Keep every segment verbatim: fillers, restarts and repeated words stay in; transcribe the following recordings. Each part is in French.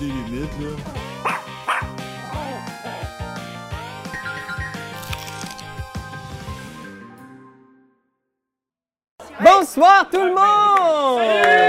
des limites, là. Bonsoir tout le monde!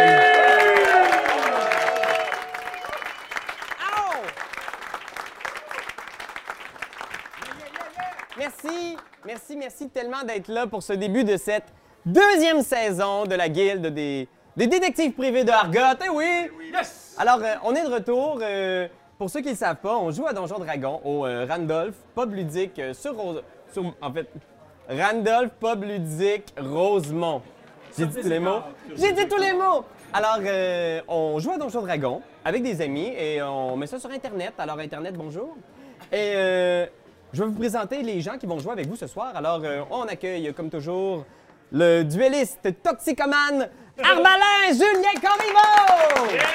Merci, merci, merci tellement d'être là pour ce début de cette deuxième saison de la Guilde des, des détectives privés de Argot. Eh oui! Yes! Alors, euh, on est de retour. Euh, pour ceux qui ne le savent pas, on joue à Donjon Dragon au euh, Randolph, pub ludique euh, sur, Rose, sur... En fait, Randolph, pub ludique Rosemont. J'ai dit tous les mots? J'ai dit tous les mots! Alors, euh, on joue à Donjon Dragon avec des amis et on met ça sur Internet. Alors, Internet, bonjour. Et euh, je vais vous présenter les gens qui vont jouer avec vous ce soir. Alors, euh, on accueille, comme toujours, le duelliste toxicomane Arbalin Julien Corriveau! Yeah!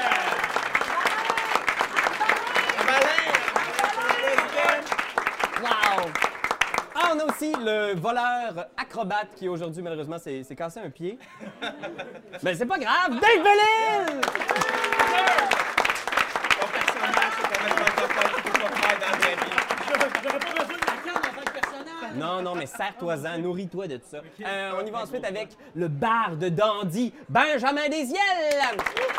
Wow! Ah, on a aussi le voleur acrobate qui aujourd'hui, malheureusement, s'est cassé un pied. Mais c'est pas grave, Dave Bellil! Ton personnage, c'est complètement top que tu peux pas faire dans ta vie. J'aurais pas besoin de la canne en tant que personnage. Non, non, mais serre-toi-en, nourris-toi de tout ça. Okay. Euh, on y va ensuite avec le bar de dandy, Benjamin Desiel!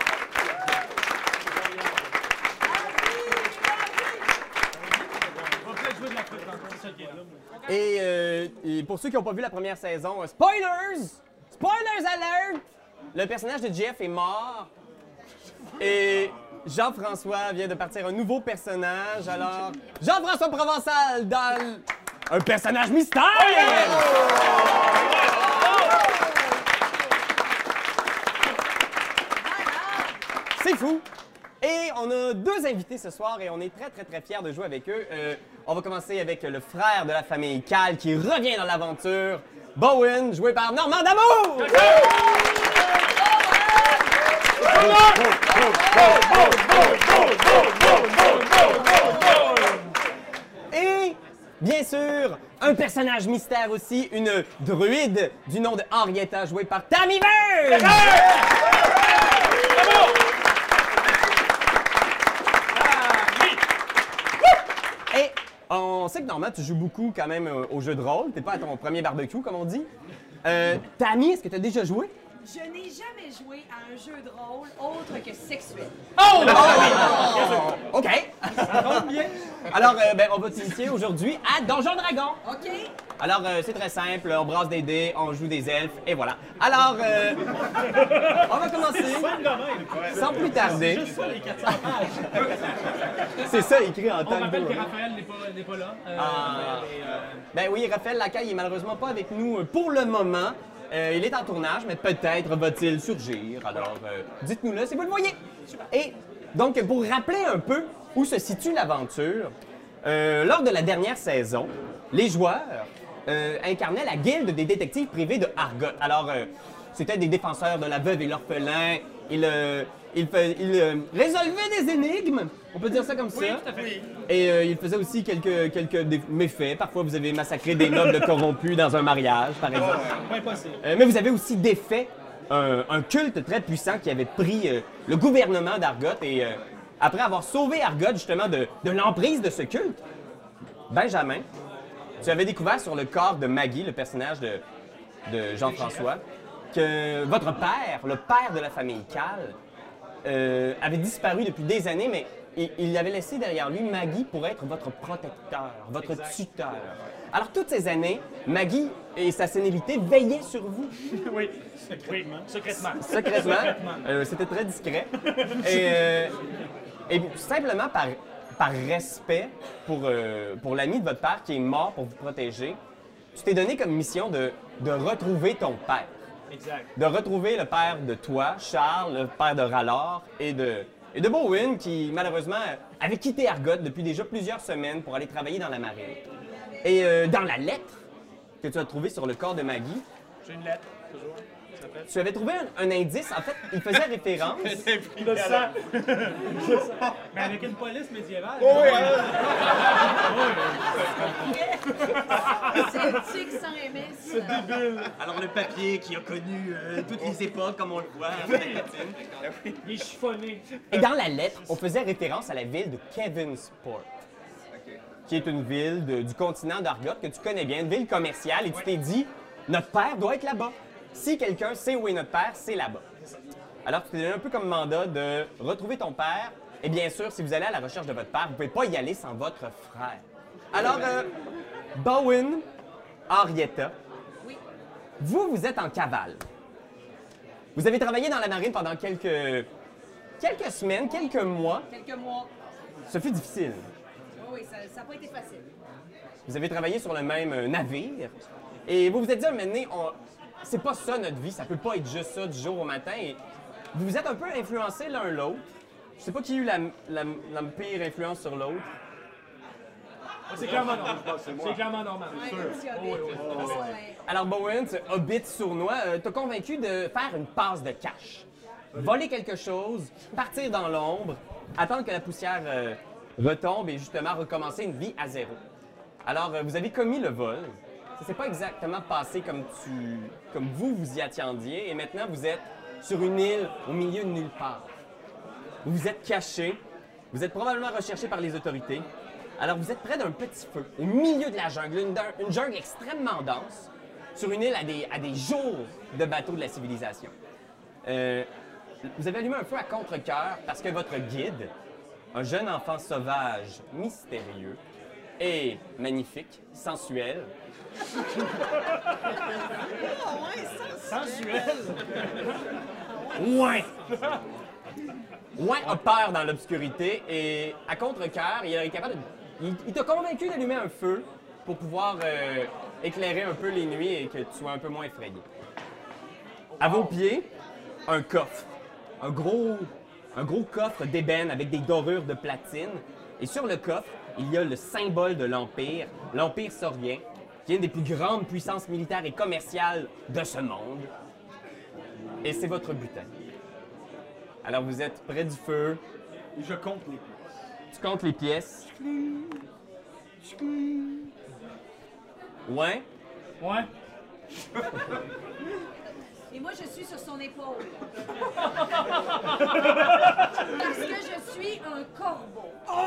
Et, euh, et pour ceux qui n'ont pas vu la première saison, euh, spoilers! Spoilers alert! Le personnage de Jeff est mort. Et Jean-François vient de partir un nouveau personnage. Alors, Jean-François Provençal dans un personnage mystère! C'est fou! Et on a deux invités ce soir et on est très, très, très fiers de jouer avec eux. Euh, on va commencer avec le frère de la famille Cal qui revient dans l'aventure, Bowen, joué par Normand D'Amour! Et, bien sûr, un personnage mystère aussi, une druide du nom de Henrietta, jouée par Tammy Verge! Et on sait que Normand, tu joues beaucoup quand même euh, au jeu de rôle. T'es pas à ton premier barbecue, comme on dit. Euh, Tammy, est-ce que tu as déjà joué? Je n'ai jamais joué à un jeu de rôle autre que sexuel. Oh! oh! OK. Alors, euh, ben, on va t'initier aujourd'hui à Donjon Dragon. OK. Alors, euh, c'est très simple. On brasse des dés, on joue des elfes, et voilà. Alors, euh, on va commencer sans plus tarder. C'est ça, les quatre cents pages. C'est ça, écrit en On temps rappelle de que Raphaël n'est pas, pas là. Euh, ah. et, euh... Ben oui, Raphaël Lacaille est malheureusement pas avec nous pour le moment. Euh, il est en tournage, mais peut-être va-t-il surgir. Alors, euh, dites-nous-le si vous le voyez. Et donc, pour rappeler un peu où se situe l'aventure, euh, lors de la dernière saison, les joueurs euh, incarnaient la guilde des détectives privés de Argot. Alors, euh, c'était des défenseurs de la veuve et l'orphelin. Ils, euh, ils, ils euh, résolvaient des énigmes, on peut dire ça comme oui, ça. Tout à fait. Et euh, ils faisaient aussi quelques, quelques méfaits. Parfois, vous avez massacré des nobles corrompus dans un mariage, par exemple. Pas impossible. Euh, mais vous avez aussi défait un, un culte très puissant qui avait pris euh, le gouvernement d'Argot. Et euh, après avoir sauvé Argot, justement, de, de l'emprise de ce culte, Benjamin, tu avais découvert sur le corps de Maggie, le personnage de, de Jean-François, que votre père, le père de la famille Cal, euh, avait disparu depuis des années, mais il, il avait laissé derrière lui Maggie pour être votre protecteur, votre exact. tuteur. Alors, toutes ces années, Maggie et sa sénilité veillaient sur vous. Oui, secrètement. Secrètement. Secrètement. Euh, C'était très discret. Et, euh, et simplement par, par respect pour, euh, pour l'ami de votre père qui est mort pour vous protéger, tu t'es donné comme mission de, de retrouver ton père. Exact. De retrouver le père de toi, Charles, le père de Rallor et de, et de Bowen, qui malheureusement avait quitté Argot depuis déjà plusieurs semaines pour aller travailler dans la marine. Et euh, dans la lettre que tu as trouvée sur le corps de Maggie... J'ai une lettre, toujours. Ça tu avais trouvé un, un indice. En fait, il faisait référence. Le sang. Le sang. Mais avec une police médiévale. Oh, oui, C'est éthique sans M S. Alors, le papier qui a connu euh, toutes les époques, comme on le voit, en latine. Il est chiffonné. Et dans la lettre, on faisait référence à la ville de Kevinsport, qui est une ville de- du continent d'Argot que tu connais bien, une ville commerciale, et tu t'es dit, notre père doit être là-bas. Si quelqu'un sait où est notre père, c'est là-bas. Alors, tu t'es donné un peu comme mandat de retrouver ton père, et bien sûr, si vous allez à la recherche de votre père, vous ne pouvez pas y aller sans votre frère. Alors, euh, Bowen, Henrietta, Oui. vous, vous êtes en cavale. Vous avez travaillé dans la marine pendant quelques, quelques semaines, quelques mois. Quelques mois. Ce fut difficile. Oui, oui, ça n'a pas été facile. Vous avez travaillé sur le même euh, navire. Et vous vous êtes dit, un moment donné, on... c'est pas ça notre vie, ça peut pas être juste ça du jour au matin. Et vous vous êtes un peu influencés l'un l'autre. Je sais pas qui a eu la, la- la pire influence sur l'autre. C'est clairement normal. C'est clairement normal. Ouais, Sûr. petit hobbit. Oh, oui, oui. Ouais. Alors, Bowen, ce hobbit sournois, euh, t'a convaincu de faire une passe de cash. Voler quelque chose, partir dans l'ombre, attendre que la poussière euh, retombe et justement recommencer une vie à zéro. Alors, euh, vous avez commis le vol. Ça s'est pas exactement passé comme, tu, comme vous vous y attendiez et maintenant vous êtes sur une île au milieu de nulle part. Vous vous êtes caché, vous êtes probablement recherché par les autorités. Alors, vous êtes près d'un petit feu, au milieu de la jungle, une, une jungle extrêmement dense, sur une île à des, à des jours de bateau de la civilisation. Euh, vous avez allumé un feu à contre-cœur parce que votre guide, un jeune enfant sauvage, mystérieux et magnifique, sensuel, Sensuel. Ouin! Ouin a peur dans l'obscurité et à contre-cœur, il est capable de... Il, il t'a convaincu d'allumer un feu pour pouvoir euh, éclairer un peu les nuits et que tu sois un peu moins effrayé. À vos pieds, un coffre. Un gros, un gros coffre d'ébène avec des dorures de platine. Et sur le coffre, il y a le symbole de l'Empire, l'Empire saurien, qui est une des plus grandes puissances militaires et commerciales de ce monde. Et c'est votre butin. Alors vous êtes près du feu, Et je compte les pièces. tu comptes les pièces. Ouais. Ouais. Et moi, je suis sur son épaule. Parce que je suis un corbeau.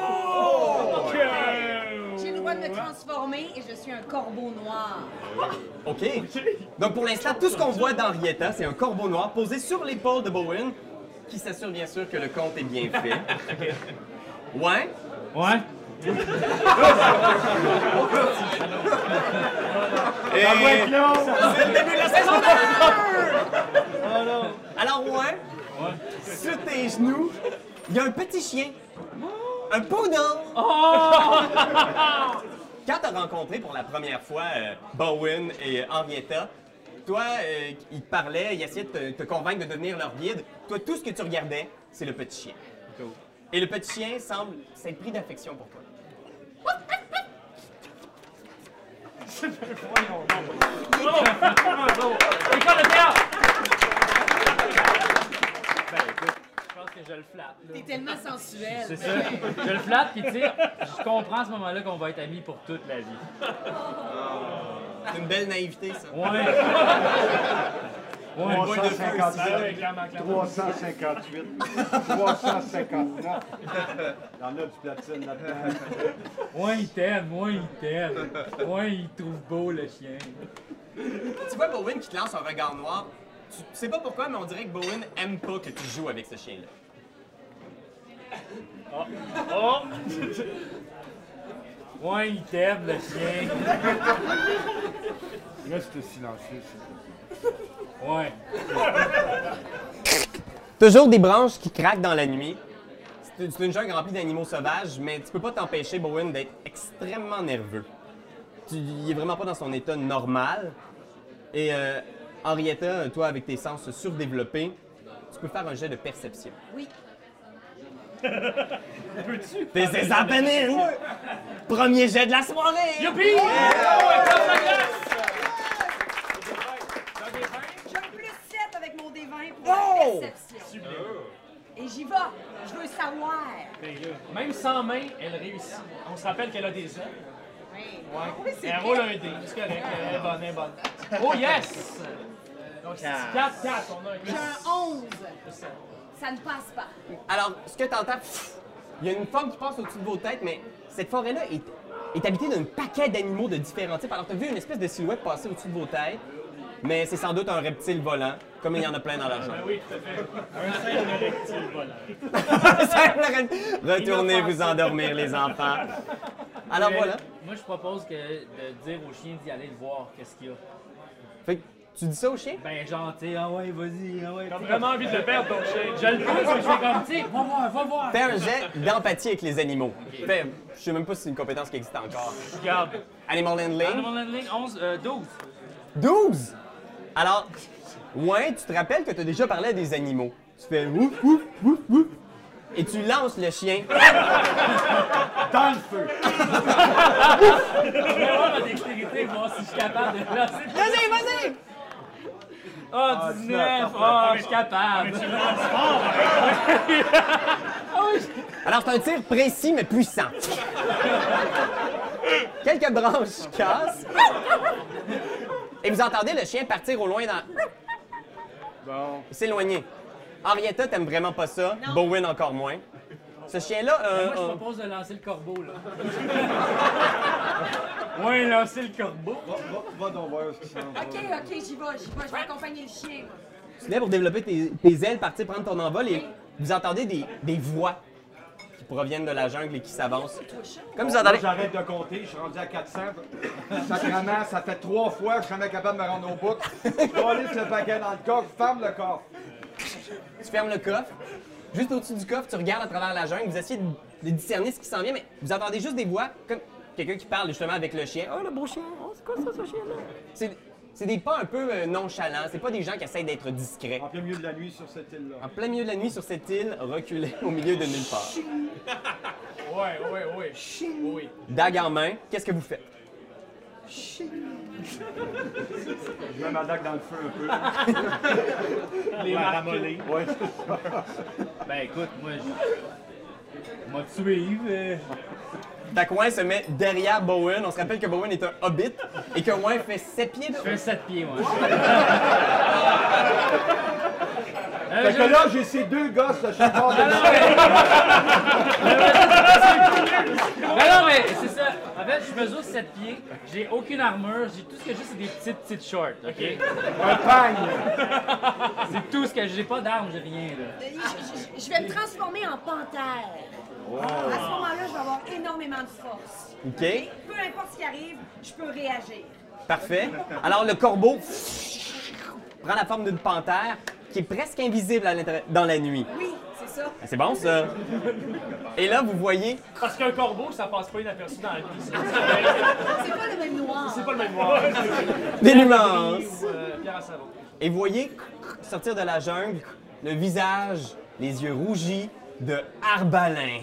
J'ai le droit de me transformer et je suis un corbeau noir. OK. Donc pour l'instant, tout ce qu'on voit d'Henrietta, c'est un corbeau noir posé sur l'épaule de Bowen, qui s'assure bien sûr que le compte est bien fait. Ouais. Ouais. Et... C'est le début de la saison deux! Alors ouais, sur tes genoux, il y a un petit chien. Un poodle! Quand tu as rencontré pour la première fois euh, Bowen et Henrietta, toi, euh, ils te parlaient, ils essayaient de te, te convaincre de devenir leur guide. Toi, tout ce que tu regardais, c'est le petit chien. Et le petit chien semble s'être pris d'affection pour toi. École de théâtre! Ben écoute, je pense que je le flatte. là. T'es tellement sensuel. C'est ça. Je le flatte, puis tu sais, je comprends à ce moment-là qu'on va être amis pour toute la vie. C'est une belle naïveté, ça. Ouais. Ouais, trois cent cinquante-huit, Ah ouais, clairement, clairement. trois cent cinquante-huit, trois cent cinquante-neuf. Il y en a du platine là-dedans. Ouais, il t'aime, ouais, il t'aime. Ouais, il trouve beau le chien. Tu vois Bowen qui te lance un regard noir. Tu sais pas pourquoi, mais on dirait que Bowen aime pas que tu joues avec ce chien-là. Oh! Ouais, il t'aime le chien. Là, c'était silencieux. Ouais. Toujours des branches qui craquent dans la nuit. C'est c'est une jungle remplie d'animaux sauvages, mais tu peux pas t'empêcher, Bowen, d'être extrêmement nerveux. Tu, il est vraiment pas dans son état normal. Et euh, Henrietta, toi, avec tes sens surdéveloppés, tu peux faire un jet de perception. Oui. Peux-tu? This is happening! Premier jet de la soirée! Youpi! Oh, éclate la glace! J'ai un plus sept Et j'y vais. Je veux savoir. Même sans main, elle réussit. On se rappelle qu'elle a des ailes. Oui, Ouais. oui c'est Elle vrai. roule un dé. C'est correct. Elle est bonne, elle est bonne. Oh yes! Donc c'est quatre quatre. On a un J'ai un onze. Ça ne passe pas. Alors, ce que tu entends, il y a une forme qui passe au-dessus de vos têtes, mais cette forêt-là est, est habitée d'un paquet d'animaux de différents types. Alors, tu as vu une espèce de silhouette passer au-dessus de vos têtes, mais c'est sans doute un reptile volant, comme il y en a plein dans la jungle. Ben oui, tout à fait. Un simple reptile volant. Retournez vous endormir, les enfants. Alors voilà. Moi, je propose que de dire au chien d'y aller le voir, qu'est-ce qu'il y a. Fait que tu dis ça au chien? Ben, genre, tu sais, ah ouais, vas-y, ah ouais. T'as vraiment envie de le perdre, ton chien. Je le pousse, mais je fais comme, tu sais, va voir, va voir. Fais un jet d'empathie avec les animaux. Fais, je sais même pas si c'est une compétence qui existe encore. Regarde. Animal handling. Animal handling, onze, euh, douze. douze! Alors, ouais, tu te rappelles que tu as déjà parlé à des animaux. Tu fais ouf, ouf, ouf, ouf. Et tu lances le chien Dans le feu. Je vais voir ma dextérité, voir si je suis capable de lancer. Vas-y, vas-y! Oh, dix-neuf! Oh, je suis capable! Alors, c'est un tir précis mais puissant. Quelques branches cassent. Et vous entendez le chien partir au loin dans... Bon. S'éloigner. Henrietta, t'aimes vraiment pas ça. Bowen encore moins. Ce chien-là, euh, Moi, je euh, propose de lancer le corbeau, là. Ouais, lancer le corbeau. Va, va, va donc voir ce qui s'en va. OK, OK, j'y vais, j'y vais. Je vais accompagner le chien. moi. tu viens pour développer tes, tes ailes, partir prendre ton envol et vous entendez des, des voix qui proviennent de la jungle et qui s'avancent. Comme vous Là, entendez... j'arrête de compter, je suis rendu à quatre cents. Sacrément, ça fait trois fois que je suis jamais capable de me rendre au bout. Je calisse le paquet dans le coffre, ferme le coffre. Tu fermes le coffre. Juste au-dessus du coffre, tu regardes à travers la jungle, vous essayez de, de discerner ce qui s'en vient, mais vous entendez juste des voix, comme quelqu'un qui parle justement avec le chien. « Oh, le beau chien! Oh, c'est quoi ça, ce chien-là? » C'est c'est des pas un peu euh, nonchalants, c'est pas des gens qui essayent d'être discrets. En plein milieu de la nuit sur cette île-là. En plein milieu de la nuit, sur cette île, reculée au milieu de nulle part. Ouais, ouais, ouais. Oui. Dague en main, qu'est-ce que vous faites? Je mets ma dague dans le feu un peu. Les marmoler. Ouais, c'est ça. Ben, écoute, moi, je. Moi, te suivre. euh. Takouin se met derrière Bowen. On se rappelle que Bowen est un hobbit et que Oin fait sept pieds de Je fais sept pieds, moi. Euh, Fait je- que là, j'ai ces deux gosses de chaque bord de Non, non, mais... non, non, mais c'est ça. En fait, je mesure sept pieds, j'ai aucune armure, j'ai tout ce que j'ai, c'est des petites, petites shorts, OK? un pagne. C'est tout ce que j'ai, pas d'armes, j'ai rien, là. Euh, Je, je- je vais me transformer en panthère. À ce moment-là, je vais avoir énormément de force. OK, Et peu importe ce qui arrive, je peux réagir. parfait. Alors le corbeau prend la forme d'une panthère qui est presque invisible à l'intérieur- dans la nuit. Oui, c'est ça. C'est bon, ça? Et là, vous voyez... Parce qu'un corbeau, ça passe pas inaperçu dans la vie. C'est C'est pas le même noir. c'est pas le même noir. Des nuances. Ou, euh, Pierre à savon. Et vous voyez sortir de la jungle le visage, les yeux rougis de Arbalin.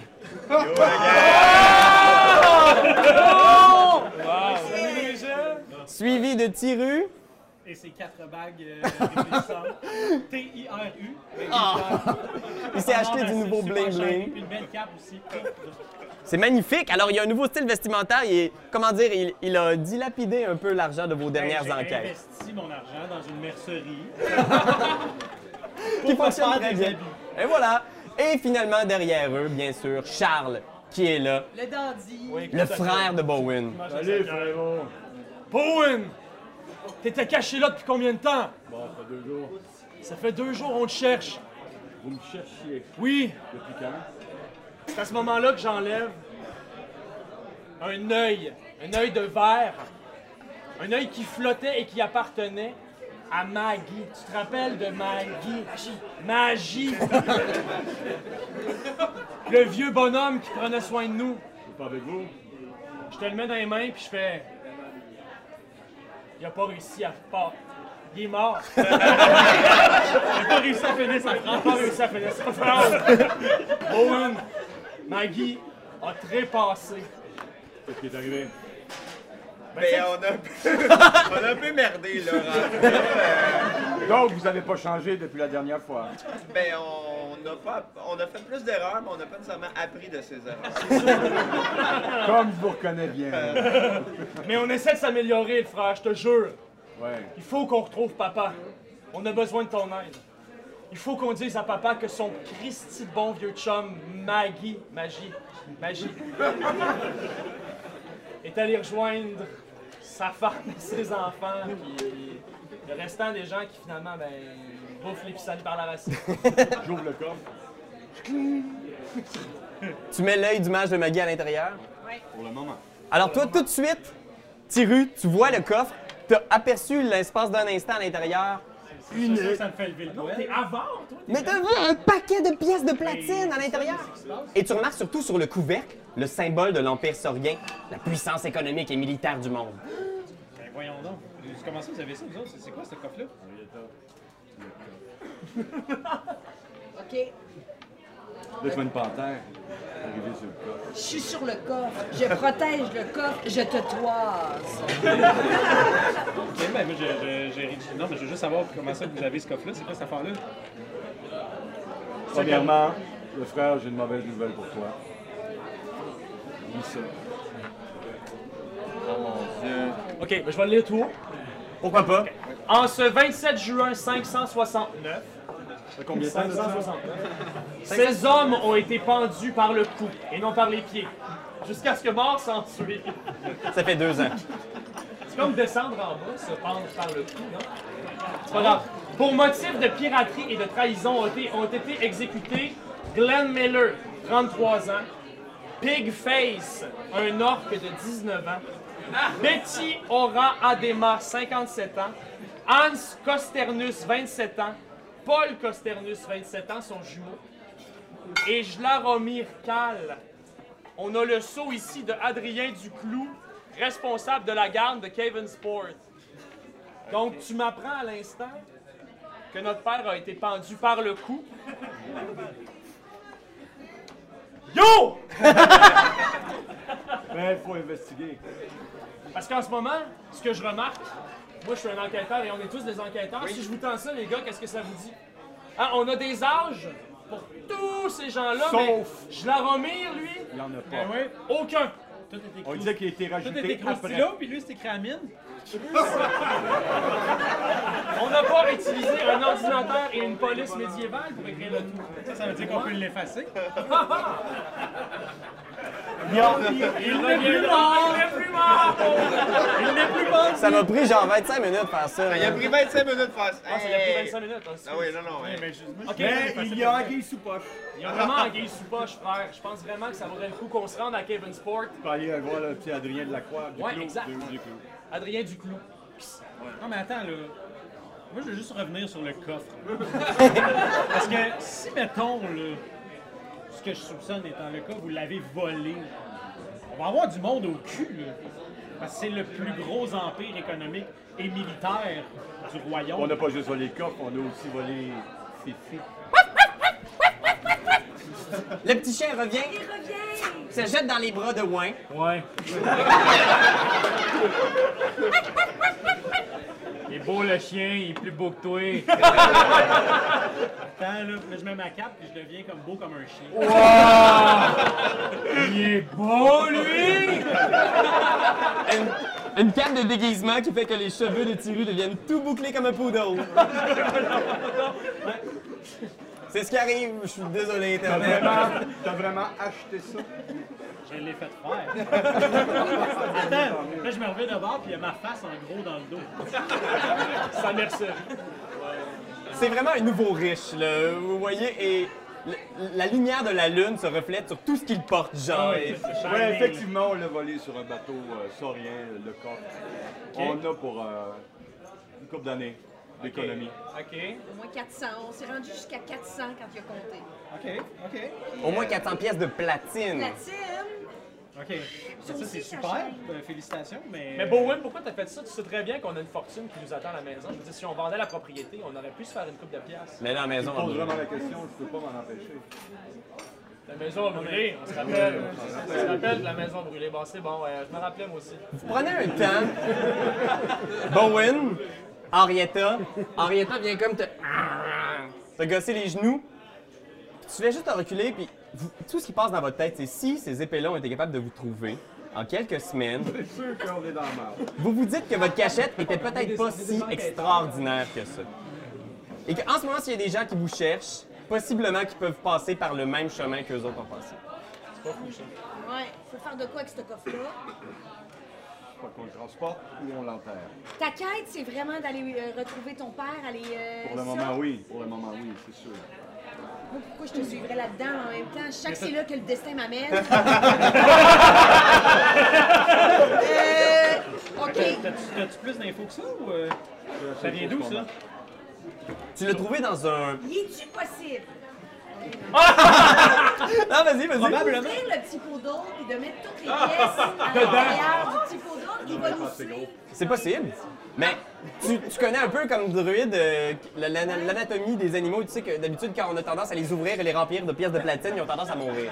Suivi de Tiru. Et ses quatre bagues euh, réfléchissantes. T I R U. Il s'est acheté du nouveau bling bling. Puis une belle cape aussi. C'est magnifique. Alors, il y a un nouveau style vestimentaire. Il est, comment dire, il, il a dilapidé un peu l'argent de vos dernières J'ai enquêtes. investi mon argent dans une mercerie. Qui fonctionne faire très des bien. habits. Et voilà. Et finalement, derrière eux, bien sûr, Charles, qui est là, Le dandy. le frère de Bowen. Allez, frérot. Bowen! T'étais caché là depuis combien de temps? Bon, ça fait deux jours. Ça fait deux jours, on te cherche. Vous me cherchiez. Oui, Depuis quand? c'est à ce moment-là que j'enlève un œil, un œil de verre, un œil qui flottait et qui appartenait à Maggie. Tu te rappelles de Maggie? Magie! Magie! Le vieux bonhomme qui prenait soin de nous. Je suis pas avec vous. Je te le mets dans les mains puis je fais. Il a pas réussi à part. Il est mort. Il a pas réussi à finir sa phrase. Il a pas réussi à finir sa phrase. Owen, Maggie a trépassé. Qu'est-ce qui est arrivé? Ben, on a un peu, on a un peu merdé, là. rendu là, euh, Donc, vous n'avez pas changé depuis la dernière fois. ben, on a, pas, on a fait plus d'erreurs, mais on n'a pas nécessairement appris de ces erreurs. Comme je vous reconnais bien. Mais on essaie de s'améliorer, frère, je te jure. Ouais. Il faut qu'on retrouve papa. On a besoin de ton aide. Il faut qu'on dise à papa que son Christy de bon vieux chum, Maggie, Magie, Magie, est allé rejoindre sa femme et ses enfants, puis le restant des gens qui finalement, ben, bouffent les pissenlits par la racine. J'ouvre le coffre. Tu mets l'œil du mage de Maggie à l'intérieur. Pour le moment. Alors toi, tout de suite, Tiru, tu vois le coffre, tu as aperçu l'espace d'un instant à l'intérieur. C'est ça que ça me fait lever le poil. T'es avare, toi? Mais t'as vu un paquet de pièces de platine à l'intérieur. Et tu remarques surtout sur le couvercle le symbole de l'Empire saurien, la puissance économique et militaire du monde. Ben voyons donc. Comment ça, vous avez ça, vous autres? C'est quoi ce coffre-là? OK. Là, je vois une panthère arriver sur le coffre. Je suis sur le coffre. Je protège le coffre. Je te toise. Ok, ben moi, j'ai- j'ai- j'ai- non, mais je veux juste savoir comment ça que vous avez ce coffre-là. C'est quoi cette affaire-là? Premièrement, le frère, j'ai une mauvaise nouvelle pour toi. Lis ça. Oh mon Dieu. OK, ben, je vais le lire tout. Pourquoi pas? En ce vingt-sept juin cinq cent soixante-neuf, Ça fait combien de temps cinq de cent ça? soixante-neuf, ces hommes ont été pendus par le cou et non par les pieds, jusqu'à ce que mort s'en suive. Ça fait deux ans. C'est comme descendre en bas, se pendre par le cou, non? C'est pas grave. Pour motif de piraterie et de trahison ont été, ont été exécutés Glenn Miller, trente-trois ans, Pigface, un orc de dix-neuf ans, Betty Ora Adema, cinquante-sept ans, Hans Costernus, vingt-sept ans, Paul Costernus, vingt-sept ans, son jumeau, et Jlaromir Kal. On a le sceau ici de Adrien Duclou, responsable de la garde de Caven Sport. Donc, tu m'apprends à l'instant que notre père a été pendu par le cou. Yo! Mais il faut investiguer. Parce qu'en ce moment, ce que je remarque, moi je suis un enquêteur et on est tous des enquêteurs. Si je vous tends ça, les gars, qu'est-ce que ça vous dit? Hein, on a des âges pour tous ces gens-là, mais Sauf- Jlaromir, lui, Il n'y en a pas. Ben oui, aucun. tout est écrit. On disait qu'il a été Tout est rajouté écrit au après. stylo, puis lui, c'est écrit à mine. On n'a pas utilisé un ordinateur et une police médiévale pour écrire le tout. Ça, ça veut dire qu'on peut l'effacer. Il n'est plus mort! Il n'est plus mort! Il n'est plus mort! Ça m'a pris genre vingt-cinq minutes de faire ça. Il a là. pris vingt-cinq minutes de faire ça. Ah, ça a pris vingt-cinq minutes. hein, c'est- Ah oui, non, non. ouais. Mais je- moi, je- Ok. Mais il y a anguille sous poche. Il y a vraiment anguille sous poche, frère. Je pense vraiment que ça vaudrait le coup qu'on se rende à Caven Sport. Tu peux aller voir le petit Adrien de la Croix. Du Ouais, Clos, exact. du- du Clos. Adrien Duclou. Non, mais attends, là. Moi, je veux juste revenir sur le coffre. Parce que si, mettons, là, ce que je soupçonne étant le cas, vous l'avez volé, on va avoir du monde au cul, là. Parce que c'est le plus gros empire économique et militaire du royaume. On n'a pas juste volé le coffre, on a aussi volé Fifi. Le petit chien revient, Il revient! se jette dans les bras de Wayne. Ouais. Il est beau le chien, il est plus beau que toi. Attends, là, là, je mets ma cape et je deviens comme beau comme un chien. Il est beau, lui! Une, une cape de déguisement qui fait que les cheveux de Tiru deviennent tout bouclés comme un poodle. C'est ce qui arrive, je suis désolé, T'as Internet. vraiment, t'as vraiment acheté ça? Je l'ai fait faire. Attends, là, je me reviens de bord puis il y a ma face en gros dans le dos. Sa mercerie. C'est vraiment un nouveau riche, là. Vous voyez, et le- la lumière de la lune se reflète sur tout ce qu'il porte, genre. et- Oui, effectivement, on l'a volé sur un bateau euh, saurien, le coffre. On a pour euh, une couple d'années d'économie. OK. Au moins quatre cents. On s'est rendu jusqu'à quatre cents quand il a compté. OK, OK. Au moins quatre cents pièces de platine. Platine! OK. Ça, ça, c'est aussi, ça super. change. Euh, félicitations, mais... Mais Bowen, pourquoi t'as fait ça? Tu sais très bien qu'on a une fortune qui nous attend à la maison. Je veux dire, si on vendait la propriété, on aurait pu se faire une coupe de piastres. Mais là, à la maison, Je pose on va- vraiment la question, je peux pas m'en empêcher. La maison a brûlé, on se rappelle. On se rappelle de la maison a brûlé. Bon, c'est bon, ouais, je me rappelais moi aussi. Vous prenez un temps. Bowen, Henrietta. Henrietta vient comme te. te gosser les genoux. Puis tu fais juste te reculer, puis vous- tout ce qui passe dans votre tête, c'est si ces épées-là ont été capables de vous trouver en quelques semaines, C'est sûr qu'on est dans la merde. vous vous dites que votre cachette était peut-être pas si extraordinaire que ça. Et qu'en ce moment, s'il y a des gens qui vous cherchent, possiblement qu'ils peuvent passer par le même chemin qu'eux autres ont passé. Ouais, faut faire de quoi avec ce coffre-là? Faut qu'on le transporte ou on l'enterre. Ta quête, c'est vraiment d'aller euh, retrouver ton père, aller. euh, Pour le ça? moment, oui. Pour le moment, oui, c'est sûr. Moi, pourquoi je te suivrais là-dedans en même temps? Je sais que c'est là que le destin m'amène. euh, OK. T'as-tu t'as-tu plus d'infos que ça ou. euh, Ça vient d'où ça? Tu l'as trouvé dans un. Y est-tu possible? Ah, vas-y, vas-y. D'ouvrir le petit pot d'eau et de mettre toutes les pièces à l'intérieur du petit pot d'eau, il va nous suivre. C'est possible. Mais tu, tu connais un peu comme druide euh, la- la- l'anatomie des animaux. Tu sais que d'habitude, quand on a tendance à les ouvrir et les remplir de pièces de platine, ils ont tendance à mourir.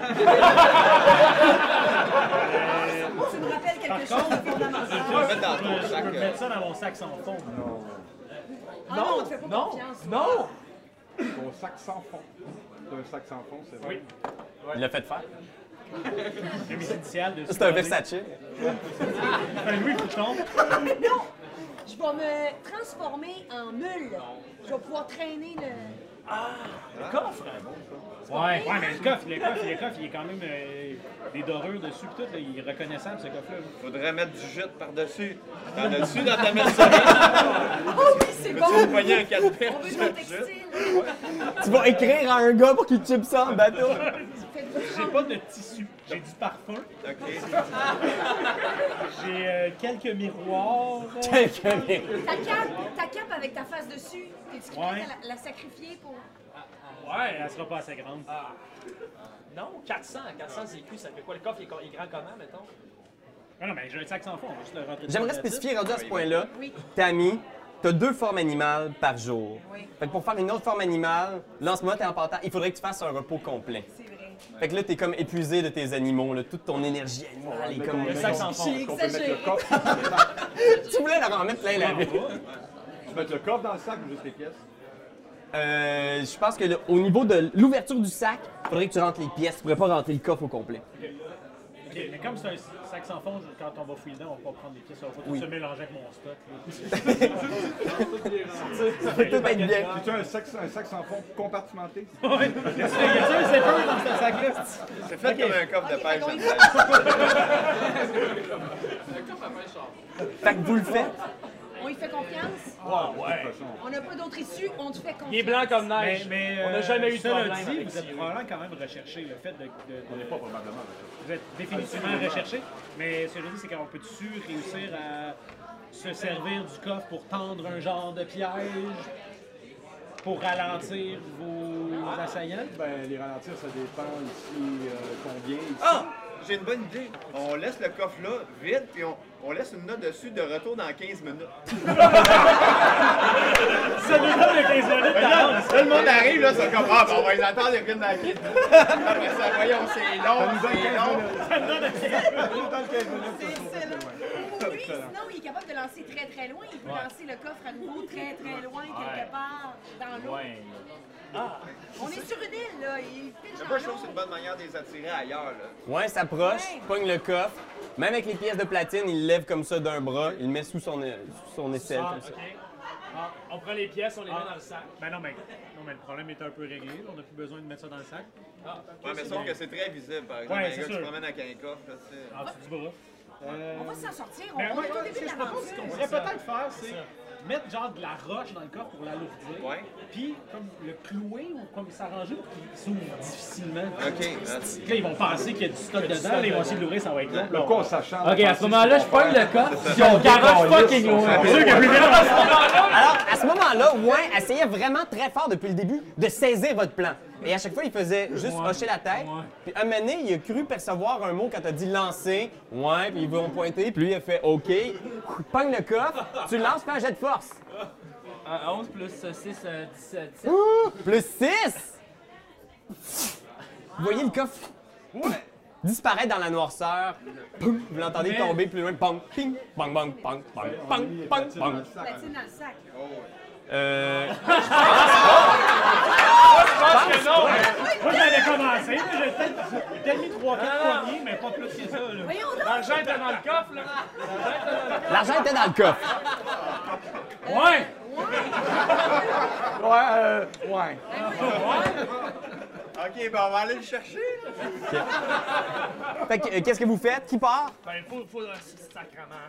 Tu me rappelles quelque chose de fondamental. On va le mettre dans Je ton peux sac. euh, mettre ça dans mon sac sans fond. Ah non, on te fait pas Non, confiance. non! Ton sac sans fond. C'est un sac sans fond, c'est vrai. Oui. Il l'a fait faire. J'ai mes initiales dessus. C'est un Versace. Un Louis Vuitton. Non! Je vais me transformer en mule. Je vais pouvoir traîner le... Le coffre! Ouais. Ouais, mais le coffre, le coffre, le coffre, il est quand même euh, des dorures dessus pis tout, là, il est reconnaissable ce coffre-là. Faudrait mettre du jute par-dessus. T'en as-tu dans ta mercenaire? Oh oui, c'est bon! Tu veux poigner un quatre On paires veut de ton jute? textile. Tu vas écrire à un gars pour qu'il chippe ça en bateau. Faites-vous J'ai pas de tissu, j'ai du parfum, OK. j'ai euh, quelques miroirs. euh, Quelqu'un Ta cape, ta cape avec ta face dessus, es-tu prête Ouais. à la, la sacrifier pour... Ouais, elle sera pas assez grande. Non, quatre cents. quatre cents c'est cul, ça fait quoi? Le coffre il est, co- il est grand comment, mettons? Non, non, mais j'ai un sac sans fond, on va juste le rentrer dedans. J'aimerais spécifier, rendu à ce point-là, Oui. Tammy, t'as deux formes animales par jour. Oui. Fait que pour faire une autre forme animale, là en ce moment t'es en pantalon, il faudrait que tu fasses un repos complet. C'est vrai. Fait que là t'es comme épuisé de tes animaux, là, toute ton énergie animale est comme... Le sac sans fond. J'ai On peut mettre le exagéré. coffre. Tu voulais leur en mettre plein la vue. Tu mets le coffre dans le sac ou juste les pièces? Euh, je pense que le- au niveau de l'ouverture du sac, faudrait que tu rentres les pièces. Tu pourrais pas rentrer le coffre au complet. Ok, mais comme c'est un sac sans fond, je- quand on va fouiller dedans, on va pas prendre les pièces, on va pas tout Oui. se mélanger avec mon stock. là. Ça peut tout être bien. C'est-tu un sac, un sac sans fond compartimenté? Ouais. Y a-tu y a-tu un zipper dans ce sac-là? C'est fait comme un coffre de Ok, pêche. fait qu'on y ça. Fait que vous le faites. On y fait confiance? Ah, ouais. On n'a pas d'autre issue, on te fait confiance. Il est blanc comme Mais, neige. mais On n'a euh, jamais eu de cela problème dit, avec vous êtes ça. probablement quand même recherché. Le fait de, de- de- On n'est pas probablement. vous êtes définitivement recherché. Mais ce que je dis, c'est qu'on peut-tu réussir à se servir du coffre pour tendre un genre de piège pour ralentir vos assaillants? Ben, les ralentir, ça dépend ici euh, combien. Ici. Ah! J'ai une bonne idée. On laisse le coffre là, vide, puis on, on laisse une note dessus de retour dans quinze minutes. Celui-là de quinze minutes d'avance. Tout le monde arrive, là, c'est comme, ah, ben, on va les attendre, il y a une dans la quinze minutes. Après ça, voyons, c'est long, c'est long. C'est excellent. Lui, sinon, il est capable de lancer très très loin. Il peut lancer le coffre à nouveau très très loin, quelque part dans l'eau. On est sur une île, là. Il pitch Moi, dans je trouve que c'est une l'eau. bonne manière de les attirer ailleurs, là. Ouais, il s'approche, Ouais. pogne le coffre. Même avec les pièces de platine, il le lève comme ça d'un bras, il le met sous son, sous son aisselle. Ah, comme ça. ok. Ah, on prend les pièces, on les met dans le sac. Ben non, mais, non, mais le problème est un peu réglé. On n'a plus besoin de mettre ça dans le sac. Ah, Ouais, mais sauf que c'est très visible, par exemple. Ouais, un c'est gars qui se sûr. promène avec un coffre, là, c'est... En dessous du bras. On va s'en sortir. On, Mais on moi, est au ce début que de je propose, ce qu'on l'aventure. pourrait peut-être faire, c'est mettre genre de la roche dans le coffre pour l'alourdir. Ouais. Puis, comme le clouer ou comme s'arranger pour qu'il s'ouvre difficilement. OK. Là, ils vont penser qu'il y a du stock dedans, là, ils vont essayer de l'ouvrir, ça va être long. Le quoi, sachant. Ok, à ce moment-là, je pogne le coffre, puis on garage fucking loin. Alors, à ce moment-là, ouais, essayait vraiment très fort depuis le début de saisir votre plan. Et à chaque fois, il faisait juste hocher la tête. Puis un moment donné, il a cru percevoir un mot quand t'as dit lancer. Ouais, puis ils vont pointer. Puis lui, il a fait OK. Pogne le coffre, tu le lances, fais un jet de force. Euh, onze plus six, euh, dix-sept. dix-sept. Ouh, plus six! Vous voyez le coffre disparaître dans la noirceur. Poum, vous l'entendez tomber plus loin. Pong, ping, bang, bang, bang, bang, bang, bang, bang. Platine dans le sac. Euh... Je pense que non! Moi, j'avais commencé, là, j'ai peut-être peut-être mis trois quatre poignées, mais pas plus que ça, là. Voyons donc! L'argent était dans le coffre, là. L'argent était dans le coffre. Ouais! Ouais, euh, ouais. Ok, ben on va aller le chercher. Fait que, euh, qu'est-ce que vous faites? Qui part? Ben, il faut, faut, sacrement.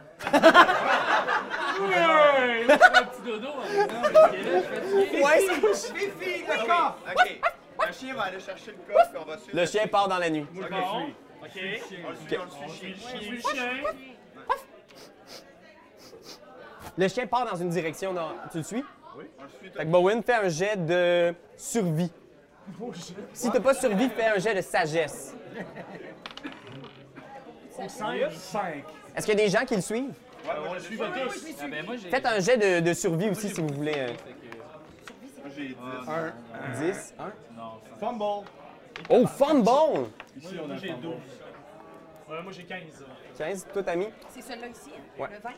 Ouais! Là, c'est un petit dodo, hein. Ouais, Fifi, le coffre! Ok, le chien va aller chercher le coffre et on va suivre. le chien part dans la nuit. Bon, OK. On le suit, on le suit, Je suis le chien. Le chien part dans une direction. Dans... Tu le suis? On le suit. Fait que Bowen fait un jet de survie. Si t'as pas survie, fais un jet de sagesse. cinq. Est-ce qu'il y a des gens qui le suivent? Ouais, moi, je suis Ah, ben, moi, j'ai. Faites un jet de, de survie aussi si vous voulez. euh, j'ai dix. dix, un. Fumble. Oh, fumble! Ici, on a j'ai douze. Ouais, moi, j'ai quinze. quinze, toi t'as mis. C'est celui-là ici, hein? Ouais. Le vingt.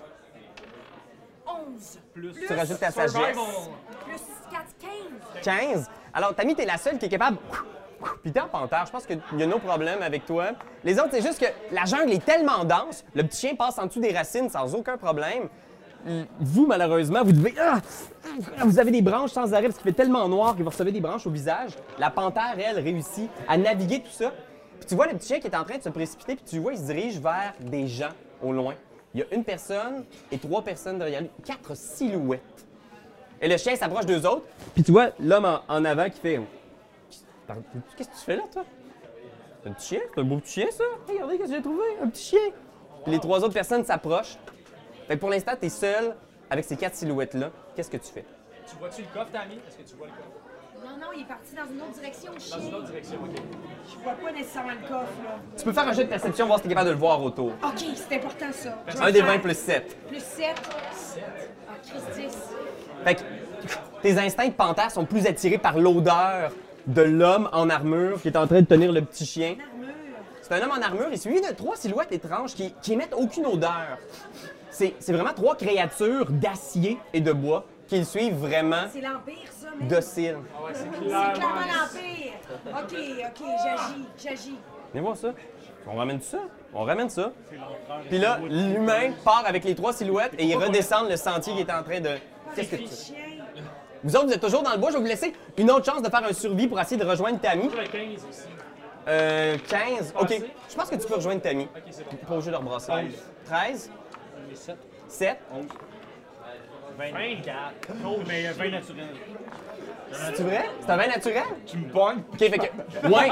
onze. Tu rajoutes ta sagesse. Plus quatre, quinze. quinze. Alors, Tammy, t'es la seule qui est capable. Puis t'es en panthère, je pense qu'il y a no problème avec toi. Les autres, c'est juste que la jungle est tellement dense, le petit chien passe en dessous des racines sans aucun problème. Vous, malheureusement, vous devez. Ah! Vous avez des branches sans arrêt parce qu'il fait tellement noir que vous recevez des branches au visage. La panthère, elle, réussit à naviguer tout ça. Puis tu vois le petit chien qui est en train de se précipiter, puis tu vois, il se dirige vers des gens au loin. Il y a une personne et trois personnes derrière lui, quatre silhouettes. Et le chien s'approche d'eux autres, puis tu vois l'homme en, en avant qui fait. Qu'est-ce que tu fais là, toi? C'est un petit chien? C'est un beau petit chien, ça? Hey, regardez, qu'est-ce que j'ai trouvé? Un petit chien! Puis les trois autres personnes s'approchent. Fait que pour l'instant, t'es seul avec ces quatre silhouettes-là. Qu'est-ce que tu fais? Tu vois-tu le coffre, Tammy? Est-ce que tu vois le coffre? Non, non, il est parti dans une autre direction, le chien. Dans une autre direction, OK. Je vois pas nécessairement le coffre, là. Tu peux faire un jeu de perception, voir si t'es capable de le voir autour. OK, c'est important, ça. Je vais Un des faire vingt plus sept. Plus sept. Ah, Christ, dix. Fait que tes instincts de panthère sont plus attirés par l'odeur de l'homme en armure qui est en train de tenir le petit chien. Armure. C'est un homme en armure et suivi de trois silhouettes étranges qui, qui émettent aucune odeur. C'est c'est vraiment trois créatures d'acier et de bois qui le suivent vraiment C'est l'Empire, ça, mais. dociles. Ah ouais, c'est C'est clairement. clairement l'Empire. OK, OK, j'agis, j'agis. Venez voir ça. On ramène ça. On ramène ça. Puis là, l'humain part avec les trois silhouettes et ils redescendent le sentier qui est en train de... Qu'est-ce que tu... Chien. Vous autres, vous êtes toujours dans le bois. Je vais vous laisser une autre chance de faire un survie pour essayer de rejoindre Tammy. Moi, j'ai quinze aussi. Euh, quinze. OK. Passer. Je pense que tu peux rejoindre Tammy. OK, c'est bon. Pas obligé de rebrasser. treize. sept. vingt-quatre. Oh, mais vingt naturel. C'est vrai? C'est un vin naturel? Tu me pognes. OK, fait que... Ouais.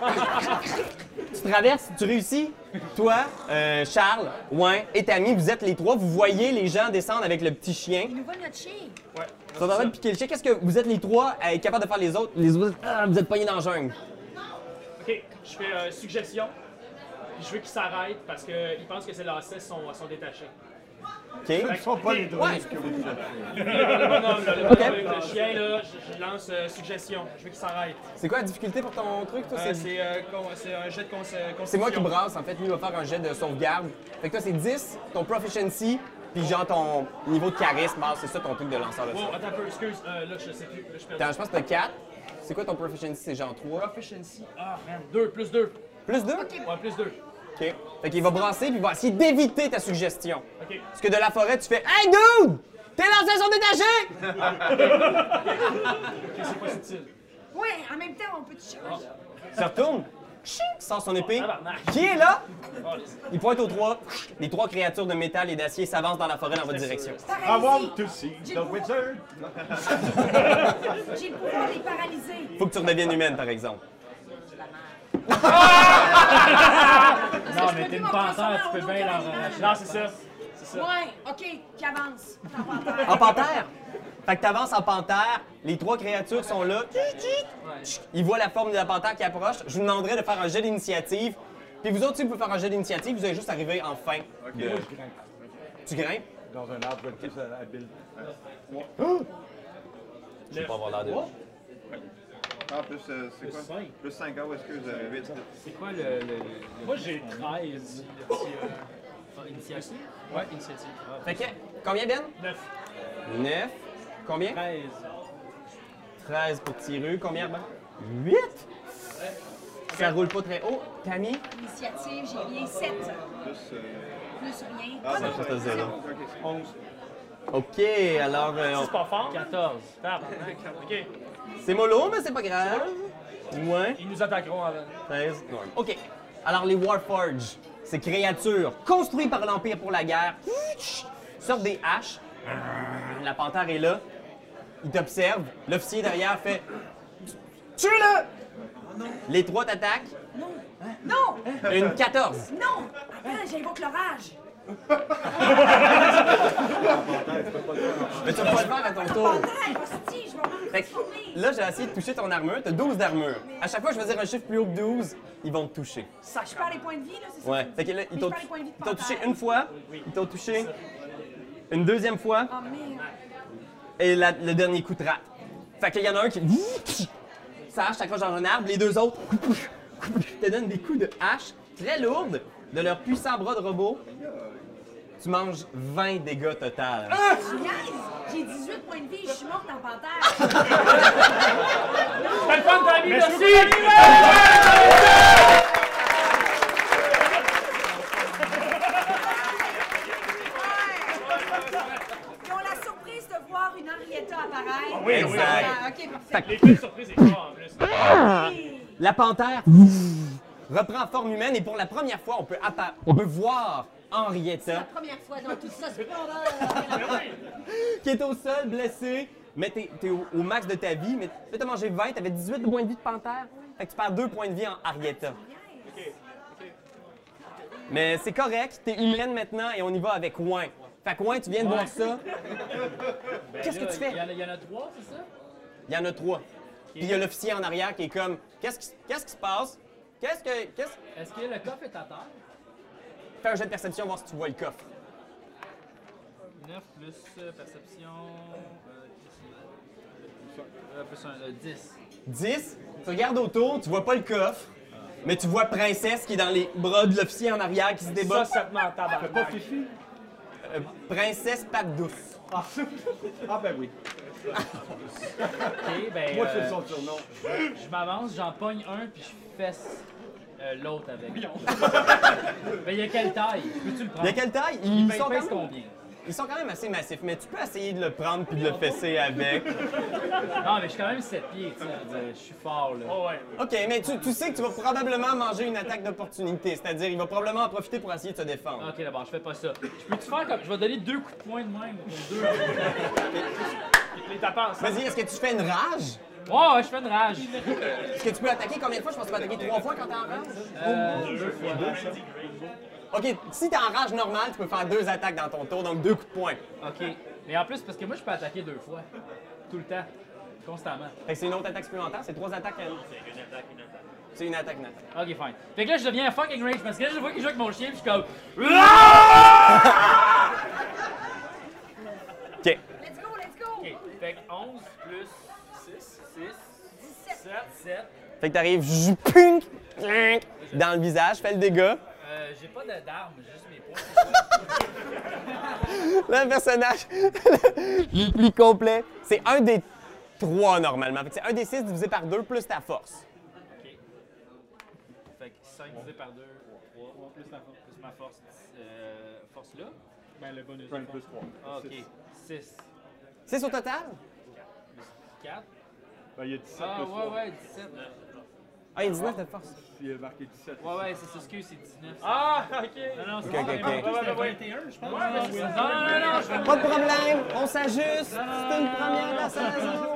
Tu traverses, tu réussis. Toi, euh, Charles, ouais, et Tammy, vous êtes les trois. Vous voyez les gens descendre avec le petit chien. Il nous vole notre chien. Ouais. Ils sont en train de piquer le chien. Qu'est-ce que vous êtes les trois à être capables de faire les autres? Les autres, ah, vous êtes pognés dans la jungle. OK, je fais euh, suggestion. Puis je veux qu'ils s'arrêtent parce qu'ils pensent que ces lacets sont, sont détachés. OK? Ce ne sont pas les droits Ouais. que vous faites. Le bonhomme, là, le, OK. bonhomme avec le chien, là, je, je lance euh, suggestion. Je veux qu'ils s'arrêtent. C'est quoi la difficulté pour ton truc, toi? Euh, C'est- c'est euh, con- c'est un jet de cons- constitution. C'est moi qui brasse, en fait. Lui, il va faire un jet de sauvegarde. Fait que toi, c'est dix, ton proficiency, puis genre ton niveau de charisme. Ah, c'est ça ton truc de lanceur de Wow, sort. attends un peu, excuse. Euh, là, je sais plus. Là, je perds. Attends, je pense que t'as quatre. C'est quoi ton proficiency? C'est genre trois. Proficiency. Ah, man. deux, plus deux. Plus deux? Ouais, plus deux. OK. Fait qu'il va brasser, puis il va essayer d'éviter ta suggestion. OK. Parce que de la forêt, tu fais Hey, dude! Tes lancers sont détachés! OK, c'est pas subtil. Ouais, en même temps, on peut te changer. Il se retourne, ching, sort son épée. Tabarnak. Qui est là? Oh, les- Il pointe aux trois. Les trois créatures de métal et d'acier s'avancent dans la forêt dans votre direction. I want to see J'ai the le wizard. J'ai le pouvoir de les paralyser. Faut que tu redeviennes humaine, par exemple. Non, mais t'es une panthère, tu peux bien leur arracher. Non, c'est ça. C'est ça. Ouais, OK, qui avance. En panthère. En panthère. Fait que t'avances en panthère, les trois créatures sont là. Ils voient la forme de la panthère qui approche. Je vous demanderai de faire un jet d'initiative. Puis vous autres, si vous pouvez faire un jet d'initiative, vous allez juste arriver en fin. de- Tu grimpes? Dans un arbre plus habile. Je vais pas avoir l'air de... Ah, plus, euh, c'est quoi? cinq. Plus cinq, ah, ouais, excuse, euh, huit. C'est quoi le. le, le- Moi, j'ai treize. Ah, initiative? Ouais, initiative. Fait que, combien, Ben? neuf. neuf. Combien? treize. treize pour Tiru. Combien, Ben? huit? Ça roule pas très haut. Camille? Initiative, j'ai rien. sept. Plus, euh, Plus rien. ah, non, Ça, c'est zéro. ok, onze. OK, alors, euh, on- C'est pas fort? quatorze. Tabarnak. OK. c'est mollo, mais c'est pas grave. Ouais. Ils nous attaqueront avant. treize. OK. Alors, les Warforges, ces créatures construites par l'Empire pour la guerre, sortent des haches. La panthère est là. Il t'observe. L'officier derrière fait tue-le! Les trois t'attaquent. Non! Une quatorze. Non! Attends, j'invoque l'orage. Mais tu vas pas le faire à ton tour. Panthère, hostie, je vais me Fait que transformer. là, j'ai essayé de toucher ton armure. T'as douze d'armure. À chaque fois que je vais dire un chiffre plus haut que douze, ils vont te toucher. Je perds les points de vie, là, c'est ça? Ouais. que tu Fait dis? que là, Mais ils je t'ont perds les points de vie de ils t'ont touché panthère. une fois. Ils t'ont touché une deuxième fois. Oh merde. Et la- le dernier coup de rate. Fait qu'il y en a un qui sa hache s'accroche dans un arbre, les deux autres te donnent des coups de hache très lourdes de leur puissant bras de robot. Tu manges vingt dégâts total. Tu niaises? J'ai dix-huit points de vie, je suis morte en panthère. T'as le fun, Tommy, merci! Ils ont la surprise de voir une Henrietta apparaître. Oui, oui, Exact. Ah, OK, parfait. L'effet de surprise est fort en plus. Oui. La panthère reprend forme humaine et pour la première fois, on peut, appa- on peut voir La Henrietta première fois dans tout ça, c'est pas là. qui est au sol, blessée. Mais t'es, t'es au, au max de ta vie. Mais tu t'as mangé vingt, t'avais dix-huit de points de vie de panthère. Fait que tu perds deux points de vie en Henrietta. Mais c'est correct, t'es humaine maintenant et on y va avec Ouin. Fait que Ouin, tu viens de voir ça. Qu'est-ce que tu fais? Il y, en a- il y en a trois, c'est ça? Il y en a trois. Puis il y a l'officier en arrière qui est comme Qu'est-ce qui, qu'est-ce qui se passe? Qu'est-ce que. Qu'est-ce... Est-ce que le coffre est à terre? Fais un jet de perception, voir si tu vois le coffre. neuf plus euh, perception. Euh, qu'est-ce que c'est? Euh, plus un, euh, dix. dix. Tu regardes autour, tu vois pas le coffre, mais tu vois Princesse qui est dans les bras de l'officier en arrière qui se débat. Ça, ça te met en tabarnak. Euh, Princesse Patte Douce. Ah, ben oui. Ok, ben. Moi, euh, c'est son surnom. Je m'avance, j'en pogne un, puis je fesse euh, l'autre avec. Ben, il y a quelle taille? Peux-tu le Il prendre? y a quelle taille? Il Ils pèse sont, quand pèse même, combien? ils sont quand même assez massifs, mais tu peux essayer de le prendre puis de le fesser avec. Non, mais je suis quand même sept pieds, tu sais. je veux dire, Je suis fort, là. Oh ouais. OK, mais tu, tu sais que tu vas probablement manger une attaque d'opportunité, c'est-à-dire il va probablement en profiter pour essayer de se défendre. Ok, d'abord, je fais pas ça. Je peux-tu faire comme. Je vais donner deux coups de poing de même. Ou deux. Les tapants ensemble. Vas-y, est-ce que tu fais une rage? Ouais, ouais, je fais une rage. Est-ce que tu peux attaquer combien de fois? Je pense que tu peux attaquer trois fois quand t'es en rage. Euh, deux fois. OK, si t'es en rage normale, tu peux faire deux attaques dans ton tour, donc deux coups de poing. Ok. Mais en plus, parce que moi, je peux attaquer deux fois. Tout le temps. Constamment. Fait que c'est une autre attaque supplémentaire, c'est trois attaques. à- C'est une attaque, une attaque. Ok, fine. Fait que là, je deviens fucking rage parce que là, je vois qu'il joue avec mon chien, puis je suis comme. OK. Let's go, let's go. Ok. Fait que onze plus six, six, dix-sept. sept, sept. Fait que t'arrives, j- ping, clink, dans le visage, fais le dégât. Euh, j'ai pas de- d'armes, juste mes poings. Le personnage le plus complet, c'est un des trois normalement. Fait que c'est un des six divisé par deux plus ta force. Ok. Fait que cinq divisé par deux, trois, plus ma force, plus ma force, euh, force là. Ben, le bonus. cinq plus trois. Ah, ok. six, six au total? quatre. Ben, il y a dix-sept Ah, plus ouais, trois. ouais, dix-sept. Ah, il y a dix-neuf de force. Il y a marqué dix-sept. Ouais, ouais, c'est ça, excuse, c'est dix-neuf. Ah, ok. Non, non, c'est Ok, pas ok, vrai. ok. Ouais, ouais, ouais. vingt et un, je pense. Ouais, mais c'est ça. Non, non, non, non, je fais Pas de problème, on s'ajuste. C'est une première de la saison.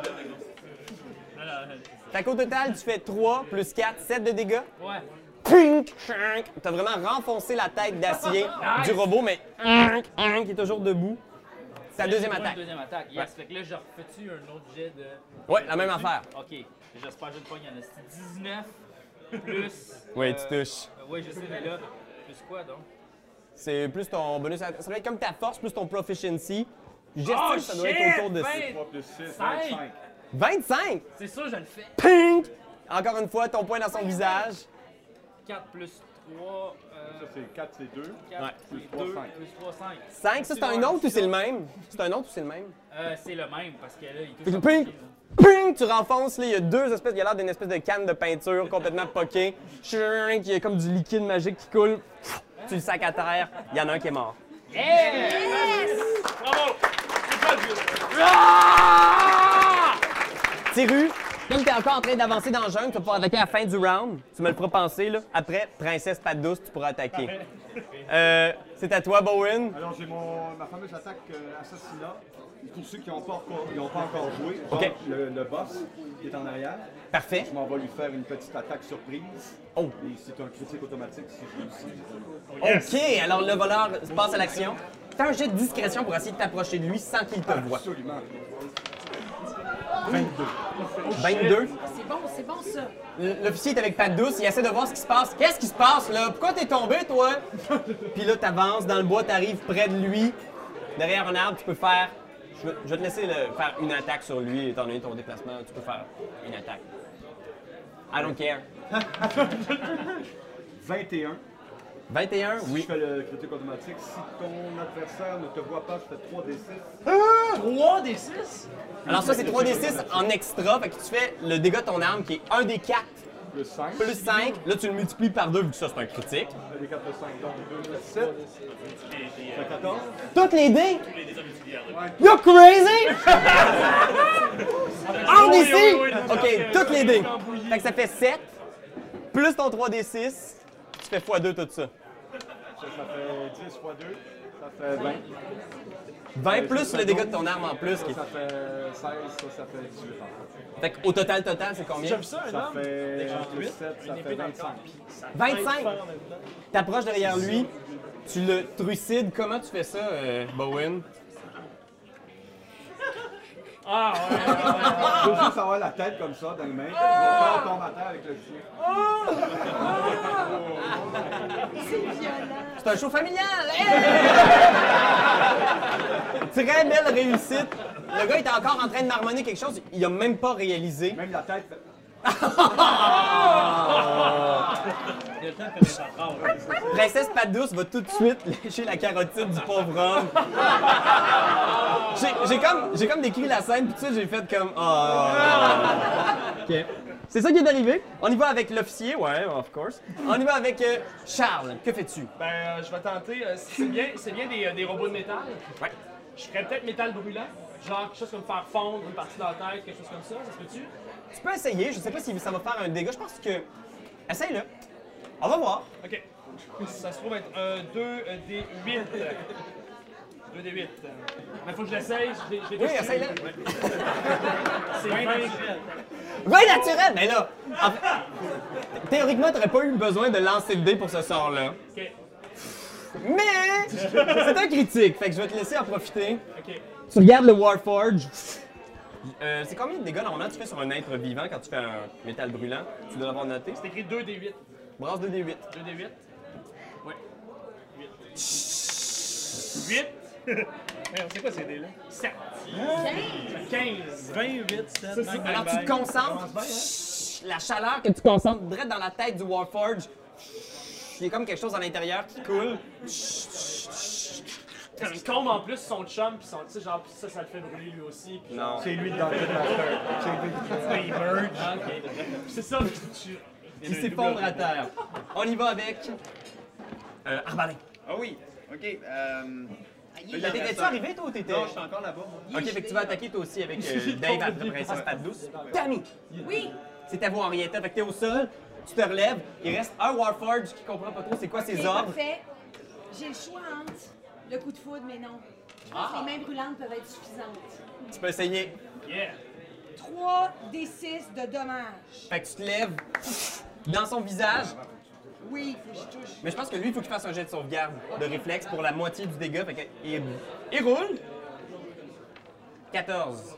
Fait qu'au total, tu fais trois plus quatre, sept de dégâts. Ouais. Pink, chank. T'as vraiment renfoncé la tête d'acier du robot, mais qui est toujours debout. C'est ta deuxième Ouais, attaque. Deuxième attaque, yes. Fait que là, je refais-tu un autre jet de. Ouais, la même affaire. Ok. J'espère que je ne pogne, il y en a. C'est dix-neuf plus. Oui, euh, tu touches. euh, ouais, je sais, mais là. Plus quoi donc? C'est plus ton bonus. Ça doit être comme ta force plus ton proficiency. J'estime Oh, que ça doit être shit! autour de vingt. six. trois plus six, Cinq. vingt-cinq. vingt-cinq! C'est sûr, je le fais. Pink! Encore une fois, ton poing dans son visage. quatre plus trois. Ça, c'est quatre, c'est deux. quatre Ouais. Plus plus trois, deux, cinq. plus trois, cinq. cinq, ça c'est un autre ou c'est le même? C'est un autre ou c'est le même? Euh, c'est le même, parce que là, il Fait touche que à ping, moitié, là. ping, tu renfonces, là, il y a deux espèces, il y a l'air d'une espèce de canne de peinture complètement poquée. Churring, il y a comme du liquide magique qui coule. Tu le sacs à terre, il y en a un qui est mort. Yeah! Bravo! C'est pas le Tiru, comme tu es encore en train d'avancer dans le jungle, tu vas pouvoir attaquer à la fin du round. Tu me le feras penser, là. Après, princesse patte douce, tu pourras attaquer. Euh, c'est à toi, Bowen. Alors, j'ai mon, ma fameuse attaque euh, assassinat. Pour ceux qui n'ont pas, encore- ils ont pas encore joué, OK. donc, le, le boss qui est en arrière. Parfait. Je m'en vais lui faire une petite attaque surprise. Oh. Et c'est un critique automatique si je réussis. OK, alors le voleur passe à l'action. Fais un jet de discrétion pour essayer de t'approcher de lui sans qu'il te voie. Absolument. vingt-deux. C'est bon, c'est bon ça. L'officier est avec patte douce, il essaie de voir ce qui se passe. Qu'est-ce qui se passe là? Pourquoi t'es tombé, toi? Puis là, t'avances dans le bois, t'arrives près de lui. Derrière un arbre, tu peux faire. Je vais, je vais te laisser le- faire une attaque sur lui, étant donné ton déplacement. Tu peux faire une attaque. I don't care. vingt et un. vingt et un, Si oui. je fais le critique automatique, si ton adversaire ne te voit pas, je fais trois d six. trois des six? Alors ça, c'est trois d six en extra. Fait que tu fais le dégât de ton arme qui est un d quatre Plus cinq. plus cinq. Là, tu le multiplies par deux vu que ça, c'est un critique. Un d quatre plus cinq, donc deux, sept. Ça fait quatorze. Toutes les dés? You're crazy? Hors d'ici! oui, oui, oui, OK, toutes les dés. Fait que ça fait sept, plus ton trois d six, tu fais fois deux tout ça. Ça, ça fait dix fois deux. Ça fait vingt. vingt plus le dégât de ton arme en plus. Qui est... Ça fait seize, ça, ça fait dix-huit. en fait. Fait qu'au total, total, c'est combien? J'aime ça, un Ça homme. fait plus sept, ça fait vingt-cinq. vingt-cinq. T'approches derrière lui, tu le trucides. Comment tu fais ça, euh, Bowen? Ah ouais, ouais, ouais. Il faut juste avoir la tête comme ça dans les mains. Le corps tombe à terre avec le chien. C'est violent. C'est un show familial! Hey! Très belle réussite. Le gars était encore en train de marmonner quelque chose, il a même pas réalisé. Même la tête fait... Il y a le temps de faire sa phrase. Princesse Patte Douce va tout de suite lécher la carotide du pauvre homme. J'ai j'ai comme, j'ai comme décrit la scène, puis tout de suite, j'ai fait comme... Ah. OK. C'est ça qui est arrivé. On y va avec l'officier, ouais, of course. On y va avec euh, Charles. Que fais-tu? Ben, euh, je vais tenter. euh, c'est bien, c'est bien des, euh, des robots de métal. Ouais. Je ferais peut-être métal brûlant. Genre quelque chose comme faire fondre une partie de la tête, quelque chose comme ça. Ça se peut-tu? Tu peux essayer, je sais pas si ça va faire un dégât. Je pense que... Essaye-le. On va voir. Ok. Ça se trouve être un deux d huit. deux d huit. Mais faut que je l'essaye. Je l'ai- je l'ai Oui, déjà essaye-le. C'est vingt. vingt naturel! Mais là, en fait, théoriquement, t'aurais pas eu besoin de lancer le dé pour ce sort-là. Ok. Mais c'est un critique, fait que je vais te laisser en profiter. Ok. Tu regardes le Warforge. Euh, c'est combien de dégâts normalement tu fais sur un être vivant quand tu fais un métal brûlant? Tu dois l'avoir noté. C'est écrit deux d huit. Brasse deux d huit. deux d huit. Ouais. huit. huit. C'est quoi ces dés-là? sept. quinze. vingt-huit, sept, Alors tu te concentres. La chaleur que tu concentres direct dans la tête du Warforge. Il y a comme quelque chose à l'intérieur qui coule. Quand il tombe en plus son chum, pis son, tu sais, genre, pis ça, ça le fait brûler lui aussi. Pis Non. C'est lui dans le master. C'est lui qui il merge. C'est ça, pis tu. Qui s'effondre à terre. On y va avec. Euh, Arbalin. Ah oui, ok. Euh... T'étais-tu arrivé toi ou t'étais. Non, je suis encore là-bas, moi. Ok, fait que tu vas attaquer toi aussi avec euh, Dave après Princesse Patte Douce. Tammy, Oui, c'est à vous Henrietta. Fait que t'es au sol, tu te relèves, il reste un Warforge qui comprend pas trop c'est quoi ses c'est ordres. parfait. J'ai le choix entre le coup de foudre, mais non. Je pense que les mains brûlantes peuvent être suffisantes. Tu peux essayer. Yeah. trois d six de dommages. Fait que tu te lèves dans son visage, Oui, faut que je touche. mais je pense que lui, il faut qu'il fasse un jet de sauvegarde de réflexe pour la moitié du dégât. Fait que il, il roule. quatorze.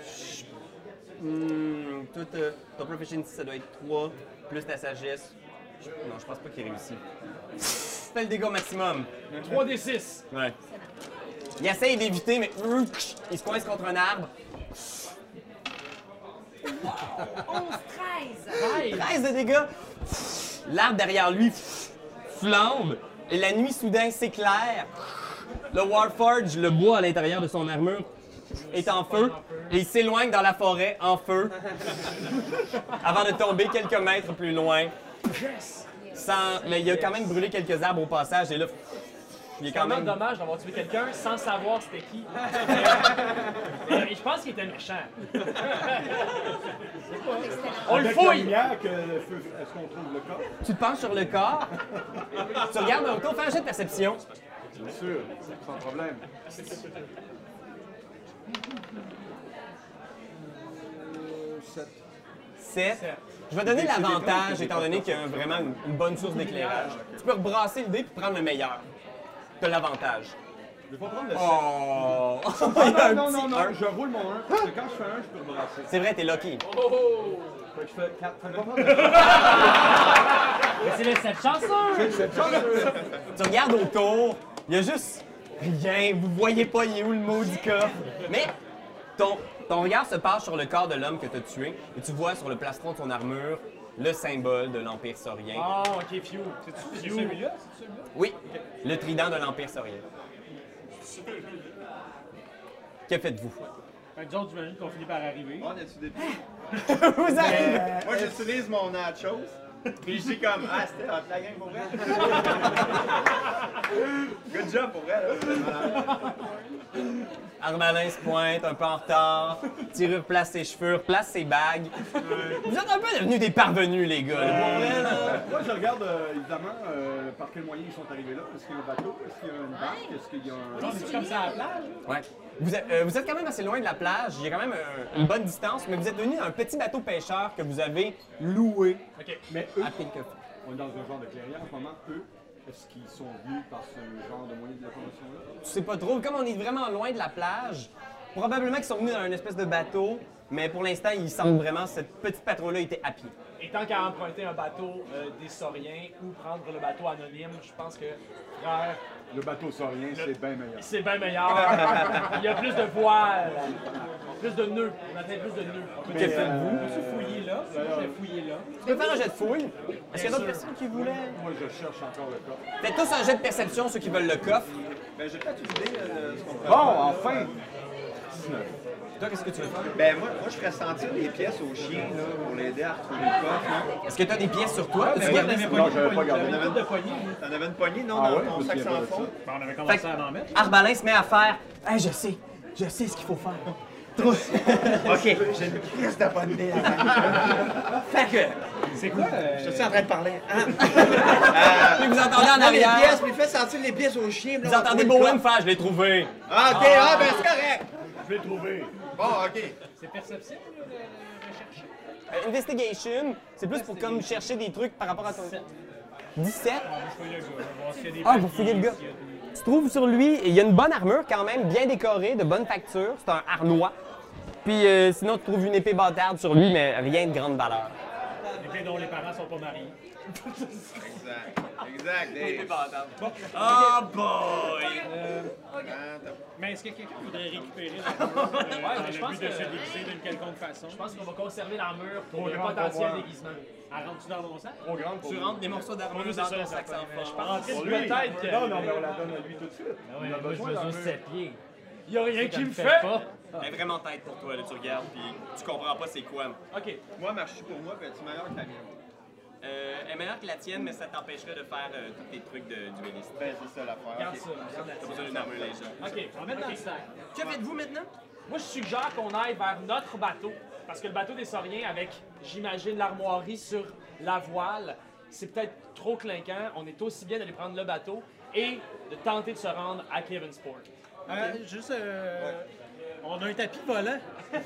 Hmm, tout, euh, ton proficiency, ça doit être trois, plus ta sagesse. Non, je pense pas qu'il réussit. Fais le dégât maximum. trois d six. Ouais. Il essaye d'éviter, mais il se coince contre un arbre. onze, treize. treize de dégâts. L'arbre derrière lui flambe et la nuit soudain s'éclaire. Le Warforge, le bois à l'intérieur de son armure, est en feu et il s'éloigne dans la forêt en feu avant de tomber quelques mètres plus loin. Sans... Mais il a quand même brûlé quelques arbres au passage et là, il est C'est quand quand même même... dommage d'avoir tué quelqu'un sans savoir c'était qui. Et je pense qu'il était méchant. On le Avec la fouille! lumière que le feu, est-ce qu'on trouve le corps? Tu te penches sur le corps, tu regardes autour, fais un jet de perception. Bien sûr, sans problème. sept. sept. Je vais donner l'avantage étant donné qu'il y a vraiment une, une bonne source d'éclairage. Tu peux rebrasser le dé et prendre le meilleur. Tu as l'avantage. Je vais pas prendre le sept. Oh! Ah, non, non, non, non, je roule mon un. Parce que quand je fais un, je peux rebrasser. C'est vrai, t'es lucky. Fait que je fais quatre. Fait que je vais prendre le Mais c'est le sept chanceux! sept. Tu regardes autour, il y a juste rien. Vous voyez pas, il est où le maudit coffre. Mais ton, ton regard se passe sur le corps de l'homme que tu as tué et tu vois sur le plastron de son armure le symbole de l'Empire saurien. Ah, ok, Few. C'est celui-là? C'est celui-là? Oui, le trident de l'Empire saurien. Que faites-vous? Fait que nous autres, j'imagine qu'on finit par arriver. On a-tu des Vous arrivez! Moi, j'utilise mon nachos. Puis je dis comme, ah, c'était hot la gang pour vrai. Good job pour vrai, là. Arbalin se pointe, un peu en retard. Tirure place ses cheveux, replace ses bagues. Vous êtes un peu devenus des parvenus, les gars. là. Pour vrai, là. Moi, je regarde euh, évidemment euh, par quel moyen ils sont arrivés là. Est-ce qu'il y a un bateau? Est-ce qu'il y a une barque? Est-ce qu'il y a un. C'est comme ça à la plage? Ouais. Vous êtes, euh, vous êtes quand même assez loin de la plage. Il y a quand même euh, une bonne distance, mais vous êtes devenu un petit bateau pêcheur que vous avez loué Ok. Mais eux, à Pinkerton. on est dans un genre de clairière en ce moment. Eux, est-ce qu'ils sont venus par ce genre de moyen de locomotion-là? Je sais pas trop. Comme on est vraiment loin de la plage, probablement qu'ils sont venus dans une espèce de bateau, mais pour l'instant, il semble vraiment que cette petite patrouille-là était à pied. Et tant qu'à emprunter un bateau euh, des Sauriens ou prendre le bateau anonyme, je pense que, frère, Le bateau saurien, c'est bien meilleur. c'est bien meilleur. Il y a plus de voiles, plus de nœuds. On a peut-être plus de nœuds. Que faites-vous? Peux-tu fouiller là? Je vais fouiller là. Tu peux faire un jet de fouille. Est-ce qu'il y a d'autres personnes qui voulaient? Moi, je cherche encore le corps. Faites tous un jet de perception, ceux qui veulent le coffre. Ben, j'ai peut-être une idée euh, de ce qu'on peut Bon, enfin! Toi, qu'est-ce que tu veux faire? Ben, moi, moi, je ferais sentir les pièces aux chiens, là, pour l'aider à retrouver le coffre, là. Est-ce que tu as des pièces sur toi? ben Peux-tu oui, garder on ça? avait Non, j'avais pas gardé. T'en avais, de poignée. t'en avais une poignée, non, Ah dans ouais, ton je me sac souviens sans pas de ça. fond? Ben, on avait Fait commencé que à en mettre. Arbalin se met à faire. Hey, je sais, je sais ce qu'il faut faire. Trop. Ok, j'ai une crise de bonne idée. Fait que. C'est quoi? euh, Je suis en train de parler. Hein? Puis vous entendez en Prends les arrière. pièces, puis fais sentir les pièces aux chiens. Vous entendez Bowen faire, je l'ai trouvé. Ah, ok, ah, ben c'est correct. Je l'ai trouvé. Bon, ok. C'est perception, là, de de rechercher? Euh, investigation, c'est plus pour comme chercher des trucs par rapport à ton. dix-sept. Je fouille le gars, on va voir s'il y a des Ah, vous papiers, fouillez le gars. s'il y a des- Tu trouves sur lui, et il y a une bonne armure quand même, bien décorée, de bonne facture. C'est un harnois. Puis euh, sinon, tu trouves une épée bâtarde sur lui, mais rien de grande valeur. Des dont les parents sont pas mariés. Exact. Exact, Dave. Oh boy! Ah, t'as- Mais est-ce que quelqu'un voudrait récupérer l'armure euh, dans je le pense but de que- se déguiser d'une quelconque façon? Je pense qu'on va conserver l'armure pour Trop le grand potentiel pour voir. déguisement. Elle rentre-tu dans mon sac? Trop grande pour Tu lui. rentres des morceaux d'armure Pour nous, dans c'est ça, ton ça sac fait, sans mais je fond. pense Pour Peut-être lui. que- Non, non, mais on la donne à lui tout de suite. Ah On ouais, a moi, je besoin mesure d'armure. sept pieds. Il y a rien qui Ça me me fait. fait pas. Elle est vraiment tête pour toi, là, tu regardes, puis tu comprends pas c'est quoi. Ok. Moi, marche pour moi, puis tu meilleur que la mienne. Euh, elle est meilleure que la tienne, mais ça t'empêcherait de faire euh, tous tes trucs de dueliste. Ben, c'est ça l'affaire. Regarde ok. ça. regarde T'as la besoin d'une armure légère. Ok, on va mettre dans le sac. Que faites-vous maintenant? Moi, je suggère qu'on aille vers notre bateau. Parce que le bateau des Sauriens, avec, j'imagine, l'armoirie sur la voile, c'est peut-être trop clinquant. On est aussi bien d'aller prendre le bateau et de tenter de se rendre à Clevensport. Euh, juste, euh, on a un tapis volant.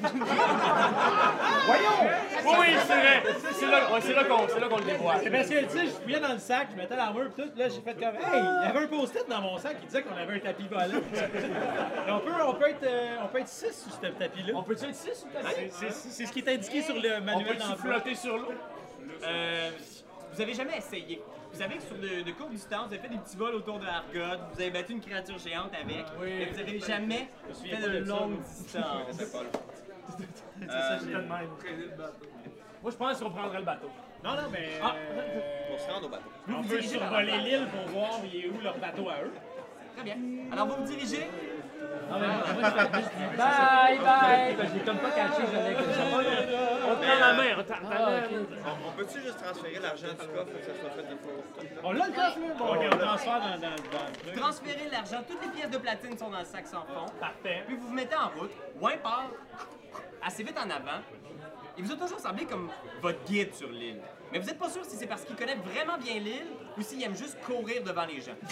Oui, oui, c'est vrai. C'est là, ouais, c'est là qu'on c'est là qu'on le dévoile. C'est parce que, tu sais, je fouillais dans le sac, je mettais l'armure et tout, là, j'ai fait comme, hey, il y avait un post-it dans mon sac qui disait qu'on avait un tapis volant. Et on, peut, on, peut être, euh, on peut être six sur ce tapis-là. On peut-tu être six ou peut-être C'est- C'est c'est ce qui est indiqué sur le On manuel peut-tu d'emploi. flotter sur l'eau? Euh, vous avez jamais essayé. Vous savez que sur de, de courtes distances, vous avez fait des petits vols autour de Argot, vous avez battu une créature géante avec, Oui. mais vous avez jamais souviens fait pas de de ça, longues moi. distances. C'est pas là. C'est ça, j'étais de même. Moi, je pense qu'on prendrait le bateau. Non, non, mais. Ah. euh, Pour se rendre au bateau. on peut survoler l'île pour voir il est où leur bateau à eux. Très bien. Alors, vous vous dirigez. Non, mais moi, moi, je fais- Bye, bye! Ben, je l'ai comme pas caché, j'allais que ça. On te tend la main, on te tend la main. On, on peut-tu juste transférer l'argent du coffre et que ça soit fait de fois? On l'a le coffre, là? Bon, ok, on transfère dans, dans, dans le truc. Transférez l'argent. Toutes les pièces de platine sont dans le sac sans fond. Parfait. Puis vous vous mettez en route. Ouin part assez vite en avant. Il vous a toujours semblé comme votre guide sur l'île. Mais vous n'êtes pas sûr si c'est parce qu'il connaît vraiment bien l'île ou s'il aime juste courir devant les gens.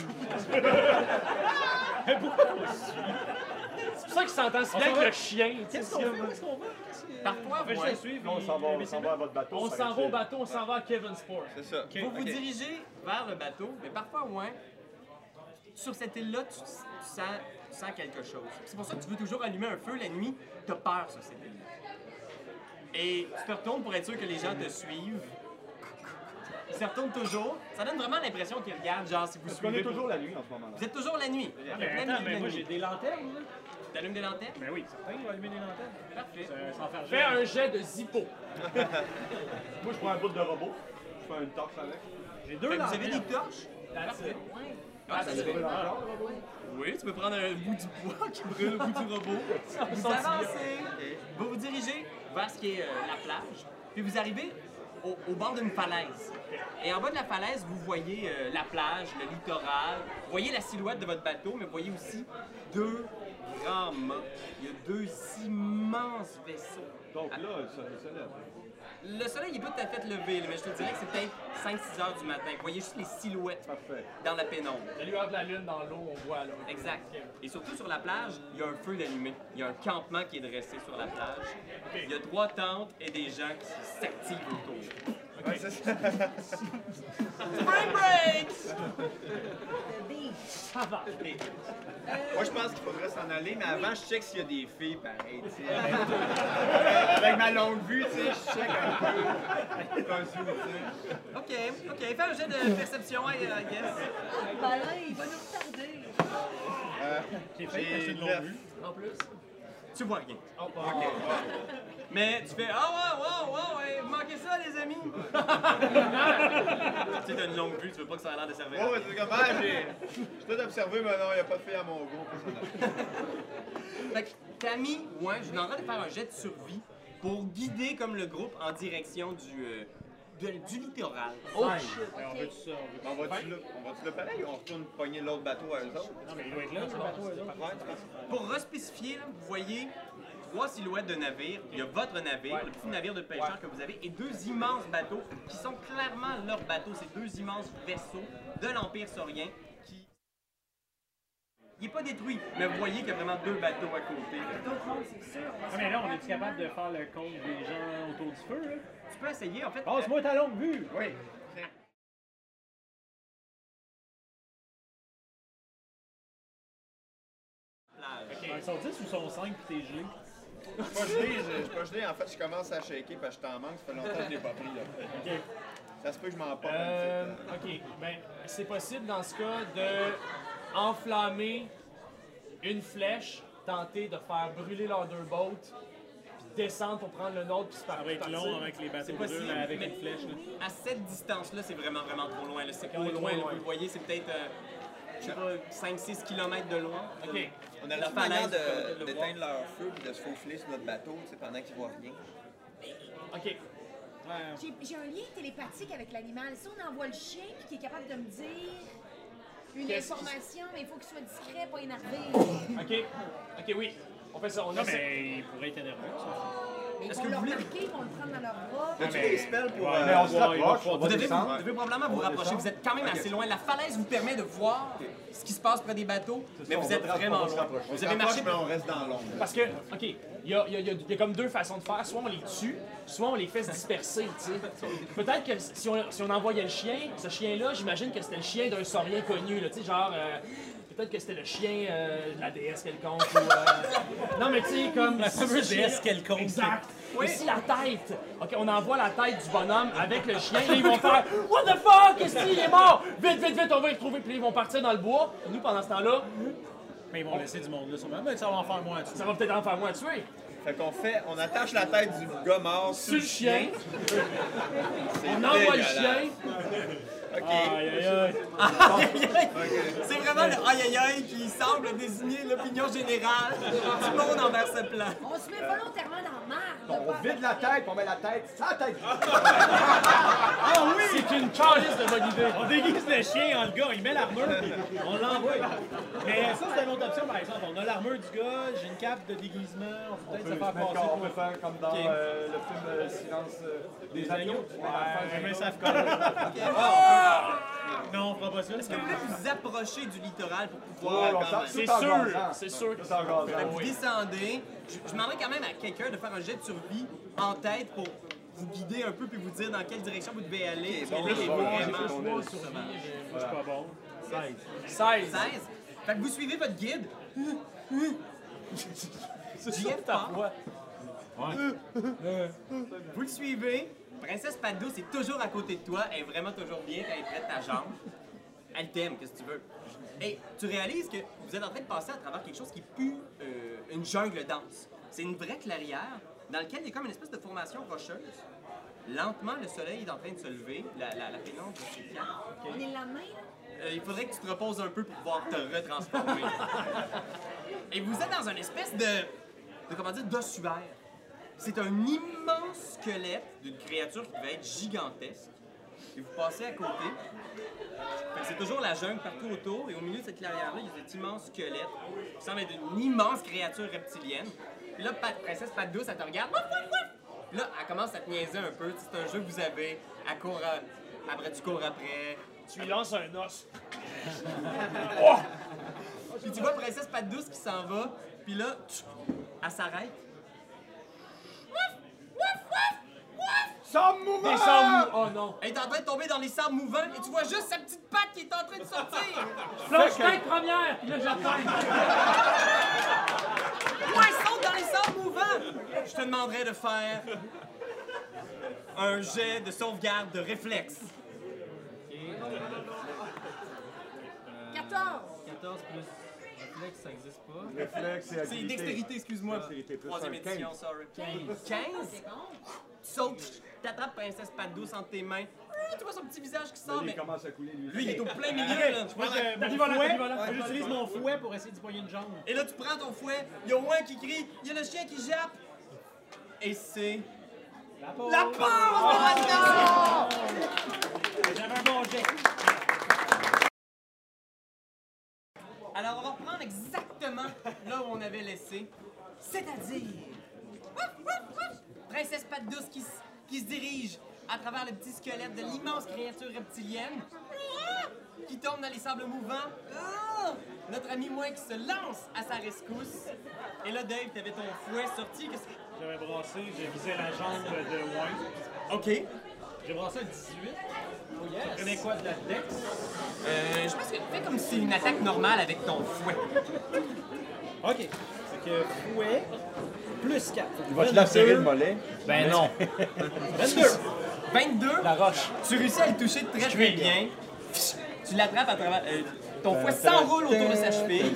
C'est pour ça qu'il s'entend si bien avec le chien. Qu'est-ce qu'on fait? Où est-ce qu'on va? Parfois, On fait ouais. juste le suivre. On s'en va, on s'en va à votre bateau. On ça s'en va au reste- bateau, on s'en va à Kevin Sport. C'est ça. Vous vous Ok. dirigez vers le bateau, mais parfois, ouais, sur cette île-là, tu, tu sens, tu sens quelque chose. C'est pour ça que tu veux toujours allumer un feu la nuit. Tu as peur sur cette île-là. Et tu te retournes pour être sûr que les gens te suivent. Ils se retournent toujours. Ça donne vraiment l'impression qu'ils regardent, genre si vous Parce qu'on est suivez. toujours la nuit en ce moment-là. Vous êtes toujours la nuit. Mais Plein attends, milieu de mais la moi nuit. j'ai des lanternes, là. T'allumes des lanternes? Ben oui, certain, il va allumer des lanternes. Parfait. Ça- Sans faire Fais un jet de zippo. Moi, je prends un bout de robot. Je fais une torche avec. J'ai deux Fait que vous lanternes. avez des torches? Parfait. Ah, ça se fait. Oui, tu peux prendre un bout du bois qui brûle au bout du robot. Vous avancez, vous vous dirigez vers ce qui est euh, la plage, puis vous arrivez au, au bord d'une falaise. Et en bas de la falaise, vous voyez euh, la plage, le littoral, vous voyez la silhouette de votre bateau, mais vous voyez aussi deux grands mâts. Il y a deux immenses vaisseaux. Donc là, ça ça lève. Le soleil n'est pas tout à fait levé, là, mais je te dirais que c'est peut-être cinq six heures du matin. Vous voyez juste les silhouettes Parfait. dans la pénombre. La lueur de la lune dans l'eau, on voit là. Exact. Et surtout sur la plage, il y a un feu d'allumé. Il y a un campement qui est dressé sur la plage. Il y a trois tentes et des gens qui s'activent autour. Spring breaks! Ça va. Moi, je pense qu'il faudrait s'en aller, mais avant, je check s'il y a des filles, pareil, tu sais. Avec, avec ma longue vue, tu sais, je check un peu. Comme ça, tu sais. OK, OK. Fais un jet de perception, I I guess. Ben là, il va nous retarder. J'ai failli J'ai passer de neuf. longue vue. En plus. Tu vois rien. Oh, oh. Mais tu fais ah ouais, wow, wow, ouais, manquez ça, les amis! Tu sais, t'as une longue vue, tu veux pas que ça ait l'air de servir. Oh, c'est comme, ah, j'ai j'ai tout observé, mais non, il n'y a pas de filles à mon goût. Fait que Camille, ouais, je suis en train de faire un jet de survie pour guider comme le groupe en direction du, euh, de- du littoral. Oh Ben, shit! on veut tout ça, on veut On va-tu là, on va-tu là pareil ou on retourne pogner l'autre bateau à eux autres? Non, mais il doit être là, ce bateau, eux autres. Ouais, tu penses? Pour respécifier, là, vous voyez trois silhouettes de navires. Il y a votre navire, le petit navire de pêcheurs que vous avez, et deux immenses bateaux qui sont clairement leurs bateaux. Ces deux immenses vaisseaux de l'Empire saurien qui... Il n'est pas détruit, mais vous voyez qu'il y a vraiment deux bateaux à côté. D'autres mondes, c'est sûr. Ah, mais là, on est-tu capable de faire le compte des gens autour du feu, là? Tu peux essayer, en fait. Passe-moi ta longue vue! Oui. plage. Ils sont dix ou sont cinq puis t'es gelé? Je suis pas gelé, je je suis pas gelé. En fait, je commence à shaker parce que je t'en manque. Ça fait longtemps que je l'ai pas pris, là. Ok. Ça se peut que je m'en porte Euh, un petit ok, ben, c'est possible dans ce cas de enflammer une flèche, tenter de faire brûler leurs deux boats, puis descendre pour prendre le nôtre, puis se Ça va être partir. long avec les bateaux C'est de possible, deux, avec mais- une flèche, là. À cette distance-là, c'est vraiment, vraiment trop loin. là. C'est on au est trop loin. là. loin. Vous le voyez, c'est peut-être, euh, je sais pas, cinq six kilomètres de loin. Ok. On a La la manière falaise, de- de le d'éteindre leur feu et de se faufiler sur notre bateau, tu sais, pendant qu'ils voient rien. Ok. J'ai j'ai un lien télépathique avec l'animal. Si on envoie le chien puis qu'il est capable de me dire une Qu'est-ce qui- information, mais il faut qu'il soit discret, pas énervé. Ok. Ok, oui. On fait ça. On Non, essaie. mais il pourrait être énervé, ça. Mais ils Est-ce vont que le vous voulez- remarquer, ils vont le prendre dans leurs bras. As-tu mais- des spells pour. Ouais, euh, Mais on se Ouais, il va rapproche, falloir- on Vous va devez, descendre. vous devez probablement vous On va rapprocher. descendre. Vous êtes quand même assez loin. La falaise vous permet de voir ce qui se passe près des bateaux, mais ça, vous on êtes va se vraiment rapprocher, loin. on va se Vous On avez marché. s'approche, mais on reste dans l'ombre. Parce que, ok, il y a, il y a- il y a- il y a comme deux façons de faire. Soit on les tue, soit on les fait se disperser, tu sais. Peut-être que si on, si on envoyait le chien, ce chien-là, j'imagine que c'était le chien d'un saurien connu, là, tu sais, genre... euh, peut-être que c'était le chien euh, de la déesse quelconque ou... euh, Non, mais tu sais, comme... La fameuse si- déesse quelconque. Exact. Et si la tête... OK, on envoie la tête du bonhomme avec le chien, là, ils vont faire « What the fuck? Qu'est-ce qu'il est mort? Vite, vite, vite, on va y retrouver. » Puis ils vont partir dans le bois. Nous, pendant ce temps-là, Mais ils vont laisser du monde là, sûrement. Mais ça va en faire moins dessus. ça va peut-être en faire moins tuer. Fait qu'on fait, on attache la tête du gars mort sur le chien. On envoie le chien. Ok. Aïe, aïe, aïe. C'est vraiment le aïe aïe aïe qui semble désigner l'opinion générale du monde envers ce plan. On se met volontairement dans la merde. On vide la tête, on met la tête sur la tête. Ah oui! C'est une calice de bonne idée. On déguise le chien en le gars, il met l'armure puis on l'envoie. Mais ça, c'est une autre option par exemple. On a l'armure du gars, j'ai une cape de déguisement, on peut peut-être se faire passer On pour... peut faire comme dans euh, le film euh, Silence euh, des agneaux. Ouais, mais ça fait Non, on fera pas ça. Est-ce que vous voulez vous approcher du littoral pour pouvoir... Ouais, on C'est Tout en sûr, jasant. c'est sûr. Tout en jasant. Fait que vous descendez. Je, je demanderais quand même à quelqu'un de faire un jet de survie en tête pour vous guider un peu puis vous dire dans quelle direction vous devez aller. Parce que là, il est vraiment... C'est pas bon. seize. seize. seize. Fait que vous suivez votre guide. C'est J'y ça ai ta pas. voix. Vous le suivez. Princesse Padouce est toujours à côté de toi. Elle est vraiment toujours bien quand elle prête ta jambe. Elle t'aime, qu'est-ce que tu veux. Et tu réalises que vous êtes en train de passer à travers quelque chose qui pue euh, une jungle dense. C'est une vraie clairière dans laquelle il y a comme une espèce de formation rocheuse. Lentement, le soleil est en train de se lever. La, la, la pénombre s'éclaire. On est le lendemain, là. Euh, il faudrait que tu te reposes un peu pour pouvoir te retransformer. Et vous êtes dans une espèce de, de comment dire, d'ossuaire. C'est un immense squelette d'une créature qui devait être gigantesque. Et vous passez à côté. Fait que c'est toujours la jungle partout autour. Et au milieu de cette clairière-là, il y a cet immense squelette qui semble être une immense créature reptilienne. Puis là, Pat- Princesse Patte Douce, elle te regarde. Puis là, elle commence à te niaiser un peu. C'est un jeu que vous avez. Elle court à- après, tu cours après. Tu lui lances un os. Puis tu vois Princesse Patte Douce qui s'en va. Puis là, tch, elle s'arrête. Sans mouvement! Des sangs mou- Oh non. Elle est en train de tomber dans les sables mouvants et tu vois juste sa petite patte qui est en train de sortir. Flanche tête première, puis là j'attends. Ouais, elle saute dans les sables mouvants. Je te demanderais de faire un jet de sauvegarde de réflexe. quatorze. quatorze plus réflexe, ça n'existe pas. Réflexe et C'est agilité. dextérité, excuse-moi. Dextérité plus Troisième un, édition, quinze. sorry. quinze. quinze? C'est bon. Tu sautes, t'attrapes Princesse Patte Douce entre tes mains. Ah, tu vois son petit visage qui sort, Il mais commence à couler, lui. lui, il est au plein milieu, là. Moi, je- mon Tapis volant, fouet, tapis volant. moi, j'utilise mon fouet pour essayer de poigner une jambe. Et là, tu prends ton fouet, il y a Ouin qui crie, il y a le chien qui jappe. Et c'est... La pause. La part! J'avais un bon jet. Alors, on va reprendre exactement là où on avait laissé. C'est-à-dire... Ouf, ouf, ouf! Princesse Patte Douce qui, s- qui se dirige à travers le petit squelette de l'immense créature reptilienne ah! Qui tombe dans les sables mouvants. Ah! Notre ami Moins qui se lance à sa rescousse. Et là, Dave, t'avais ton fouet sorti. Qu'est-ce que... J'avais brassé, j'ai visé la jambe de Wayne. OK. J'ai brassé un dix-huit. Tu prenais quoi de la dex? Euh, je pense que fais comme si c'est une attaque normale avec ton fouet. Ok. C'est que fouet plus quatre. Il va te lacérer le mollet. Ben non. vingt-deux. vingt-deux. La roche. Tu réussis à le toucher très très bien. Tu l'attrapes à travers... euh, ton fouet s'enroule autour de sa cheville.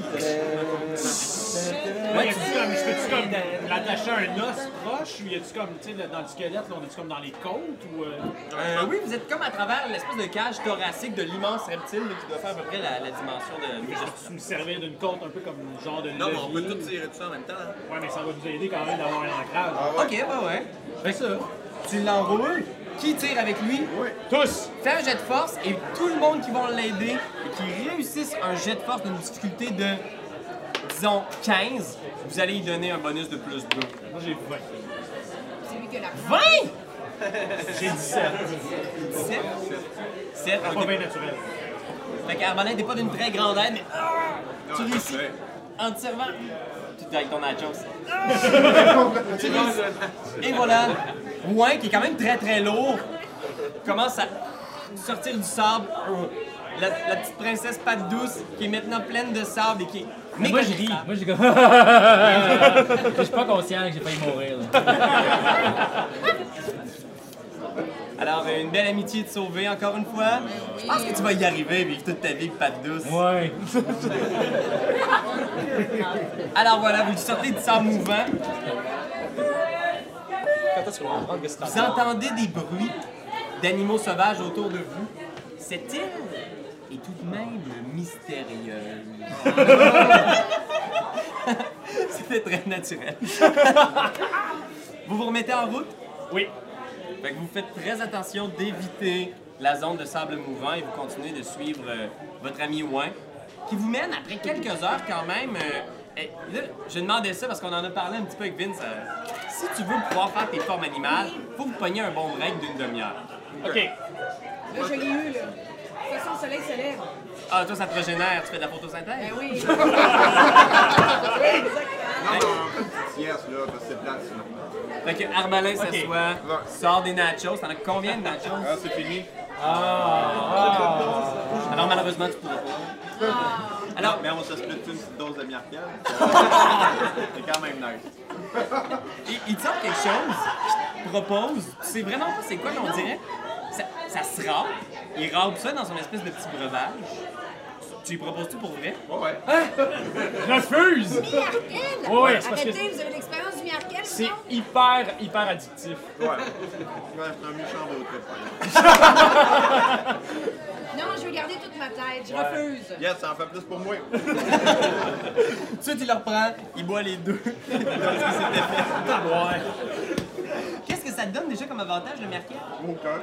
Ouais, y a-tu comme, je peux-tu comme l'attacher à un os proche ou y a-tu comme, tu sais, dans le squelette, là, on est-tu comme dans les côtes ou. Euh... Euh, oui, vous êtes comme à travers l'espèce de cage thoracique de l'immense reptile là, qui doit faire à peu près la, la dimension de... Tu me servir d'une côte un peu comme un genre de. Non, mais on peut levier. tout tirer tout ça en même temps. hein. Ouais, mais ça va nous aider quand même d'avoir un ancrage. Ok, ouais, ouais. Fais ça. Tu l'enroules. Qui tire avec lui? Tous! Fais un jet de force et tout le monde qui va l'aider et qui réussissent un jet de force d'une difficulté de, disons, quinze, vous allez lui donner un bonus de plus deux. Moi j'ai vingt. C'est lui qui a la vingt! J'ai dix-sept. dix-sept? sept, Pas ok. bien naturel. Fait qu'Arbalène n'est pas d'une très grande aide, mais ah, tu réussis en te servant. Tu te avec ton nachos. Tu réussis. Et voilà. Ouin, qui est quand même très très lourd, commence à sortir du sable. La, la petite princesse Patte Douce, qui est maintenant pleine de sable et qui est Mais moi je ris. méconnaissable. Moi j'ai comme. Je suis pas conscient que j'ai failli mourir. Là. Alors, une belle amitié de sauver encore une fois. Je pense que tu vas y arriver et vivre toute ta vie, Patte Douce. Ouais. Alors voilà, vous sortez du sable mouvant. toi, tu vas comprendre que c'est Vous entendez des bruits d'animaux sauvages autour de vous. Cette île est tout de même mystérieuse. C'était très naturel. Vous vous remettez en route? Oui. Fait que vous faites très attention d'éviter la zone de sable mouvant et vous continuez de suivre euh, votre ami Ouin, qui vous mène après quelques heures quand même. Euh, eh, là, je demandais ça parce qu'on en a parlé un petit peu avec Vince. euh, si tu veux pouvoir faire tes formes animales, faut que vous pogniez un bon break d'une demi-heure. OK. Là, je l'ai eu, là. De toute façon, le soleil se lève. Ah, toi, ça te régénère, tu fais de la photosynthèse? Ben oui. Non, mais on fait une petite sieste, là, parce que c'est plate, sinon. Fait que Arbalin s'assoit, Ouais. sort des nachos. T'en as combien de nachos? Ah, c'est fini. Alors malheureusement, tu pourras pas. Alors, mais on se split une petite dose de Miarkel. C'est quand même nice. Il, il te sort quelque chose qu'il te propose. Tu sais vraiment pas c'est quoi qu'on dirait. Ça, ça se râpe. Il râpe ça dans son espèce de petit breuvage. Tu lui proposes-tu pour vrai? Ouais. Refuse! Miarkel! Ouais, ouais, c'est parce que Arrêtez, vous avez l'expérience du Miarkel, c'est non? hyper, hyper addictif. Ouais. Ouais, c'est un méchant road trip, Non, je veux garder toute ma tête. Je refuse. Yes, ça en fait plus pour moi. Ensuite, il le reprend, il boit les deux. Comme si c'était fait. Ouais. Qu'est-ce que ça te donne déjà comme avantage, le Merkel? Aucun.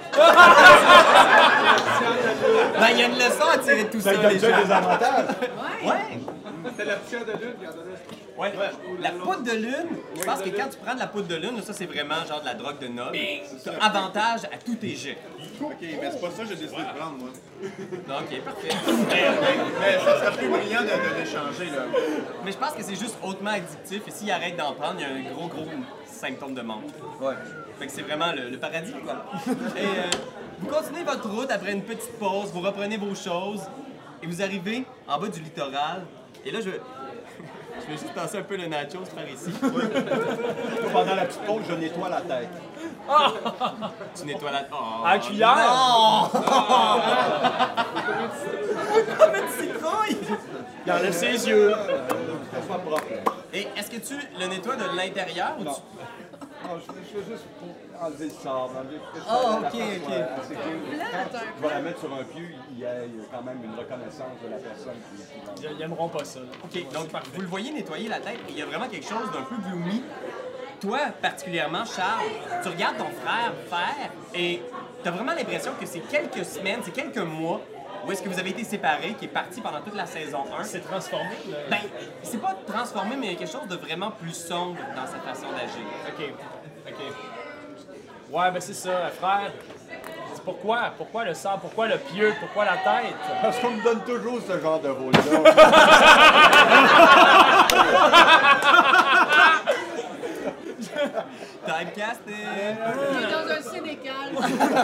Ben, il y a une leçon à tirer de tout ça, les gens. des avantages. Ouais. C'était la petite de lune qui en donnait. Ouais. La poudre de lune, je pense que quand tu prends de la poudre de lune, ça c'est vraiment genre de la drogue de noble. T'as avantage à tous tes jets. Ok, mais c'est pas ça que j'ai décidé de prendre, moi. Ok, parfait. Mais ça serait plus brillant de, de l'échanger, là. Mais je pense que c'est juste hautement addictif et s'il arrête d'en prendre, il y a un gros gros symptôme de manque. Ouais. Fait que c'est vraiment le, le paradis, quoi. Et euh, vous continuez votre route après une petite pause, vous reprenez vos choses et vous arrivez en bas du littoral. Et là, je vais, je vais juste passer un peu le nachos par ici. Pendant la petite pause, je nettoie la tête. Tu nettoies la... Oh, À la cuillère? Non! Comme une citrouille! Il enlève ses yeux. C'est pas propre. Et est-ce que tu le nettoies de l'intérieur ou tu... Non, je, je fais juste pour enlever le sable, enlever le Ah, ok, ok. C'est que quand je vais la mettre sur un pieu, il y a quand même une reconnaissance de la personne qui qui Ils ils aimeront pas ça. là. OK, donc vous le voyez nettoyer la tête et il y a vraiment quelque chose d'un peu gloomy. Toi, particulièrement, Charles, tu regardes ton frère faire et tu as vraiment l'impression que c'est quelques semaines, c'est quelques mois où est-ce que vous avez été séparés, qui est parti pendant toute la saison un. Il s'est transformé, là. Ben, c'est pas transformé, mais il y a quelque chose de vraiment plus sombre dans sa façon d'agir. OK. OK. Ouais, ben c'est ça, frère. C'est pourquoi? Pourquoi le sang? Pourquoi le pieu? Pourquoi la tête? Parce qu'on me donne toujours ce genre de rôle-là. Typecasting! On est dans un sénécal.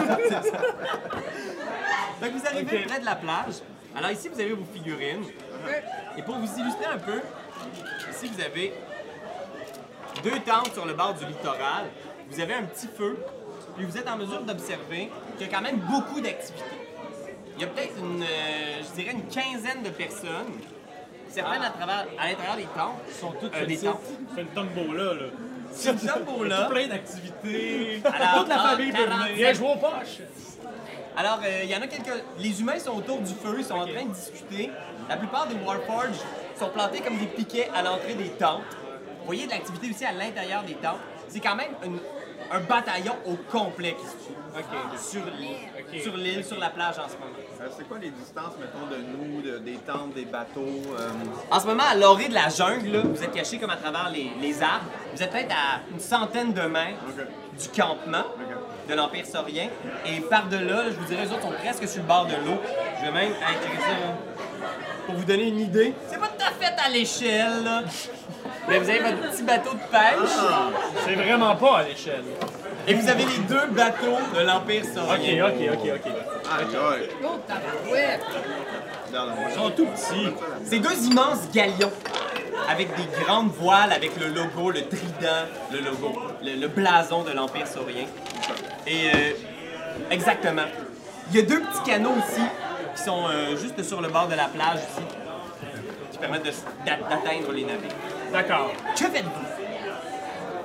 Donc vous arrivez près de la plage. Alors ici, vous avez vos figurines. Et pour vous illustrer un peu, ici, vous avez deux tentes sur le bord du littoral. Vous avez un petit feu. Puis vous êtes en mesure d'observer qu'il y a quand même beaucoup d'activités. Il y a peut-être une, euh, je dirais, une quinzaine de personnes. Certaines à travers, à l'intérieur des tentes. Ils sont tous Euh, des petites. tentes. C'est une tombola, là. C'est une tombola. Plein d'activités. Alors, Toute la famille peut quarante-cinq. venir. Viens jouer aux poches. Alors, euh, il y en a quelques... Les humains sont autour du feu, ils sont en train de discuter. La plupart des Warforges sont plantés comme des piquets à l'entrée des tentes. Vous voyez de l'activité aussi à l'intérieur des tentes. C'est quand même une- un bataillon au complet qui se trouve sur l'île, Ok. sur l'île, sur la plage en ce moment. Euh, c'est quoi les distances, mettons, de nous, de- des tentes, des bateaux? euh, En ce moment, à l'orée de la jungle, là, vous êtes cachés comme à travers les, les arbres. Vous êtes peut-être à une centaine de mètres Ok. du campement de l'Empire saurien. Et par-delà, là, je vous dirais, les autres sont presque sur le bord de l'eau. Je vais même intégrer ça là, pour vous donner une idée. C'est pas tout à fait à l'échelle, là. Mais vous avez votre petit bateau de pêche. C'est vraiment pas à l'échelle. Et vous avez les deux bateaux de l'Empire OK, saurien. OK, OK, OK. Aïe, aïe. Oh, tabarouette. Regarde, moi, Ils sont tout petits. C'est deux immenses galions avec des grandes voiles, avec le logo, le trident, le logo, le, le blason de l'Empire saurien. Et euh, exactement. Il y a deux petits canaux aussi qui sont euh, juste sur le bord de la plage ici, qui permettent de- d'a- d'atteindre les navires. D'accord. Que faites-vous?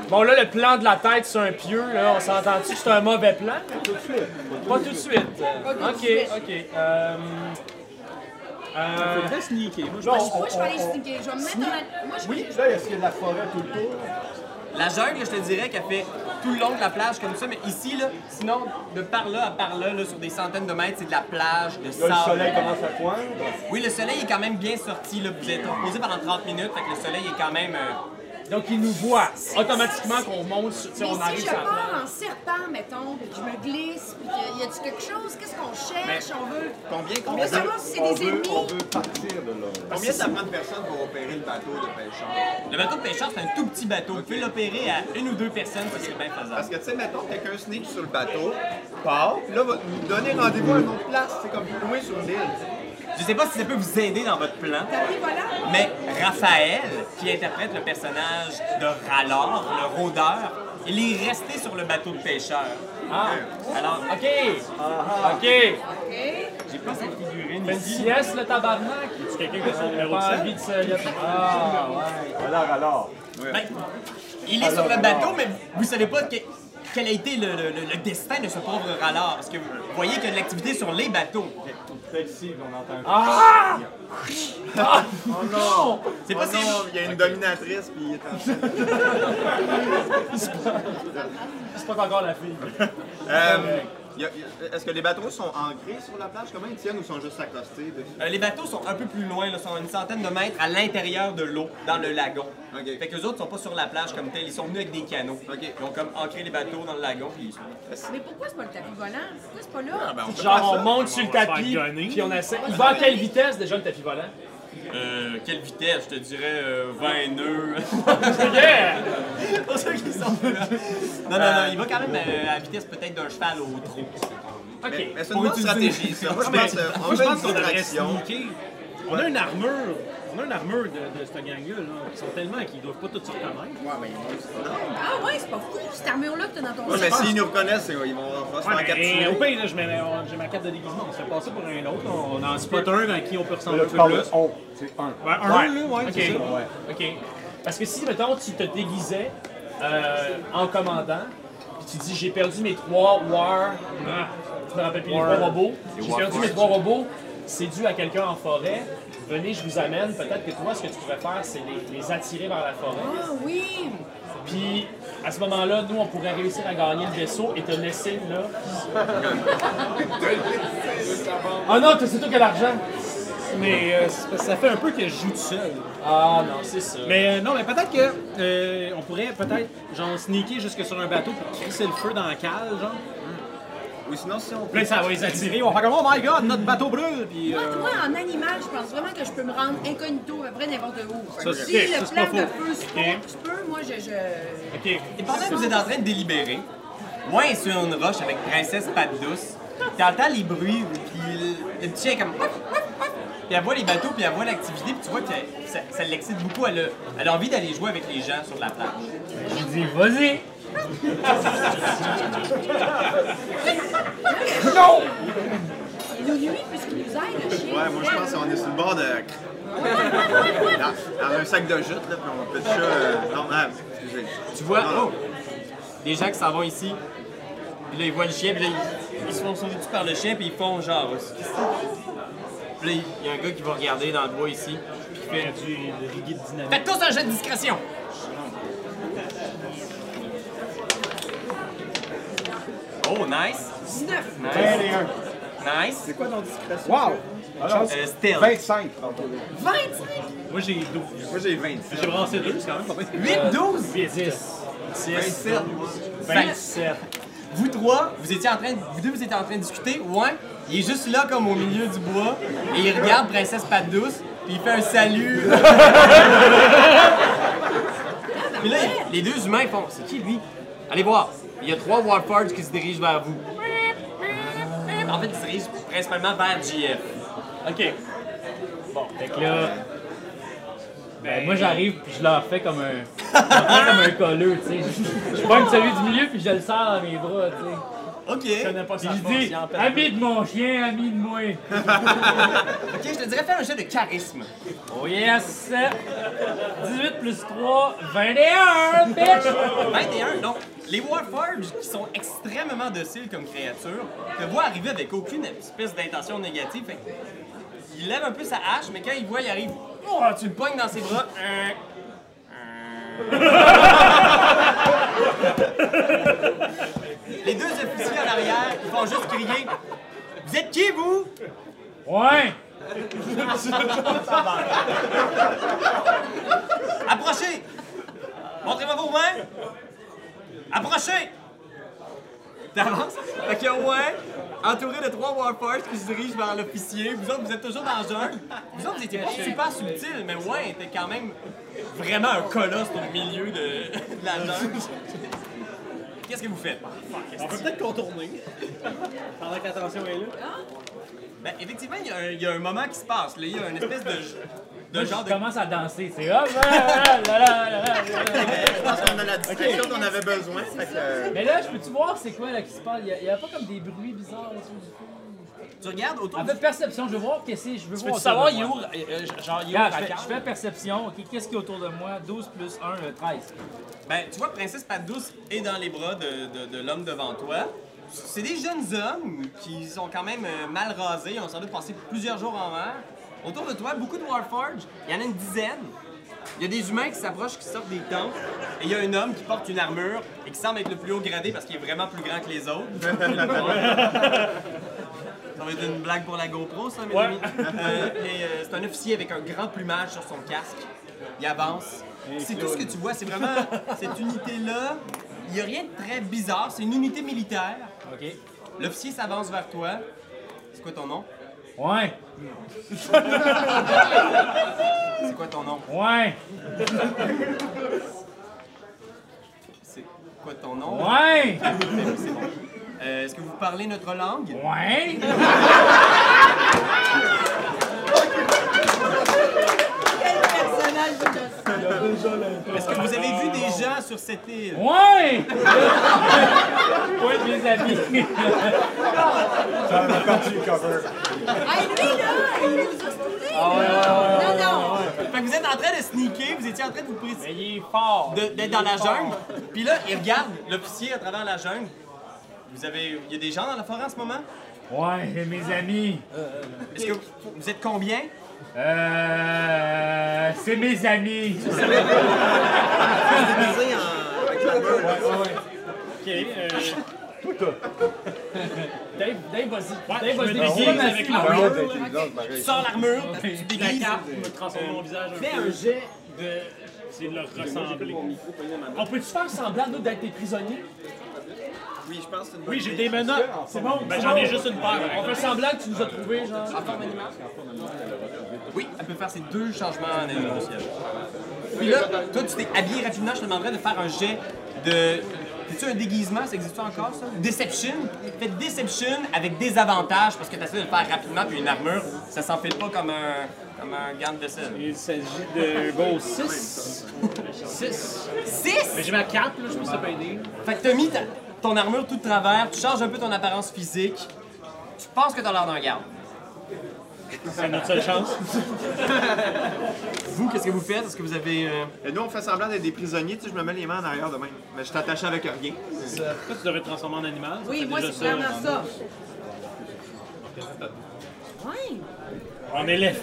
Bon, là, le plan de la tête, c'est un pieu, là. On s'entend-tu que c'est un mauvais plan? Tout de suite. Pas tout de suite. Pas tout de Ok, suite. ok. Euh... Euh... Faudrait sneaker. Moi, je Bon, Moi, je vais aller sneaker. Je vais me mettre dans la... Moi, je Oui, là, est-ce qu'il y a de la forêt tout le tour? La jungle, je te dirais qu'elle fait tout le long de la plage comme ça, mais ici, là, sinon, de par là à par là, là, sur des centaines de mètres, c'est de la plage, de Là, sable. le soleil commence à poindre. Oui, le soleil est quand même bien sorti, là. Vous êtes reposé pendant trente minutes, fait que le soleil est quand même... euh, Donc, ils nous voient automatiquement qu'on monte, sur- tu sais, Mais on si arrive je sur la pars plage. en serpent, mettons, puis que je me glisse, puis qu'il y a-tu quelque chose? Qu'est-ce qu'on cherche? On veut... Combien, On combien, veut ça, savoir si c'est On des veut, ennemis. on veut partir de là. combien ça prend de personnes pour opérer le bateau de pêcheur? Le bateau de pêcheur, c'est un tout petit bateau. Vous pouvez l'opérer à une ou deux personnes, ça serait bien faisable. Parce que, tu sais, mettons, quelqu'un sneak sur le bateau, part, puis là, va nous donner rendez-vous à une autre place, c'est comme plus loin sur l'île. Je sais pas si ça peut vous aider dans votre plan, Tapis volant? mais Raphaël, qui interprète le personnage de Rallor, le rôdeur, il est resté sur le bateau de pêcheur. Ah, Alors, ok. Ok. OK. j'ai pas cette figurine Fais une ici. sieste, le tabarnak. Tu quelqu'un qui a pas envie de se... Ah, ouais. Alors, alors. Ben, il est sur le bateau, mais vous savez pas que- quel a été le, le- le destin de ce pauvre Rallor. Parce que vous voyez qu'il y a de l'activité sur les bateaux. Peut-être ici qu'on entend un Ah! Ah! Oh non! C'est Oh pas si... non, il y a une dominatrice, puis il est en train de... C'est pas encore la fille. Euh, y a- y a- Est-ce que les bateaux sont ancrés sur la plage? Comment ils tiennent ou sont juste accostés dessus? Euh, les bateaux sont un peu plus loin, là, sont à une centaine de mètres à l'intérieur de l'eau, dans le lagon. Ok. Fait que les autres sont pas sur la plage comme tel, ils sont venus avec des canots. Ok. Ils ont comme ancré les bateaux dans le lagon, puis ils sont... Mais pourquoi c'est pas le tapis volant? Pourquoi c'est pas là? Ah, ben, on peut Genre, faire on ça. monte sur le va se faire tapis, gonner. puis on essaie. Il va à quelle vitesse déjà le tapis volant? Euh, quelle vitesse? Je te dirais euh, vingt nœuds. Yeah! Pour ceux qui sont là. Non, non, non, il va quand même euh, à la vitesse peut-être d'un cheval au trot. Ok. Mais, mais c'est Pour une bonne utiliser- stratégie, ça. Moi, je Mais pense, euh, on moi, je fait une pense qu'on devrait distraction. sneaker. On a une armure. On a une armure de, de cette gang-là. Là. Ils sont tellement qu'ils doivent pas tous se reconnaître. Ouais, mais non. Ah ouais, c'est pas fou, cette armure-là que t'as dans ton Ouais, mais sac. s'ils nous reconnaissent, c'est- ils vont on va se Ouais, faire mais capturer. au pire, là, je mets- on- j'ai ma carte de déguisement. On se fait passer pour un autre. On en spot un à qui on peut ressembler Là, un tu peu parles de plus. on. C'est un. Ouais, un, Ouais. là, ouais, c'est Ok. ça. Ouais. Ok. Parce que si, mettons, tu te déguisais euh, en commandant, puis tu dis j'ai perdu mes trois war. Ah, tu me rappelles plus les War. trois robots. J'ai War perdu Forge. mes trois robots. C'est dû à quelqu'un en forêt. Venez, je vous amène. Peut-être que toi, ce que tu pourrais faire, c'est les, les attirer vers la forêt. Ah oui! Puis à ce moment-là, nous, on pourrait réussir à gagner le vaisseau et te laisser là. Ah non, c'est toi qui as l'argent. Mais euh, c'est parce que ça fait un peu que je joue tout seul. Ah non, c'est ça. Mais euh, non, mais peut-être que euh, on pourrait peut-être genre sneaker jusque sur un bateau pour crisser le feu dans la cale, genre. Ou sinon, si on Puis là, ça va les attirer. On va faire comme oh my god, notre bateau brûle. Puis, Moi, euh, moi, en animal, je pense vraiment que je peux me rendre incognito à peu près n'importe où. Ça, si c'est- le ça, c'est plan pas de faux. feu se peut, Ok. se peut, moi, je... je... Ok. Et pendant que vous êtes en train de délibérer, moi, sur une roche avec Princesse Patte Douce, t'entends les bruits, puis le, le petit chien est comme... Puis elle voit les bateaux, puis elle voit l'activité, puis tu vois que ça, ça l'excite beaucoup. Elle a, elle a envie d'aller jouer avec les gens sur la plage. Je dis vas-y. Il nous nuit puisqu'il nous aide, le chien. Ouais, moi je pense qu'on est sur le bord de. dans, dans un sac de jute, là, puis on peut déjà. Euh... Non, ah, excusez. Tu vois, Non, non. oh, des gens qui s'en vont ici, puis là, ils voient le chien, puis là, ils, ils se font sauver dessus par le chien, puis ils font genre... Puis là, il y a un gars qui va regarder dans le bois ici, puis il fait... du riguide dynamique. Faites tous un jet de discrétion! Oh, nice! dix-neuf. vingt et un. Nice! C'est quoi ton discrétion? Wow! Alors, Euh, stealth. vingt-cinq. vingt-cinq. Moi j'ai douze. Moi j'ai vingt-six. J'ai brassé deux, c'est quand même pas bien. huit, douze! dix. vingt-sept. vingt-sept. Vous trois, vous étiez en train de, vous deux, vous étiez en train de discuter. Ouais, il est juste là comme au milieu du bois et il regarde Princesse Patte Douce puis il fait un salut. Puis là, les deux humains font, c'est qui lui? Allez voir, il y a trois Warforges qui se dirigent vers vous. En fait, ils se dirigent principalement vers J F. Ok. Bon, fait que là. Ben, moi j'arrive puis je leur fais comme un. Je leur fais comme un colleux, tu sais. Je pogne celui du milieu puis je le sers dans mes bras, tu sais. Ok. Je connais pas sa Il force, dit il en pète ami de mon chien, ami de moi. Ok, je te dirais faire un jet de charisme. Oh yes! dix-huit plus trois, vingt et un, bitch! vingt et un, donc, les Warforges, qui sont extrêmement dociles comme créatures, te voient arriver avec aucune espèce d'intention négative. Fait que il lève un peu sa hache, mais quand il voit, il arrive, oh, tu le pognes dans ses bras. Euh, Les deux officiers en arrière, ils font juste crier. Vous êtes qui, vous? Ouais! Approchez! Montrez-moi vos mains! Approchez! T'avances? Fait qu'il y a ouais, entouré de trois Warforges qui se dirigent vers l'officier. Vous autres, vous êtes toujours dans le jungle. Vous autres, vous étiez pas super subtils, mais ouais, était quand même vraiment un colosse au milieu de, de la jungle. Qu'est-ce que vous faites? On peut peut-être contourner. Pendant que l'attention est là. Ben, effectivement, il y, a un, il y a un moment qui se passe. Là. Il y a une espèce de, de genre Je de... commence à danser, c'est hop! là, là, là, là, là, là. Je pense qu'on a la discrétion qu'on avait besoin. Fait que, euh, Mais là, je peux-tu voir c'est quoi là qui se passe? Il y, a, il y a pas comme des bruits bizarres là-dessus du film? Tu regardes autour En du... fait, perception, je veux voir qu'est-ce que c'est. Je veux Tu voir. veux savoir, autour il de est où? moi. euh, Genre, il est où Regarde, je, fais, Rakar? je fais perception. Ok, qu'est-ce qu'il y a autour de moi? douze plus un, euh, treize. Ben, tu vois, Princesse Pat-Douce est dans les bras de, de, de l'homme devant toi. C'est des jeunes hommes qui sont quand même euh, mal rasés. Ils ont sans doute passé plusieurs jours en mer. Autour de toi, beaucoup de Warforges. Il y en a une dizaine. Il y a des humains qui s'approchent, qui sortent des tentes. Et il y a un homme qui porte une armure et qui semble être le plus haut gradé parce qu'il est vraiment plus grand que les autres. Ça va être une blague pour la GoPro, ça, mes Ouais. amis. Euh, et euh, c'est un officier avec un grand plumage sur son casque. Il avance. C'est tout ce que tu vois. C'est vraiment cette unité-là. Il n'y a rien de très bizarre. C'est une unité militaire. Ok. L'officier s'avance vers toi. C'est quoi ton nom? Ouais. C'est quoi ton nom? Ouais. C'est quoi ton nom? Ouais. C'est bon. Euh, Est-ce que vous parlez notre langue? Ouais. Quel personnage de Est-ce que vous avez vu des gens sur cette île? Ouais. Ouais, mes amis. Ça m'a perdu le cover. Hey, lui, là, il nous a stoulés. Ah ouais, ouais, ouais, Non, non. Fait que vous êtes en train de sneaker, vous étiez en train de vous précipiter. Mais il est fort. de- d'être dans la jungle. Puis là, il regarde l'officier à travers la jungle. Vous avez... Il y a des gens dans la forêt en ce moment? Ouais, mes amis. Est-ce que vous, vous êtes combien? Euh. C'est mes amis. déguisé en... avec l'armure. Ok, euh, Dave, Dave, vas-y. Dave, je me vas-y. déguise Dis-moi avec ma- l'armure. Tu sors l'armure, tu la déguises. cape, me transformer mon visage un fais peu. un jet de. C'est de leur ressembler. On peut-tu faire semblant, nous, d'être des prisonniers? Oui, je pense que c'est une bonne Oui, j'ai idée. des menottes. C'est bon? Ben, j'en ai juste une paire. On fait semblant que tu nous as trouvés, genre. Oui, elle peut faire ces deux changements en négociable. Puis là, toi, tu t'es habillé rapidement. Je te demanderais de faire un jet de... C'est-tu un déguisement? Ça existe encore, ça? Deception. Faites Deception avec des avantages parce que tu essaies de le faire rapidement puis une armure, ça s'enfile pas comme un, comme un gant de vaisselle. Il s'agit de go six. six. six! Mais j'ai ma cape, là, je pense que ça peut aider. Fait que t'as mis ta- ton armure tout de travers, tu changes un peu ton apparence physique. Tu penses que t'as l'air d'un garde. C'est notre seule chance. Vous, qu'est-ce que vous faites? Est-ce que vous avez... euh, Et nous, on fait semblant d'être des prisonniers. Tu sais, je me mets les mains en arrière de même. Mais je suis attaché avec rien. Toi, tu devrais te transformer en animal. ça Oui, fait moi, déjà c'est vraiment ça. Oui. En éléphant?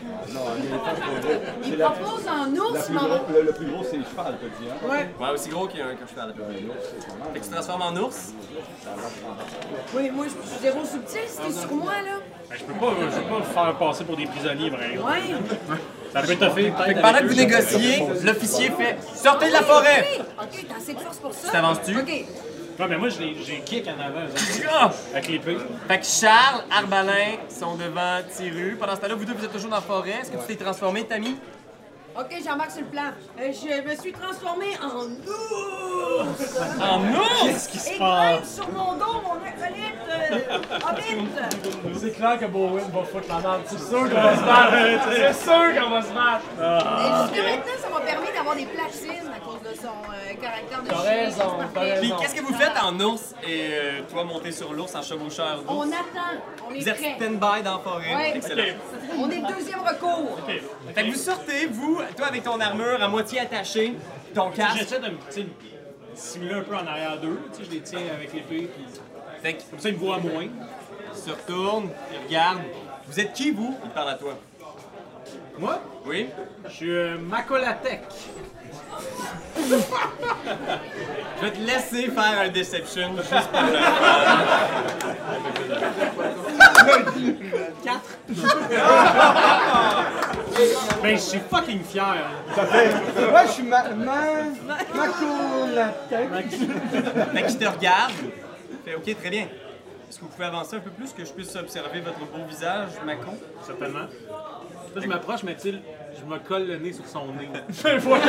Il propose en La ours, plus maman. gros- le, le plus gros, c'est le cheval, t'as dit, hein? Ouais. Ouais, aussi gros qu'un qu'un cheval. Fait que tu te transformes en ours. Oui, moi, je suis zéro subtil, c'était sur moi, là. Ben, je peux pas, je peux pas me faire passer pour des prisonniers, vraiment. Ouais. Ça peut toffer Fait peut-être que pendant avec que eux, vous ça peut- négociez, l'officier fait « Sortez de la forêt! Ok, ok, t'as assez de force pour ça? Tu t'avances-tu? Ok. Ouais, mais moi, j'ai j'ai kick en avant, eux autres, » Ah! avec l'épée. Fait que Charles, Arbalin sont devant Tiru. Pendant ce temps-là, vous deux, vous êtes toujours dans la forêt. Est-ce que tu t'es transformé, Tammy? Ok, j'embarque sur le plan. Euh, je me suis transformée en ours! En ours! Qu'est-ce qui se Et passe? même sur mon dos, mon acolyte, euh, Hobbit! C'est clair que Bowen va foutre la merde. C'est sûr qu'on va se battre. C'est sûr qu'on va se battre. Et jusqu'à maintenant, ça m'a permis d'avoir des platines à cause de son euh, caractère de T'as chien. raison, c'est t'as parfait. Puis raison. qu'est-ce que vous faites en ours et euh, toi monter sur l'ours en chevaucheur On d'ours? attend, on est Vous êtes prêts. stand-by dans la forêt. Ouais. Excellent. On est deuxième recours. Ok. Fait que vous sortez, vous, toi avec ton armure à moitié attachée, ton casque. J'essaie de me tu sais, simuler un peu en arrière d'eux. Tu sais, je les tiens avec l'épée, puis Fait que comme ça, ils me voient moins. il se retourne, il regarde. Vous êtes qui, vous? Il parle à toi. Moi, Oui? je suis euh, Makolatek. Je vais te laisser faire un deception juste pour le Quatre. Ben, je suis fucking fier. Ça fait. Moi, je suis ma. Ma. Ma cool la tête. Fait que je te regarde. Fait OK, très bien. Est-ce que vous pouvez avancer un peu plus que je puisse observer votre beau visage, Mako? Certainement. Là, je m'approche, mais tu sais, je me colle le nez sur son nez. Tu t'approches.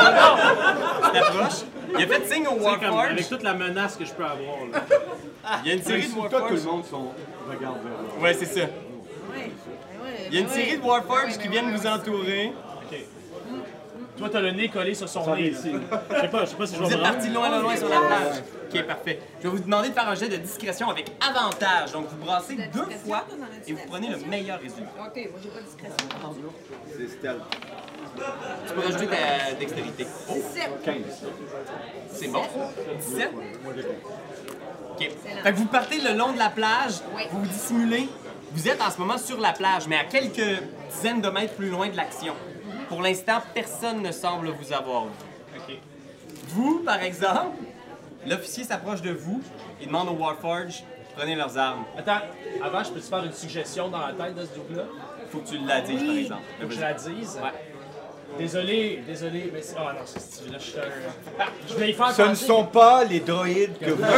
Il a fait signe au Tu sais, comme Warforge. avec toute la menace que je peux avoir. Là. Il y a une série de Toi, tout le Warforges. monde sont. Regarde vers là. Ouais, c'est ça. Ouais. Il y a une série de Warforges qui viennent vous entourer. Toi, t'as le nez collé sur son nez. là. Je sais pas, je sais pas si je Vous vais êtes me partis rendre. loin, loin sur la plage. Ok, parfait. Je vais vous demander de faire un jet de discrétion avec avantage. Donc, vous brassez La deux discrétion, fois toi, dans la et vous prenez le meilleur résultat. Ok, moi j'ai pas de discrétion. C'est stealth. Tu peux rajouter ta dextérité. dix-sept. quinze. C'est bon. dix-sept. Ok. Fait que vous partez le long de la plage, Oui. vous vous dissimulez. Vous êtes en ce moment sur la plage, mais à quelques dizaines de mètres plus loin de l'action. Pour l'instant, personne ne semble vous avoir vu. Ok. Vous, par exemple, l'officier s'approche de vous, il demande aux Warforges, prenez leurs armes. Attends, avant, je peux te faire une suggestion dans la tête de ce double-là? Faut que tu la dises, par exemple. Faut que je la dise? Ouais. Désolé, désolé, mais c'est... Oh non, c'est... Là, je suis un... Je voulais y faire Ce ne penser sont pas les droïdes que vous.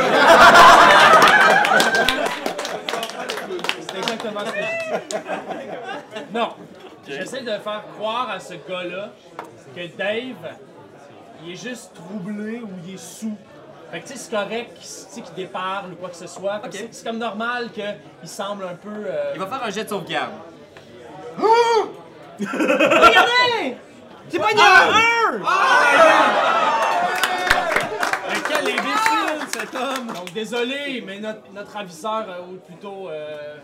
C'est exactement ce que je dis. Non. J'essaie de faire croire à ce gars-là que Dave, il est juste troublé ou il est sous. Fait que tu sais, c'est correct qu'il tu sais, qu'il déparle ou quoi que ce soit. Fait que Ok. c'est- C'est comme normal qu'il semble un peu... euh, Il va faire un jet de sauvegarde. Regardez! J'ai pas Mais quel imbécile, cet homme! Donc, désolé, mais notre, notre aviseur, euh, ou plutôt... Euh...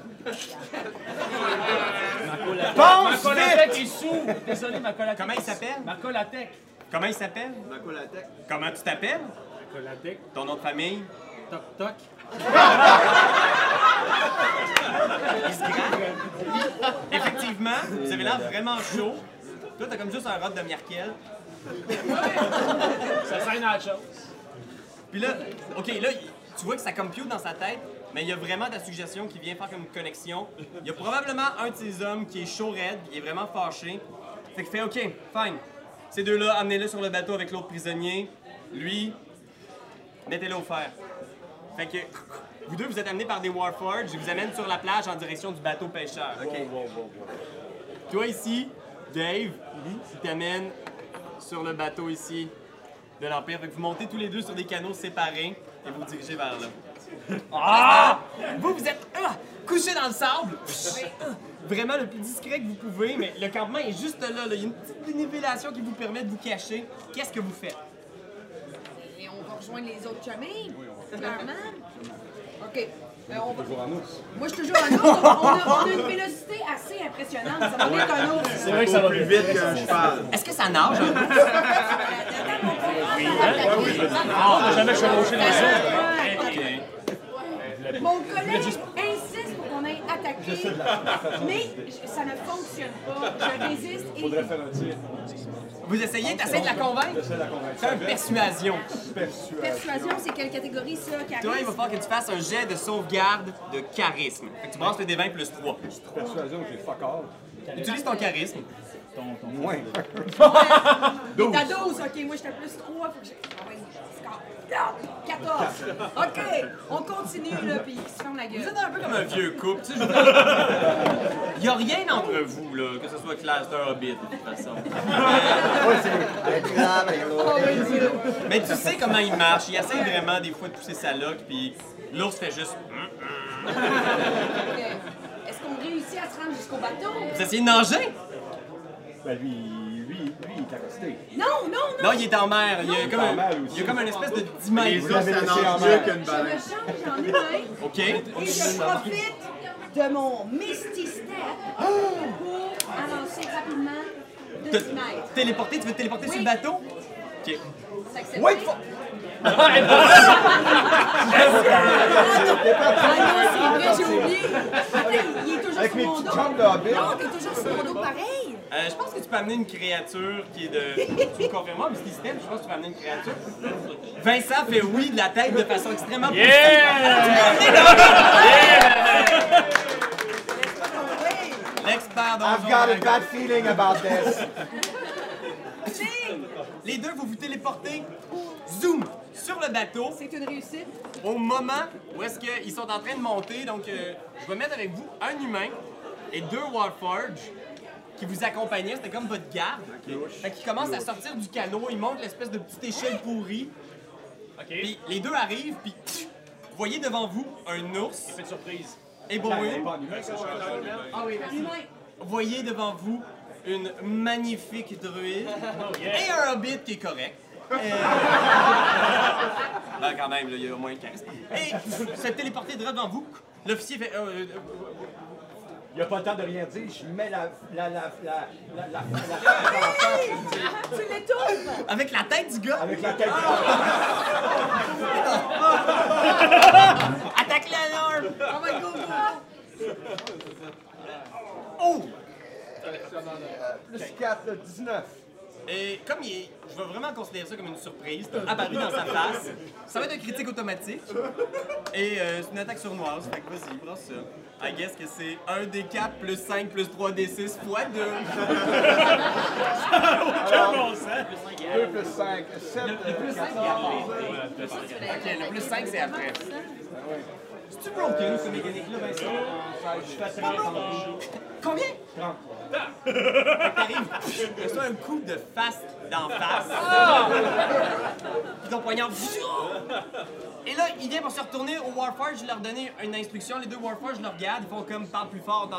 Pense Makolatek est sous! Désolé, Makolatek. Comment il s'appelle? Makolatek. Comment il s'appelle? Comment tu t'appelles? Makolatek. Ton nom de famille? Toc toc. Il se gratte. Effectivement, vous avez l'air vraiment chaud. Toi, t'as comme juste un rod de Mierkel. Ça sert à autre chose. Puis là, OK, là, tu vois que ça compute dans sa tête, mais il y a vraiment ta suggestion qui vient faire comme une connexion. Il y a probablement un de ces hommes qui est chaud raide, qui est vraiment fâché. Fait qu'il fait OK, fine. Ces deux-là, amenez-le sur le bateau avec l'autre prisonnier. Lui, mettez-le au fer. Fait que vous deux, vous êtes amenés par des Warforges, ils vous amènent sur la plage en direction du bateau pêcheur. OK. Toi ici, Dave, il t'amène sur le bateau ici de l'Empire. Fait que vous montez tous les deux sur des canaux séparés et vous dirigez vers là. Ah! Vous, vous êtes ah, couchés dans le sable. Ah, vraiment le plus discret que vous pouvez, mais le campement est juste là, là. Il y a une petite dénivellation qui vous permet de vous cacher. Qu'est-ce que vous faites? Et on va rejoindre les autres chummies, clairement. OK. Euh, on va... Moi, je suis toujours un ours. On a, on a une vélocité assez impressionnante. Ça va être un ours. C'est vrai que ça va Plus vite qu'un cheval. Est-ce que ça nage? un peu? Ah, on n'a jamais chevauché les autres. OK. Mon collègue insiste pour qu'on aille attaquer, mais ça ne fonctionne pas. Je résiste et... Vous essayez, t'essayes de la convaincre? C'est un persuasion. Persuasion, c'est quelle catégorie, ça? Toi, il va Charisme? falloir que tu fasses un jet de sauvegarde de charisme. Fait que tu brasses le D vingt plus trois. Persuasion, j'ai fuck all. Utilise ton charisme. Moins. T'as douze, OK. Moi, j'étais plus trois. Faut que je... Ah ouais, score. quatorze. OK. On continue, là, puis il se ferme la Vous gueule. êtes un peu comme un vieux couple, tu sais, je veux dire. Il n'y a rien entre vous, là, que ce soit classe d'un hobbit, de toute façon. Oh, mon Dieu. Mais tu sais comment il marche, il essaie vraiment des fois de pousser sa loque, puis l'ours fait juste... OK. Est-ce qu'on réussit à se rendre jusqu'au bateau? Vous essayez de nager? Ben lui, lui, lui, il carrossé. Non, non, non! Non, il est en mer. Il y a comme, en mer un, aussi. il y a comme une espèce de dix mètres. Les Vous ours, l'avez ça laissé en nage mer. mieux qu'une Je me baleine. change en humain OK. et je profite de mon Misty Step pour avancer rapidement de Te dix mètres. téléporter, tu veux te téléporter Oui. sur le bateau? OK. C'est accepté? Wait for... Ah non, c'est vrai, j'ai oublié. Attends, il est toujours Avec sur mes mon petites dos. jambes de hobbit. Non, t'es toujours sur mon dos pareil. Euh, je pense que tu peux amener une créature qui est de... Tu me confirmes, mais c'est système, je pense que tu peux amener une créature. Vincent fait oui de la tête de façon extrêmement positive. L'expert dans I've got a bad feeling about this. Les deux, vous vous téléportez, zoom, sur le bateau, C'est une réussite. au moment où est-ce qu'ils sont en train de monter. Donc, euh, je vais mettre avec vous un humain et deux Warforges qui vous accompagnaient. C'était comme votre garde. Fait qu'ils commencent à sortir du canot, ils montent l'espèce de petite échelle pourrie. Puis les deux arrivent, puis pff, vous voyez devant vous un ours. Fait de surprise. Et bon, oui, Ah oui, merci. Humain. vous voyez devant vous une magnifique druide et un hobbit qui est correct. Euh, ben quand même, là, il y a au moins une charisme. Et se téléporter droit devant vous. L'officier fait... euh, euh, Il n'y a pas le temps de rien dire, je mets la... la... la... la... la... la... la... Tu l'étouffes. avec la tête du gars, Avec la tête... attaque l'alarme! On va go, go. Oh! Plus quatre, dix-neuf. Et comme il est, je vais vraiment considérer ça comme une surprise, t'as apparu dans sa face, ça va être un critique automatique. Et euh, c'est une attaque sournoise, fait que vas-y, brasse ça. I guess que c'est un D quatre plus cinq plus trois D six fois deux. Alors, deux plus cinq, sept, Le plus cinq, c'est quatorze. après. Ok, le plus cinq, c'est après. C'est-tu broken, ce mécanique-là, Vincent? Je fais trente. Combien? trente. Fait que t'arrives, tu reçois un coup de face d'en face. Puis ton poignard... Et là, il vient pour se retourner au Warforge, je leur donner une instruction. Les deux Warforges, je le regardent, ils font comme « parle plus fort, t'entends ».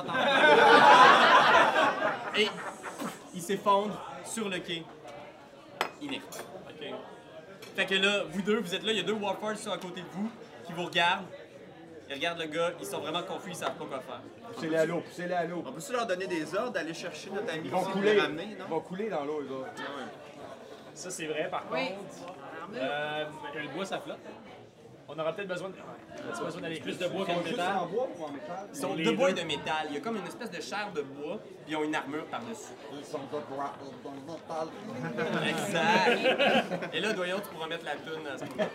Et ils s'effondrent sur le quai. Inerte. OK. Fait que là, vous deux, vous êtes là, il y a deux Warforges sur à côté de vous qui vous regardent. Ils regardent le gars, ils sont vraiment confus, ils savent pas quoi faire. Poussez-les à l'eau, poussez-les à l'eau. On peut-tu leur donner des ordres d'aller chercher notre ami Ils vont ici, couler. le ramener, Ils non? vont couler dans l'eau, les autres. Ça, c'est vrai, par Oui. contre. Euh, le bois, ça flotte. On aura peut-être besoin de... On a besoin d'aller plus de bois Ils sont qu'en juste métal. en bois ou en métal? Ils sont Les de bois et deux. de métal. Il y a comme une espèce de chair de bois, puis ils ont une armure par-dessus. Ils sont de bois et de métal. Exact. Et là, Doyon, tu pourras mettre la toune à ce moment.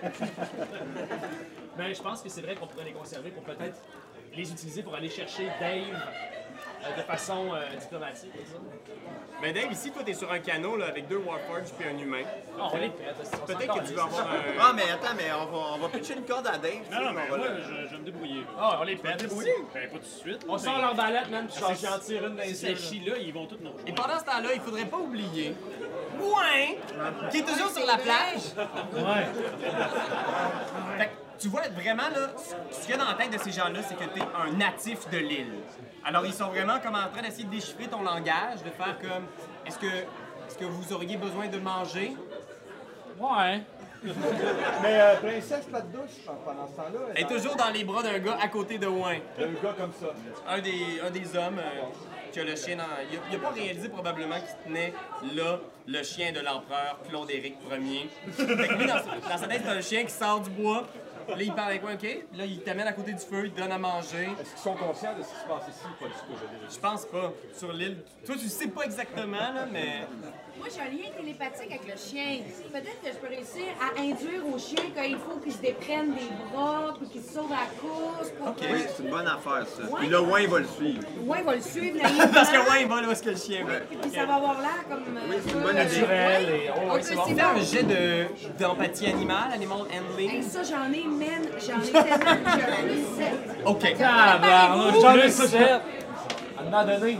Mais je pense que c'est vrai qu'on pourrait les conserver pour peut-être les utiliser pour aller chercher Dave euh, de façon euh, diplomatique. et ça. Mais Dave, ici, toi, t'es sur un canot là, avec deux Warforges puis un humain. Ah, on les pète, on s'en Peut-être que tu calisse. vas avoir un... Ah, mais attends, mais on va, on va pitcher une corde à Dave. Non, non, tu sais, mais on va moi, le- je, je vais me débrouiller. Ah, on les pète. Ben, pas tout de suite. On sort leur balette, même, puis j'en- j'en tire une dans les Si ça yeux. chie là, ils vont tous nous Et rejoindre. pendant ce temps-là, il faudrait pas oublier Ouin, qui est toujours sur la plage. Ouais. Fait que tu vois vraiment, là, ce qu'il y a dans la tête de ces gens-là, c'est que t'es un natif de l'île. Alors, ils sont vraiment comme en train d'essayer de déchiffrer ton langage, de faire comme, est-ce que, est-ce que vous auriez besoin de manger? Ouais. Mais euh, princesse pas de douche pendant ce temps-là. Elle est toujours dans les bras d'un gars à côté de Ouin. Un gars comme ça. Un des, un des hommes euh, qui a le chien dans... Il a, il a pas réalisé probablement qu'il tenait là le chien de l'empereur Claude-Éric Ier. Fait que lui, dans, sa- dans sa tête, c'est un chien qui sort du bois. Là, il parle avec moi, OK? Puis là, il t'amène à côté du feu, il te donne à manger. Est-ce qu'ils sont conscients de ce qui se passe ici? Pas du tout, je l'ai déjà Je pense pas. Sur l'île... Toi, tu sais pas exactement, là, mais... Moi, j'ai un lien télépathique avec le chien. Peut-être que je peux réussir à induire au chien qu'il faut qu'il se déprenne des bras, puis qu'il se sauve à la course. Pour OK. Oui, c'est une bonne affaire, ça. Ouais. Puis là, Wayne va le suivre. Ouais, il va le suivre naïvement. Parce que Ouin, il va là où est-ce que le chien va. Puis ça va avoir l'air comme. Oui, c'est une bonne euh, idée. Naturel et- oh, Ouais. oui, Ok, c'est bon. c'est Fais un bon. jet de, d'empathie animale, animal handling. Hey, ça, j'en ai, man. J'en ai tellement. J'en ai sept. OK. Ah, bah, on a plus sept. À un moment donné.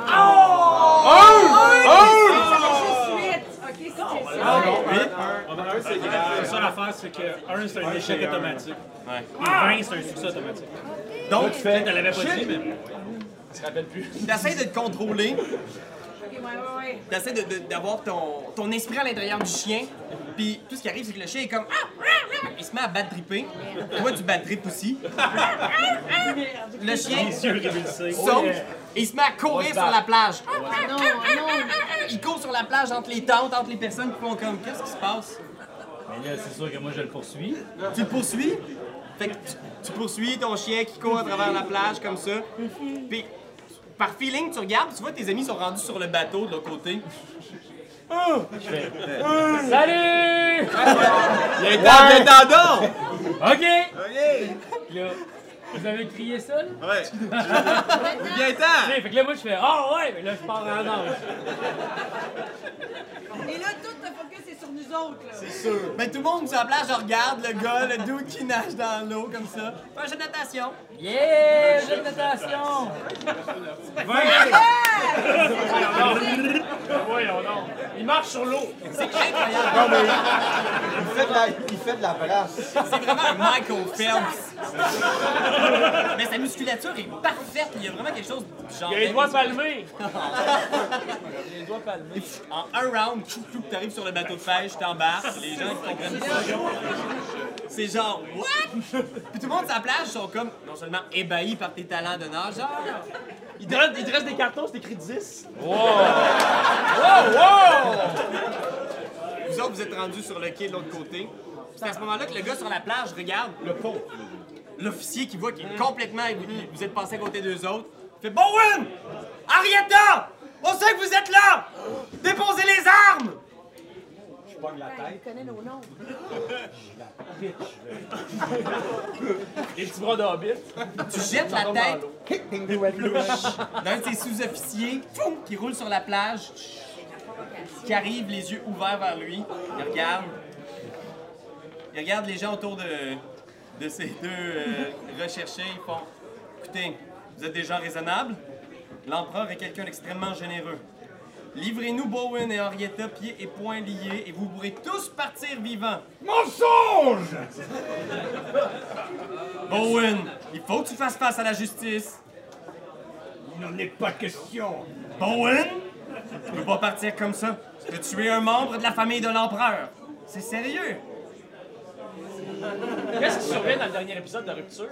Ça fait juste huit. Ok, c'est ça. C'est ça l'affaire, c'est que un, c'est un échec automatique. Ouais. Et vingt, c'est un succès automatique. Donc, Peut-être qu'elle l'avait pas dit, mais. Je me rappelle plus. il essaie de te contrôler. ouais, ouais, ouais. T'essaies de- de- d'avoir ton, ton esprit à l'intérieur du chien, puis tout ce qui arrive, c'est que le chien est comme... Ah, ah, ah, il se met à bad tripper. Toi, tu bad trip aussi. Le chien saute et il se met à courir sur la plage. Ah non, ah non. Il court sur la plage entre les tentes, entre les personnes qui font comme... Qu'est-ce qui se passe? Mais là, c'est sûr que moi, je le poursuis. Tu le poursuis? Fait que tu, tu poursuis ton chien qui court à travers la plage comme ça. Puis, par feeling, tu regardes, tu vois tes amis sont rendus sur le bateau de l'autre côté. Salut! Il y a un temps, il y a un temps donc! OK! OK! Là, vous avez crié ça, là? Ouais. Viens temps! Fait que là, moi, je fais « Ah ouais! » Mais là, je pars en nage. Et là, tout le focus est sur nous autres, là. Ben, tout le monde sur la plage regarde le gars, le dude qui nage dans l'eau comme ça. Fais un jeu de natation. Yeah! Jeu de natation! Voyons donc. Il marche sur l'eau. C'est incroyable. Non, mais il fait de la, il fait de la brasse. C'est vraiment un Michael Phelps. Mais sa musculature est parfaite. Il y a vraiment quelque chose de genre... Il a les doigts palmés. Il a les doigts palmés. En un round, tout que t'arrives sur le bateau de pêche, t'embarques, les gens qui comprennent pas. C'est genre, what? Puis tout le monde sur la plage sont comme, non seulement ébahis par tes talents de nageur. Il te reste, il te reste des cartons, c'est écrit dix. Wow! Wow, wow! Vous autres, vous êtes rendus sur le quai de l'autre côté. C'est à ce moment-là que le gars sur la plage regarde le pont. L'officier qui voit qu'il est complètement... Vous, vous êtes passé à côté d'eux autres. Fait « Bowen! Arietta! On sait que vous êtes là! Déposez les armes! » Je pogne la Il tête. connaît nos noms. Les petits bras d'hobbit. Tu jettes la tête d'un de ces sous-officiers foum, qui roule sur la plage, qui arrive, les yeux ouverts vers lui. Il regarde. Il regarde les gens autour de, de ces deux euh, recherchés. Ils font « Écoutez, vous êtes des gens raisonnables. L'empereur est quelqu'un d'extrêmement généreux. Livrez-nous Bowen et Henrietta pieds et poings liés et vous pourrez tous partir vivants. » Mensonge! Bowen, il faut que tu fasses face à la justice. Il n'en est pas question. Bowen, tu peux pas partir comme ça. Tu peux tuer un membre de la famille de l'empereur. C'est sérieux. Qu'est-ce qui survient dans le dernier épisode de Rupture?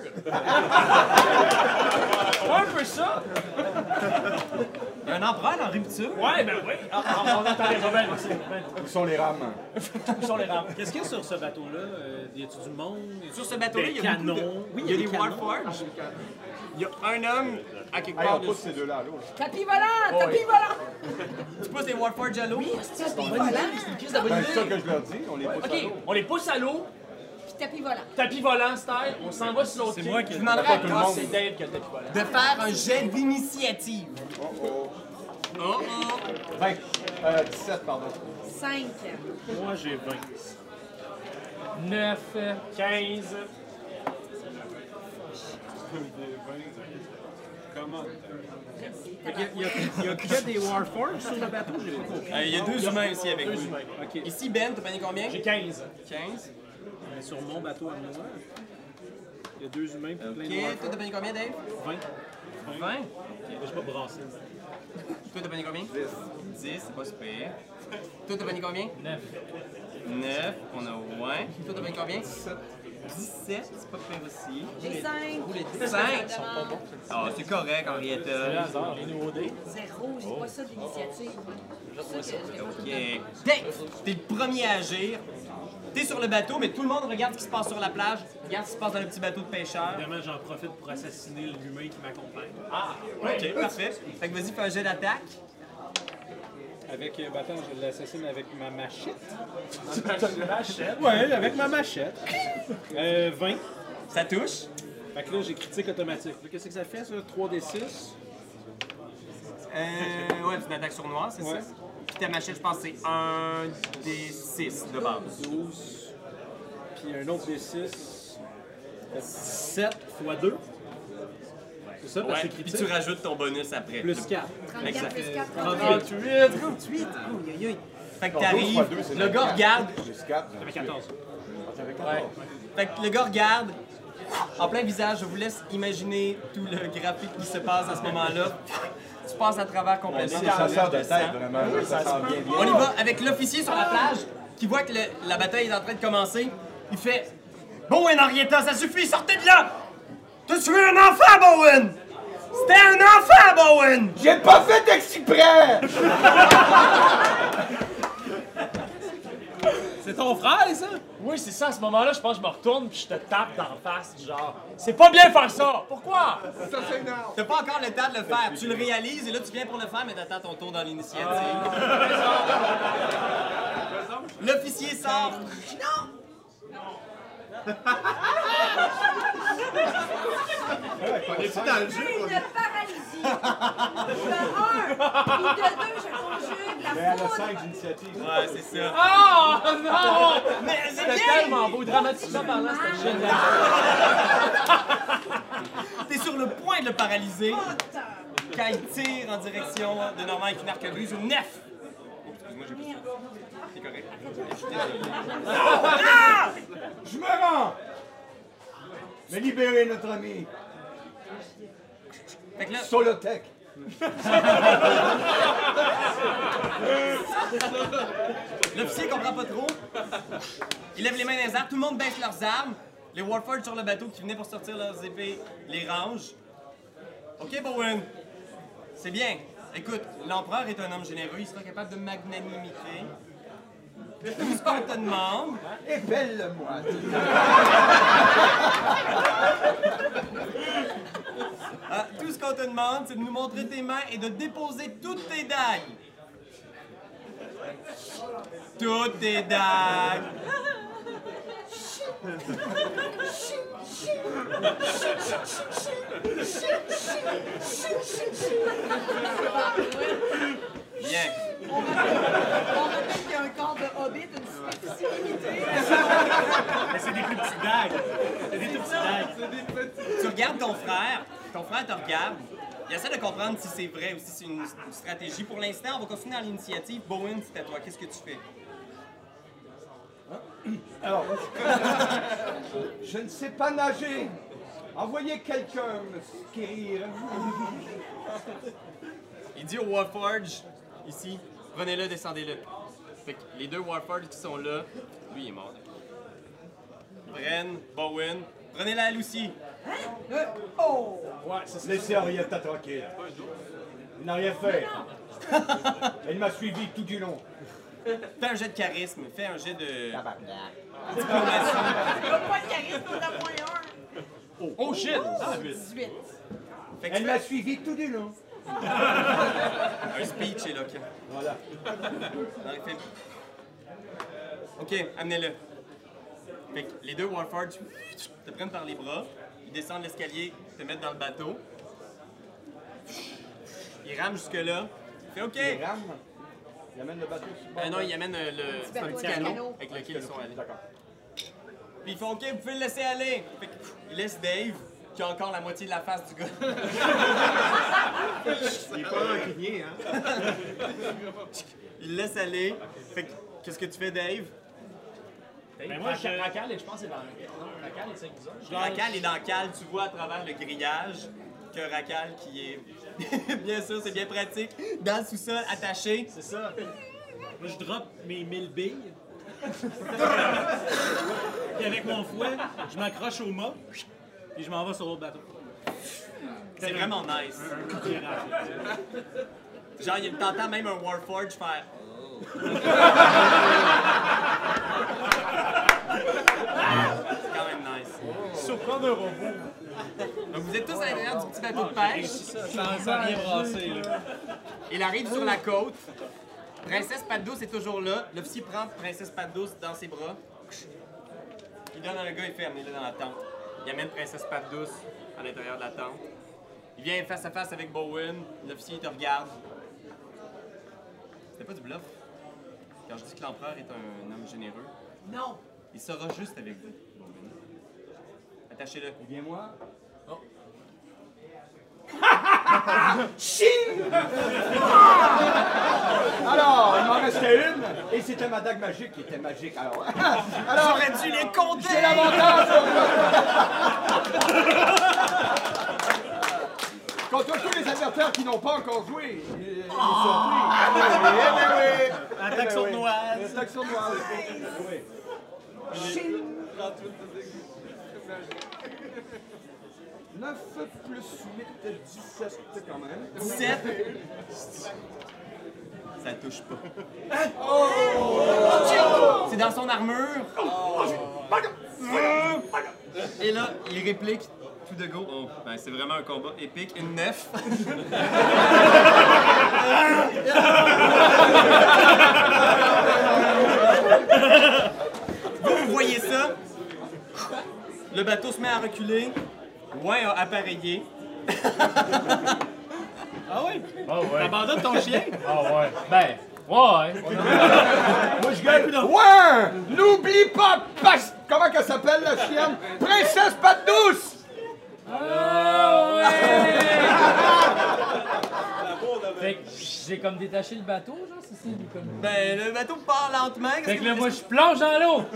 Un peu ça! Il y a un empereur en rupture. Ouais, ben oui! Ah, ah, on entend les rebelles aussi. Où sont les rames? Où sont les rames? Qu'est-ce qu'il y a sur ce bateau-là? Euh, y a-tu du monde? Y a-tu Sur ce bateau-là, des il y a beaucoup de... canons? Oui, il y a des Warforges. Il y a un homme à quelque Hey, part on pousse dessus. ces deux-là à l'eau. Tapis volant! Tapis volant! Tu pousses des Warforges à l'eau. Tapis volant! Qu'est-ce que ça veut Ben, dire? c'est ça que je leur dis, on les pousse à Ok, l'eau. on les pousse à l'eau, Puis tapis volant. tapis volant style, on s'en va sur l'autre C'est quai. moi qui- Je demanderais à tout le Goss monde. C'est Dave qui a le tapis volant. de faire un jet d'initiative. Oh, Oh oh. vingt. Euh, dix-sept, pardon. cinq. Moi, j'ai vingt. neuf, quinze. Comment? Il y, a, il y a- il y a que des Warforges sur le bateau, j'ai pas compris. Euh, Il y a deux humains ici avec Deux vous. humains. Ok. Ici, Ben, t'as payé combien? J'ai quinze. quinze. Mais sur mon bateau à moi, il y a deux humains puis plein de Ok, toi, Warforges. t'as payé combien, Dave? vingt. vingt. Je suis pas brassé. Toi, t'as payé combien? dix. dix, c'est pas super. Toi, t'as payé combien? neuf. neuf. On a ouais. Toi, t'as payé combien? dix-sept. dix-sept, c'est pas pire aussi. J'ai cinq. cinq. Ah, c'est correct, Henrietta. Les nouveaux dés. Zéro, j'ai pas ça d'initiative. C'est pour ça que je l'ai pas tout le Ok. Dave, t'es le premier à agir. T'es sur le bateau, mais tout le monde regarde ce qui se passe sur la plage. Regarde ce qui se passe dans le petit bateau de pêcheur. Évidemment, j'en profite pour assassiner l'humain qui m'accompagne. Ah, ok, parfait. Fait que vas-y, fais un jet d'attaque. Avec, euh, ben, attends, je l'assassine avec ma machette. Machette. Ouais, avec ma machette. Euh, vingt. Ça touche. Fait que là, j'ai critique automatique. Là, qu'est-ce que ça fait, ça? trois d six. Euh, ouais, c'est une attaque sournoise, c'est Ouais. ça? Puis ta machette, je pense que c'est un des six de base. douze. Puis un autre d six. sept fois deux. C'est ça, parce Ouais, que puis c'est tu critique. rajoutes ton bonus après. Plus quatre. Exact. plus quatre, trente-huit. trente-huit. Aïe, aïe, aïe. Fait que douze fois t'arrives, deux, c'est le gars vingt-quatre. regarde. Juste quatre. J'avais quatorze. J'avais Ouais. quatorze. Fait que le gars regarde, en plein visage, je vous laisse imaginer tout le graphique qui se passe à ce moment-là. tu passes à travers complètement. C'est chasseur de tête, vraiment. Ça sent bien, bien. On y va avec l'officier sur la plage qui voit que le- la bataille est en train de commencer. Il fait Bowen, Henrietta, ça suffit, sortez de là! T'as tué un enfant, Bowen! C'était un enfant, Bowen! J'ai pas fait exprès! C'est ton frère, ça? Oui, c'est ça, à ce moment-là, je pense que je me retourne puis je te tape d'en face, du genre. C'est pas bien faire ça! Pourquoi? Ça, c'est énorme. T'as pas encore le temps de le faire. Tu le réalises et là, tu viens pour le faire, mais t'attends ton tour dans l'initiative. L'officier sort. Non! On est-tu dans le jeu? Une paralysie. De un, puis de deux, je conjugue la Mais elle a foudre. cinq d'initiative. Ouais, c'est ça. Oh non! Mais c'est C'était bien! tellement beau, dramatiquement parlant, c'était génial. T'es sur le point de le paralyser quand il tire en direction de Normand avec une arquebuse. Une nef! Oh, excuse-moi, j'ai pas ça. C'est correct. Je me rends! Mais libérer notre ami. Fait que là, Solotech. l'officier comprend pas trop. Il lève les mains dans les airs, tout le monde baisse leurs armes. Les Warforged sur le bateau qui venaient pour sortir leurs épées les rangent. Ok, Bowen. C'est bien. Écoute, l'empereur est un homme généreux, il sera capable de magnanimité. Tout ce qu'on te demande, Épelle-le-moi. ah, tout ce qu'on te demande, c'est de nous montrer tes mains et de déposer toutes tes dagues. Toutes tes dagues. Bien. On rappelle qu'il y a un corps de hobbit, une superficie limitée. Mais c'est des plus petites dagues. C'est des tout petites dagues. Tu regardes ton frère, ton frère te regarde, il essaie de comprendre si c'est vrai ou si c'est une, une stratégie. Pour l'instant, on va continuer dans l'initiative. Bowen, c'est à toi. Qu'est-ce que tu fais? Alors, je ne sais pas nager. Envoyez quelqu'un me quérir. Il dit au Warforge, ici, prenez-le, descendez-le. Fait que les deux Warforges qui sont là, lui il est mort. Bren, Bowen, prenez-la à Lucie. Oh! Ouais, c'est ça. Laissez Henrietta tranquille. Il n'a rien fait. Elle m'a suivi tout du long. Fais un jet de charisme, fais un jet de Tabarnak. diplomatie. Il n'y a pas de charisme pour la moins un. Oh shit! dix-huit. Fait que Elle tu m'a fais suivi tout du long. un speech éloquent. Voilà. Dans les films. Ok, amenez-le. Fait que les deux Warforges te prennent par les bras, ils descendent l'escalier, te mettent dans le bateau. Ils rament jusque-là. Fait OK. Il rame. Il amène le bateau sur le bord. Euh, non, ils amènent euh, le c'est un bateau, petit un canot canot. avec lequel ils sont allés. D'accord. Puis ils font OK, vous pouvez le laisser aller. Fait que, pff, ils laissent Dave, qui a encore la moitié de la face du gars. Il est pas rancunier, hein? Ils le laissent aller. Fait que, qu'est-ce que tu fais, Dave? Ben moi, je... Racal, je pense que c'est dans le. Non, Racal est cinq ans. Racal est dans Cal, tu vois à travers le grillage que Racal qui est, bien sûr, c'est bien pratique, dans le sous-sol, attaché. C'est ça. Moi, je drop mes mille billes. Puis avec mon fouet, je m'accroche au mât, puis je m'en vais sur l'autre bateau. C'est vraiment nice. Un coup de tirage. Genre, il t'entend même un Warforge faire. C'est quand même nice. Surprendre un robot. Donc, vous êtes tous à l'intérieur du petit bateau de pêche. Ça, ça a bien brassé, là. Il arrive sur la côte. Princesse Patte Douce est toujours là. L'officier prend Princesse Patte Douce dans ses bras. Il donne à le gars et fait amener-le dans la tente. Il amène Princesse Patte Douce à l'intérieur de la tente. Il vient face à face avec Bowen. L'officier te regarde. C'était pas du bluff. Quand je dis que l'empereur est un homme généreux, Non. il sera juste avec vous, Bowen. Attachez-le. Viens-moi. Alors, il m'en restait une, et c'était ma dague magique qui était magique. Alors, alors J'aurais dû les compter! j'ai l'avantage. toi, tous les adversaires qui n'ont pas encore joué. Il est surpris. Eh oui, Attaque sournoise. Attaque sournoise. neuf plus huit, dix-sept quand même. dix-sept. Ça touche pas. C'est dans son armure. Et là, il réplique tout de go. Oh, ben c'est vraiment un combat épique. Une neuf. Vous, vous voyez ça? Le bateau se met à reculer. Ouin a appareillé. Ah oui? Ah ouais. T'abandonnes ton chien? Ah ouais. Ben, ouais. Moi, je gagne. Ouais! N'oublie pas, pas- comment qu'elle s'appelle, la chienne? Princesse Patte Douce! Ah ouais! Fait que j'ai comme détaché le bateau, genre, c'est ça? Comme... Ben, le bateau part lentement. Fait que là, moi, je plonge dans l'eau! Non,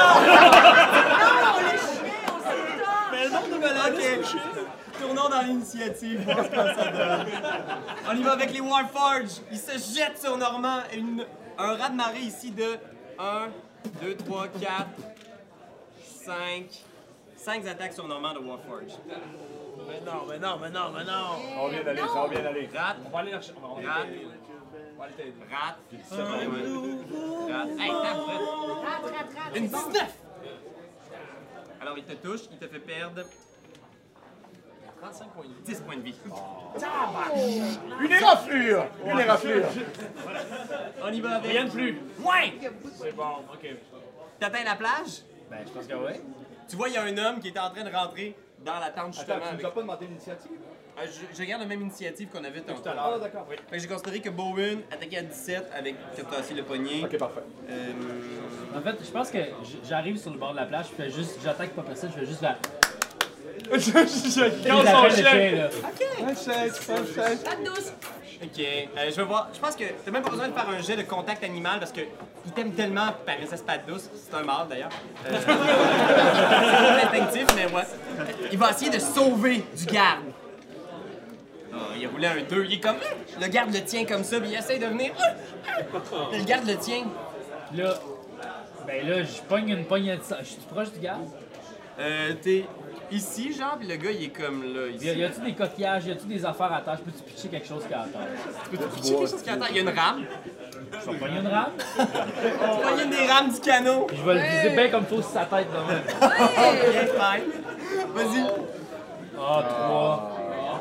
le chien, on s'étonne! Mais le monde de malade, ok. Tournons dans l'initiative, voir ce que ça donne. On y va avec les Warforges. Ils se jettent sur Normand. Une, un raz-de-marée ici de un, deux, trois, quatre, cinq. cinq attaques sur Normand de Warforge. Mais non, mais non, mais non, mais non! On vient d'aller, ça vient d'aller. Rate, On va aller chercher. On va aller rate, t'aider. On va aller t'aider. rate. Rate. Hey, tape, rate. Rate, rate, rate, Une c'est bon. dix-neuf! Alors, il te touche, il te fait perdre trente-cinq points de vie. dix points de vie. Une éraflure! Une éraflure! On y va avec. Rien de plus. Ouais! C'est bon, ok. T'atteins la plage? Ben, je pense que ouais. Tu vois, il y a un homme qui est en train de rentrer dans la tente justement. Attends, tu avec- nous as pas demandé l'initiative? Euh, je, je garde la même initiative qu'on avait tantôt. Ah, d'accord. Oui. Fait que j'ai considéré que Bowen attaquait à dix-sept avec Captassi le poignet. Ok, parfait. Euh, En fait, je pense que j- j'arrive sur le bord de la plage, je fais juste, j'attaque pas personne, je fais juste la. Je je Je casse son l'appelle le chien. chien, là. Un seize, un seize. Patte douce! ok, euh, je vais voir. Je pense que t'as même pas besoin de faire un jet de contact animal parce que il t'aime tellement, Princesse Patte Douce. C'est un mâle d'ailleurs. Euh, c'est pas instinctif, mais ouais. Il va essayer de sauver du garde. Ah, il a roulé un deux. Il est comme. Le garde le tient comme ça, puis il essaie de venir. Mais le garde le tient. Puis là, ben là, je pogne une poignée de sang. Je suis proche du gars. Euh, t'es ici, genre, puis le gars, il est comme là, Y, a- ici. y a-tu des coquillages, y a-tu des affaires à terre? Je peux-tu pitcher quelque chose qui est à terre? Peux-tu pitcher quelque chose qui attend? Il y a une rame. Je vais pogner une rame, Tu vois, une des rames du canot. puis je vais le viser bien comme faut sur sa tête de même. Bien fine. Vas-y. Ah, trois.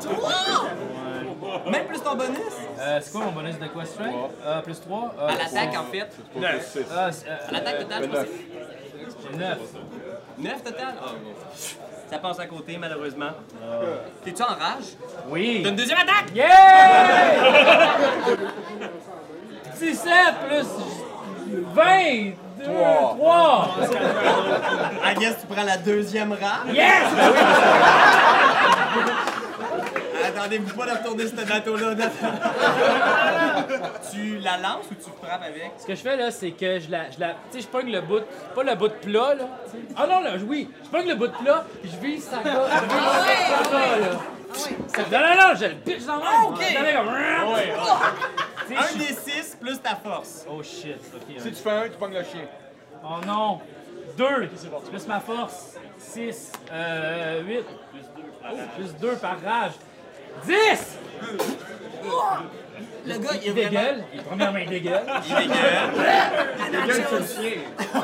Même plus ton bonus. Euh, c'est quoi mon bonus de quoi strength? Euh, plus trois? Euh, À l'attaque, en fait. Ah, c'est- euh, À l'attaque totale, je pense que j'ai neuf. c'est neuf total. Oh, bon. Ça passe à côté, malheureusement. T'es-tu en rage? Oui! T'as une deuxième attaque! Yeah! dix-sept plus vingt! trois! I guess tu prends la deuxième rame. Yes! Attendez-vous pas de retourner ce bateau-là. Tu la lances ou tu frappes avec? Ce que je fais là, c'est que je la. Je la tu sais, je pogne le bout. Pas le bout de plat, là. tu sais. Ah non, là, oui! Je pogne le bout de plat, puis je vise sa gars. Je vise sa gars, là. Ça- Non, non, non, je le pitch dans le main. Ok. Un des six plus ta force. Oh shit, ok. Si tu fais un, tu pognes le chien. Oh non! deux plus ma force. six, euh, huit. Oh, plus deux par rage. dix! Le gars, il est Il vraiment... dégueule. Il premièrement, il dégueule. Il dégueule. Quel c'est le chien?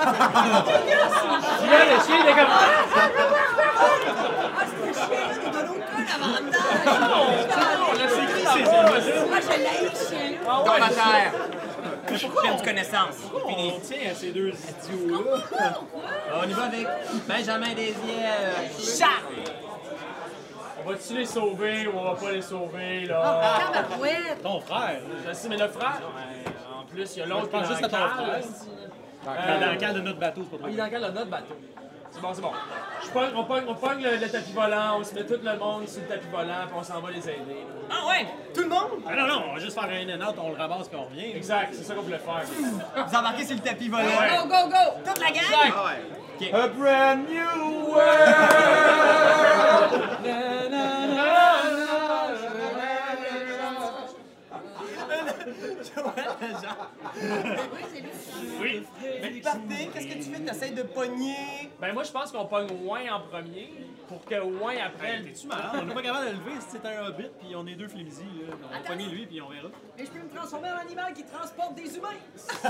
Puis là, le chien, il est comme. Ah, c'est le chien-là, il est de l'autre côté, l'avantage! Moi, je l'ai, le chien-là! Tombe à terre. Perdu connaissance. Fini. Tiens, à ces deux idiots-là. On y va avec Benjamin Desiel. Charles! On va-tu les sauver ou on va pas les sauver, là? Tabarouette! Ton frère. Je sais, mais le frère. Ouais, en plus, il y a l'autre qui est Juste dans à ton le frère. cale. Dans la cale de notre bateau, c'est pas Ah, trop. il est dans le cale de notre bateau. C'est bon, c'est bon. Je pogne, on pogne, on pogne le, le tapis volant, on se met tout le monde sur le tapis volant, puis on s'en va les aider. Ah ouais! Tout le monde? Ah non, non, on va juste faire un in-out, on le ramasse puis on revient. Exact, c'est ça qu'on voulait faire. Vous embarquez sur le tapis volant. Go, go, go! Toute la gang? A brand new world! Oui, c'est lui. Oui. Mais partez, qu'est-ce que tu fais? T'essayes de pogner. Ben moi, je pense qu'on pogne Ouin en premier, pour que Ouin, après... T'es-tu malade? On n'est pas capable de le lever si c'est un hobbit, puis on est deux flémisies. Là. On va Attends. pogner lui, puis on verra. Mais je peux me transformer en animal qui transporte des humains.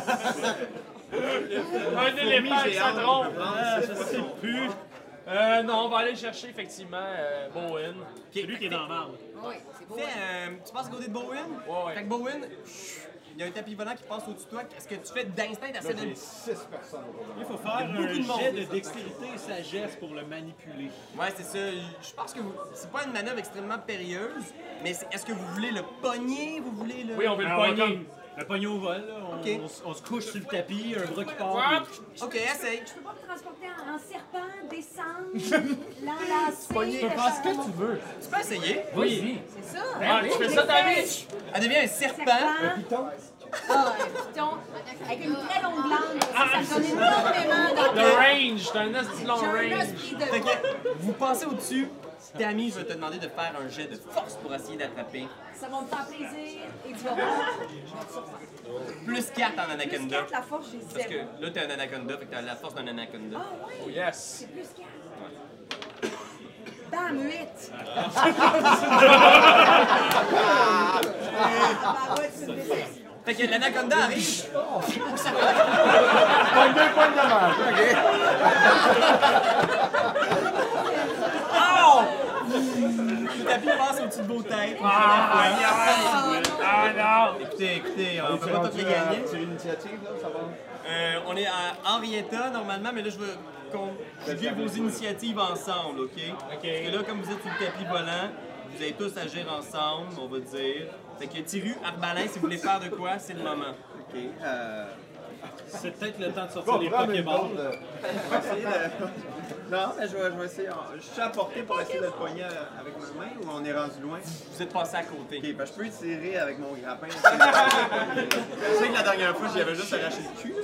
Un éléphant qui géant. se trompe. Ah, je sais plus. Euh, non, on va aller chercher effectivement euh, Bowen. C'est lui qui est dans l'arbre. Oui, c'est beau. Fais, euh, tu passes à côté de Bowen? Ouais, ouais. Fait que Bowen, il y a un tapis volant qui passe au-dessus de toi. Est-ce que tu fais d'instinct Là, d'essayer j'ai de... six personnes autour de moi. Il faut faire beaucoup de un monde, jet de ça. dextérité et sagesse pour le manipuler. Ouais, c'est ça. Je pense que vous- c'est pas une manœuvre extrêmement périlleuse, mais c'est- est-ce que vous voulez le pogner? Vous voulez le... Oui, on veut le Alors, on va pogner. comme le pogner au vol, là. On, Ok. on s- on se couche sur le tapis, un bras qui part. What? puis- Ok, essaye. Je peux pas me transporter en, en serpent, descendre, l'enlacer. Tu peux faire ce que tu veux. Tu peux essayer. Oui. C'est ça. Ah, tu fais ça, ta bitch! Elle devient un serpent. Serpent. Ah, un piton avec une très longue langue. Ça, ça me donne énormément Le d'envie. range, t'as un assez long J'ai un range. esprit de... Fait que vous passez au-dessus. Tammy, je vais te demander de faire un jet de force pour essayer d'attraper. Ça va me faire plaisir. Et tu vas voir. Je vais être surpris. Plus quatre en Plus anaconda. quatre, la force, j'ai Parce que zéro. là, t'es un anaconda, fait que t'as la force d'un anaconda. Ah ouais, Oh yes. c'est plus quatre. Bam, huit. Ah, bah ouais, c'est une déception. Fait que l'anaconda arrive. Pogne deux points de dommage, OK? Oh! Le tapis passe au-dessus de vos têtes. Ah, ah non! Écoutez, écoutez, on On peut est pas rendu toutes les à- gagner. C'est l'initiative, là, ça va? Euh, on est à Henrietta normalement, mais là je veux conjuguer vos initiatives ensemble, ok? Parce que là, comme vous êtes sur le tapis volant, vous allez tous agir ensemble, on va dire. Fait que Tiru, Arbalin, si vous voulez faire de quoi, c'est le moment. Ok. Euh, C'est peut-être le temps de On sortir va les prendre une Pokéballs. dose de- je vais essayer de... Non, mais je vais, je vais essayer. Je suis à portée pour essayer de le pogner avec ma main ou on est rendu loin? Vous êtes passé à côté. Ok, ben je peux tirer avec mon grappin. Je sais que la dernière fois, j'y avais juste arraché le cul.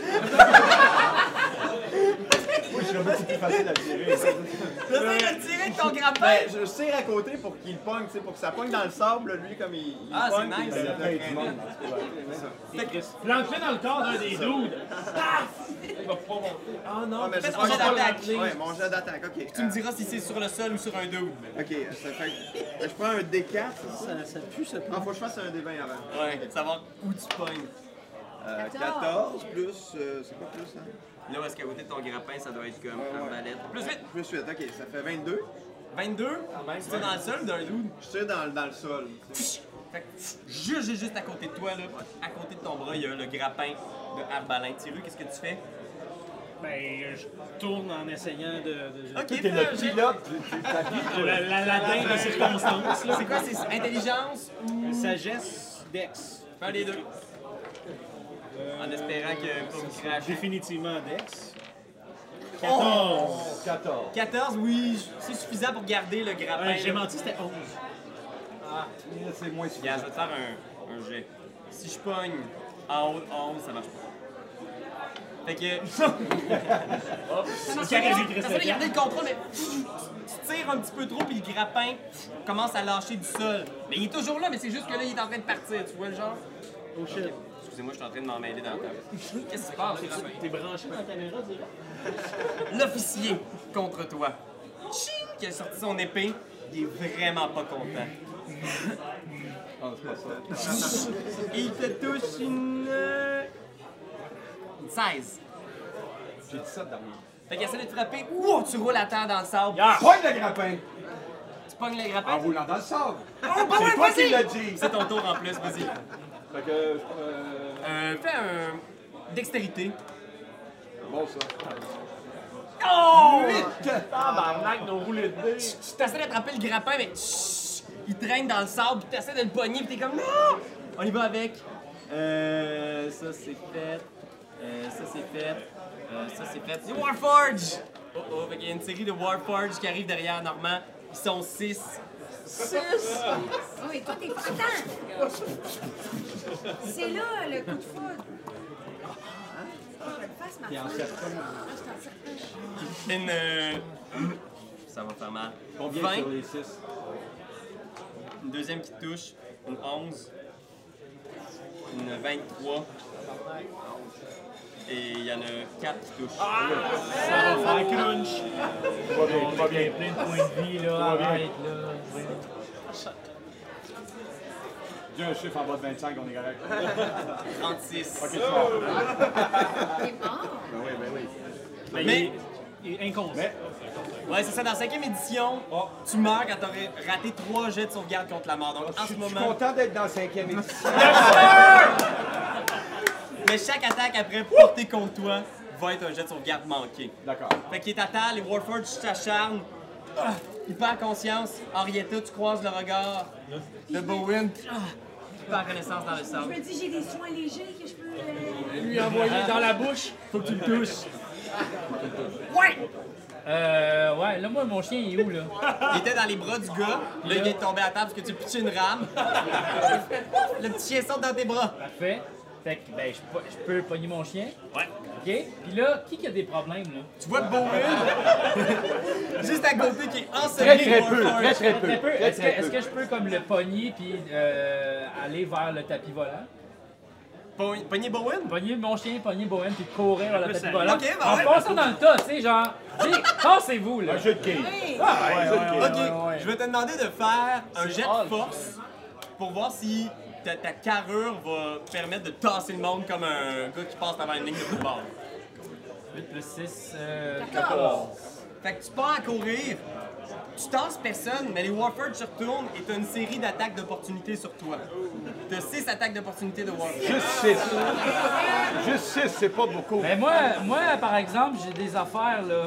Oui, je serais beaucoup plus facile à tirer. J'essaie de tirer avec ton grappin! Ben, je tire à côté pour qu'il pogne, tu sais, pour que ça pogne dans le sable, là, lui, comme il, il Ah, c'est pogne. nice. puis Il y a ça- plein de monde dans ce cas-là. Plante-le dans le corps d'un des dudes! Il va pas monter. Ah non, Ouais, mais je Fais sais ton pas jet comment d'attaque. l'appeler. Ouais, mon jet d'attaque, ok. Tu me diras si c'est sur le sol ou sur un deux. Ok, ça fait que je prends un D quatre, c'est ça? ça, ça pue, ça pue. Ah, faut que je fasse un D vingt avant. Ouais, savoir où tu pognes. Euh, quatorze. quatorze plus, euh, c'est quoi plus, hein? Là où est-ce qu'à côté de ton grappin, ça doit être comme Ouais, ouais. arbalète. Plus vite! Plus huit, ok, ça fait vingt-deux. vingt-deux? Tu tires dans le sol ou dans le dude? Je tire dans, dans le sol. tu sais. Fait que, juste, juste, juste à côté de toi, là, à côté de ton bras, il y a le grappin de Arbalin. Tiru, qu'est-ce que tu fais? Ben, je tourne en essayant de. de- Ok, T'es fais le un jet. pilote du du tapis. de- la, la, la dingue de circonstances, là. C'est quoi, c'est intelligence ou... Sagesse, Dex. Fais les deux. En espérant que pas vous cracher. Définitivement Dex. quatorze. quatorze. quatorze, oui, c'est suffisant pour garder le grappin. Ouais, j'ai là. menti, c'était onze. C'est moins Regarde, suffisant. je vais te faire un, un jet. Si je pogne en haut de onze, ça marche pas. Fait que. Ça marche T'essaies pas. de garder le contrôle, mais tu tires un petit peu trop, puis le grappin commence à lâcher du sol. Mais il est toujours là, mais c'est juste que là, il est en train de partir, tu vois le genre? Oh shit. Excusez-moi, je suis en train de m'en mêler dans la table. Qu'est-ce qui se passe? T'es branché dans la caméra, direct? L'officier contre toi. Ching! Qui a sorti son épée, il est vraiment pas content. Ah, c'est pas ça. Et il te touche une. euh, une seize. J'ai dit ça dernier. Fait qu'il essaie de te frapper. Ouh, tu roules à terre dans le sable. Pogne le grappin! Tu pognes le En grappin. roulant dans le sable! Oh, bah C'est ouais, toi qui vas-y! l'as dit! C'est ton tour en plus, vas-y. Fait que, euh, Euh, fais un. Dextérité. bon ça. Oh! Tabarnak, nos roulés de dés! Tu t'essaies d'attraper le grappin, mais chut, il traîne dans le sable, puis tu essaies de le pogner, puis t'es comme non! On y va avec. Euh. Ça c'est fait. Euh, ça c'est fait. Euh, ça c'est fait. C'est Warforge! Oh oh, fait qu'il y a une série de Warforge qui arrivent derrière Normand. Ils sont six. six! Oui, toi, t'es attends! C'est là, le coup de foudre. Ah, je le fasse, ma femme. Ah, je t'en certain. Une. euh, Ça va faire mal. Combien vingt. sur les six? Une deuxième qui te touche. Une onze. une vingt-trois. Et il y en a quatre qui touchent. Ça va faire crunch. Tout va bien, tout va bien. Plein de points de vie, là. va bien. Arrête, là. Dis un chiffre en bas de vingt-cinq, on est correct. trente-six. Ok, tu mort. T'es mort. Ben oui, ben oui. Mais, Mais- il est inconscient. Mais, Ouais, c'est ça. Dans la cinquième édition, tu meurs quand t'aurais raté trois jets de sauvegarde contre la mort. Donc, je en ce suis je suis moment. content d'être dans la cinquième édition. Mais chaque attaque après portée contre toi va être un jet de sauvegarde manqué. D'accord. Fait qu'il est à terre, les Warforged s'acharnent. Ah, il perd conscience. Henrietta, tu croises le regard de Bowen. Ah, il perd connaissance dans le Je sable. me dis, j'ai des soins légers que je peux. euh, Lui envoyer dans la bouche, faut que tu le touches. Ouais! Euh, ouais, là, moi, mon chien, il est où, là? Il était dans les bras du gars. Là, il est tombé à terre parce que tu as pitché une rame. Le petit chien saute dans tes bras. Parfait. Fait que, ben, je peux- je peux pogner mon chien. Ouais. OK? Puis là, qui qui a des problèmes, là? Tu vois Bowen juste à côté qui est Très, enseveli. très peu, Warforged. très, très peu. Très peu. Très, Est-ce que, très est-ce peu. que je peux, comme, le pogner puis euh, aller vers le tapis volant? Pogn- Pogner Bowen? Pogner mon chien, pogner Bowen, puis courir vers le tapis ça- volant. Ok, bah en ouais. passant dans le tas, tu sais, genre, tu sais, tassez-vous, là. Un jeu de game. Oui! Ok, je vais te demander de faire un jet de force pour voir si ta, ta carrure va te permettre de tasser le monde comme un gars qui passe devant une ligne de football. huit plus six, euh, quatorze. Fait que tu pars à courir, tu tasses personne, mais les Warforged se retournent et t'as une série d'attaques d'opportunité sur toi. T'as six attaques d'opportunité de Warforged. Juste six. Juste six, c'est pas beaucoup. Mais moi, moi, par exemple, j'ai des affaires, là.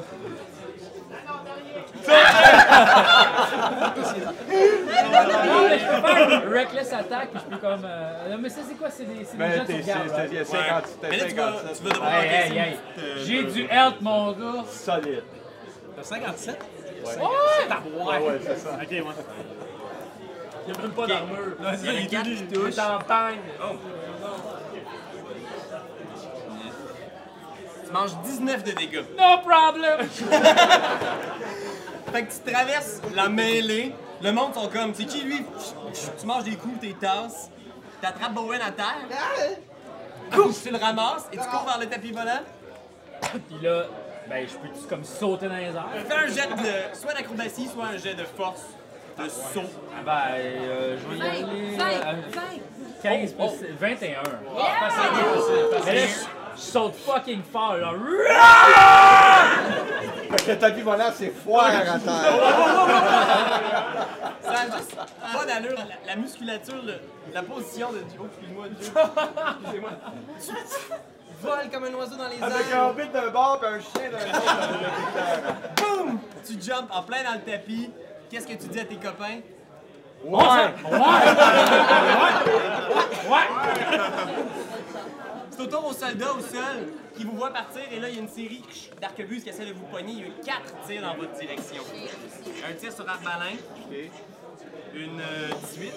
Non, mais je peux faire une reckless attack, puis je peux comme... euh, Non, mais ça, c'est quoi? C'est des, c'est des Mais gens de t'es sauvegarde, c'est- ouais. c'est- cinquante, t'es Mais là, tu vas, cinquante-sept. tu vas devoir Hey, encaisser hey, hey. une petite, euh, J'ai du health, mon gars. Solide. T'as cinquante-sept? Ouais, Ouais. ouais, c'est ça. Ok, ouais. Il n'y a même pas d'armure. Non, Il y en a il quatre qui touchent. est en pagne. Tu manges dix-neuf de dégâts. No problem! Fait que tu traverses la mêlée, le monde sont comme, c'est qui lui? Tu manges des coups, tes tasses, t'attrapes Bowen à terre, Couf, tu le ramasses et tu cours vers le tapis volant. Puis là, ben, je peux comme sauter dans les airs. Fais un jet de, soit d'acrobatie, soit un jet de force, de saut. Ah ben, euh, je vais y vingt, aller... vingt, euh, vingt. quinze plus vingt et un. Yeah! Mais là, je, je saute fucking fort, là. Fait que le tapis volant, c'est foire à terre. Ça a juste pas d'allure, la, la musculature, le- la position de Dieu. Oh, excuse-moi, Dieu. Excusez-moi. Tu voles comme un oiseau dans les Avec airs. un bit d'un bord et un chien d'un autre. Boum! Tu jumps en plein dans le tapis. Qu'est-ce que tu dis à tes copains? Ouais! C'est au tour aux soldats au sol qui vous voient partir et là il y a une série d'arquebuses qui essaient de vous pogner. Il y a eu quatre tirs dans votre direction. Un tir sur arbalin. Une euh, dix-huit.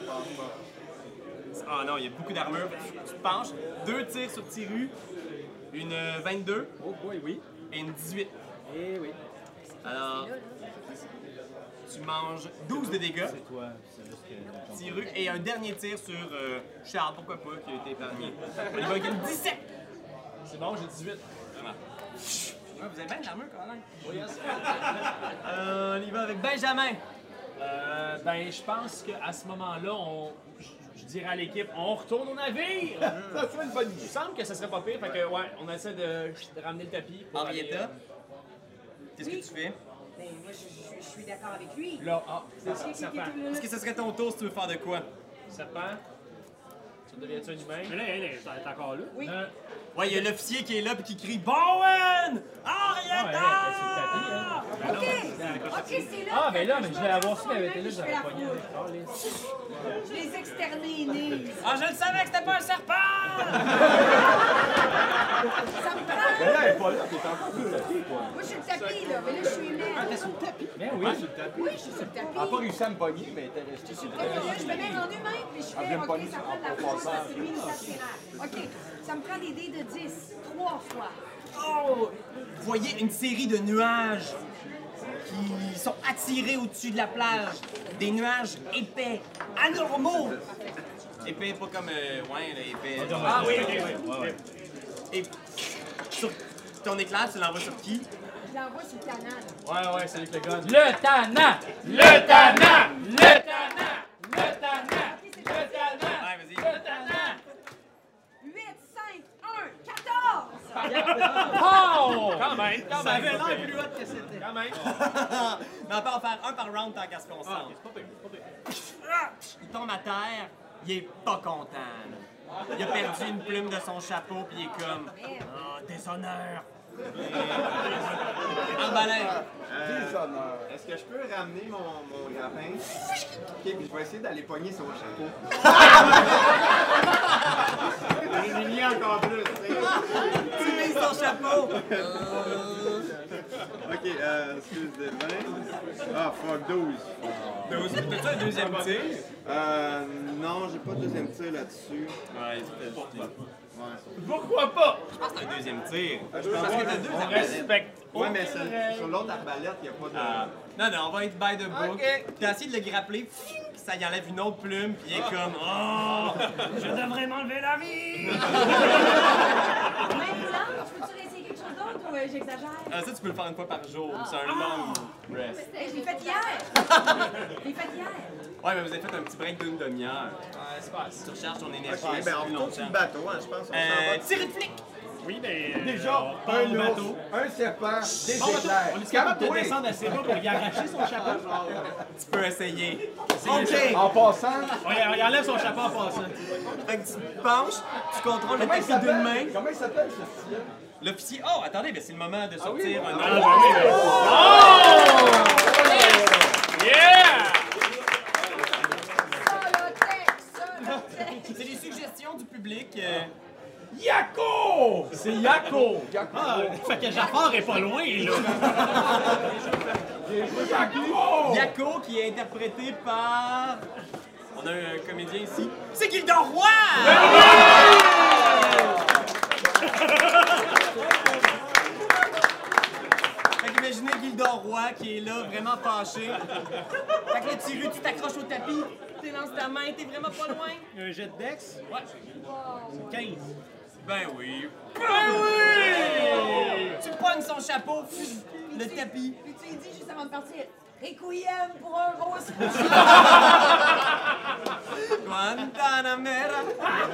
Ah non, il y a beaucoup d'armure. Tu te penches. Deux tirs sur Tiru. Une euh, vingt-deux. Oh, oui, oui. Et une dix-huit. Eh oui. Alors, tu manges douze de dégâts. Toi, c'est juste que... Tiru. Et un dernier tir sur euh, Charles, pourquoi pas, qui a été épargné. On y va avec une dix-sept. C'est bon, j'ai dix-huit. Vraiment. Ouais, vous avez bien de l'armure quand même. Oui, yes. euh, on y va avec Benjamin. Euh, ben, je pense qu'à ce moment-là, on, je, je dirais à l'équipe, on retourne au navire. Ça serait une bonne Il idée. me semble que ça serait pas pire, fait que ouais, on essaie de, de ramener le tapis. pour aller, Henrietta, euh, qu'est-ce que tu fais? Ben, moi, je, je- je suis d'accord avec lui. Là, ah, c'est ça, serpent. Est-ce que ce serait ton tour si tu veux faire de quoi? Serpent. Tu deviens-tu un humain? Mais là, elle est elle est encore là. Oui. Euh, Ouais, il y a l'officier qui est là puis qui crie Bowen! ah, ouais, elle Henrietta! était sur le tapis, hein. OK! OK, c'est là. Ah, ben là, que mais je je me vais avoir rends su qu'elle avait été là, je j'aurais fais la pogné foule. avec. Oh, les- Je les extermine. Ah, je le savais que c'était pas un serpent! Ça me prend. Mais là, elle est pas là, t'es encore sur le tapis, quoi. Moi, je suis le tapis, là. Mais là, je suis humaine. Ah, t'es sur le tapis? Ben oui. Sur le tapis. Oui, je suis sur le tapis. Elle n'a pas réussi à me pogner, mais elle était restée sur le Fait que tapis. là, je me mets en humain, puis je Ah, fais, j'aime pas OK, lui, ça ça. prend de la On force passe parce que lui, il est aspirable. OK, ça me prend des dés de dix, trois fois. Oh! Vous voyez une série de nuages qui sont attirés au-dessus de la plage. Des nuages épais, anormaux. épais, pas comme. Euh, ouais, là, épais. Ah oui, oui, oui. Et sur ton éclair, tu l'envoies sur qui? Je l'envoie sur le canal. Ouais, ouais, c'est avec le gars. Le tannant! Le tannant! Le tannant! Le tannant! Le tannant! Ouais, vas-y. Le tannant! huit, cinq, un, quatorze! Oh! Quand même, quand Ça même. avait l'air plus haute que c'était. Quand même. Mais on peut en faire un par round tant qu'à ce qu'on sent. C'est pas pire, c'est pas pire. Il tombe à terre, il est pas content. là. Il a perdu une plume de son chapeau, puis il est comme ah, déshonneur. En baleine. Déshonneur. Est-ce que je peux ramener mon, mon grappin? Ok, puis je vais essayer d'aller pogner son chapeau. J'ai mis encore plus, tu sais. Tu mets son chapeau. Ok, euh, excuse, vingt. Ah, fuck, douze. T'as-tu un deuxième tir? Euh, non, j'ai pas de deuxième tir là-dessus. Ouais, c'est pas. Ouais. Pourquoi pas? Je pense que c'est un deuxième tir. je pense Parce que que t'as deux On arbalètes. respecte. Ouais, mais sur, sur l'autre arbalète, il n'y a pas de. Ah. Non, non, on va être by the book. Ok. T'as essayé de le grappler, ça y enlève une autre plume, puis il est comme oh, je devrais m'enlever la vie. Même blanche, peux-tu essayer quelque chose d'autre ou euh, j'exagère? Ah, ça, tu peux le faire une fois par jour. C'est un long rest. Hey, je l'ai fait hier! Je l'ai fait hier! Ouais, mais vous avez fait un petit break d'une demi-heure. Ouais, c'est pas assez. Tu recharges ton énergie. Ok, ben on plus retourne sur le longtemps. bateau, hein, je pense. On Euh, s'en va. tir de flic! Oui, mais. euh, Déjà, on part un au bateau. ours, un serpent, des Bon, bateau, éclairs. on est capable de Calme-toi. descendre assez bas pour y arracher son chapeau. Tu peux essayer. Ok. OK! En passant, On y, on y enlève son chapeau en passant. Fait que tu te penches, tu contrôles le comment il tapis d'une main. s'appelle? Comment il s'appelle ce style? L'officier. Oh, attendez, mais c'est le moment de sortir un Ah, autre. ben oui, ben- Oh! Yeah! Solotech! Solotech! C'est les suggestions du public. euh, Yako! C'est Yako! Ah, fait que Jafar est pas loin, là. Yako qui est interprété par. On a un comédien ici. C'est Gildor Roy! Fait qu'imaginez Gildor Roy qui est là, vraiment fâché. Fait que là, Tiru, tu t'accroches au tapis, tu lances ta main, t'es vraiment pas loin. Un jet de Dex? Ouais. quinze. Ben oui. Ben oui! Tu pognes son chapeau, le tapis. Puis tu lui dis juste avant de partir, Requiem pour un gros Guantanamera.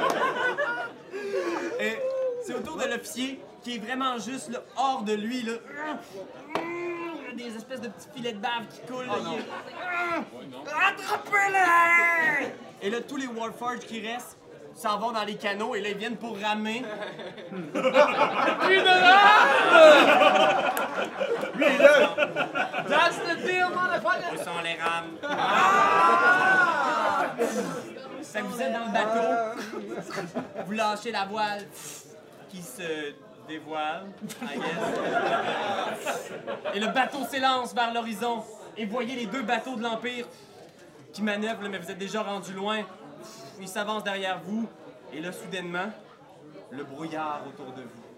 Et c'est au tour de l'officier qui est vraiment juste là, hors de lui. Là. Il y a des espèces de petits filets de bave qui coulent. Là, il est- Attrapez-les! Et là, tous les Warforges qui restent s'en vont dans les canaux et là, ils viennent pour ramer. That's the deal, motherfucker! Où sont les rames? Ça vous êtes dans le bateau. Vous lâchez la voile qui se dévoile, I guess. Et le bateau s'élance vers l'horizon. Et vous voyez les deux bateaux de l'Empire qui manœuvrent, là, mais vous êtes déjà rendu loin. Ils s'avancent derrière vous. Et là, soudainement, le brouillard autour de vous.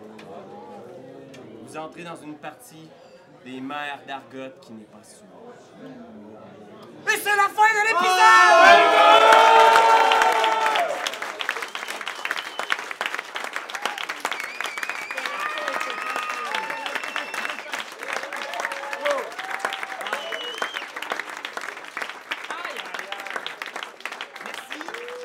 Vous entrez dans une partie des mers d'Argot qui n'est pas sûre. Et c'est la fin de l'épisode! Merci.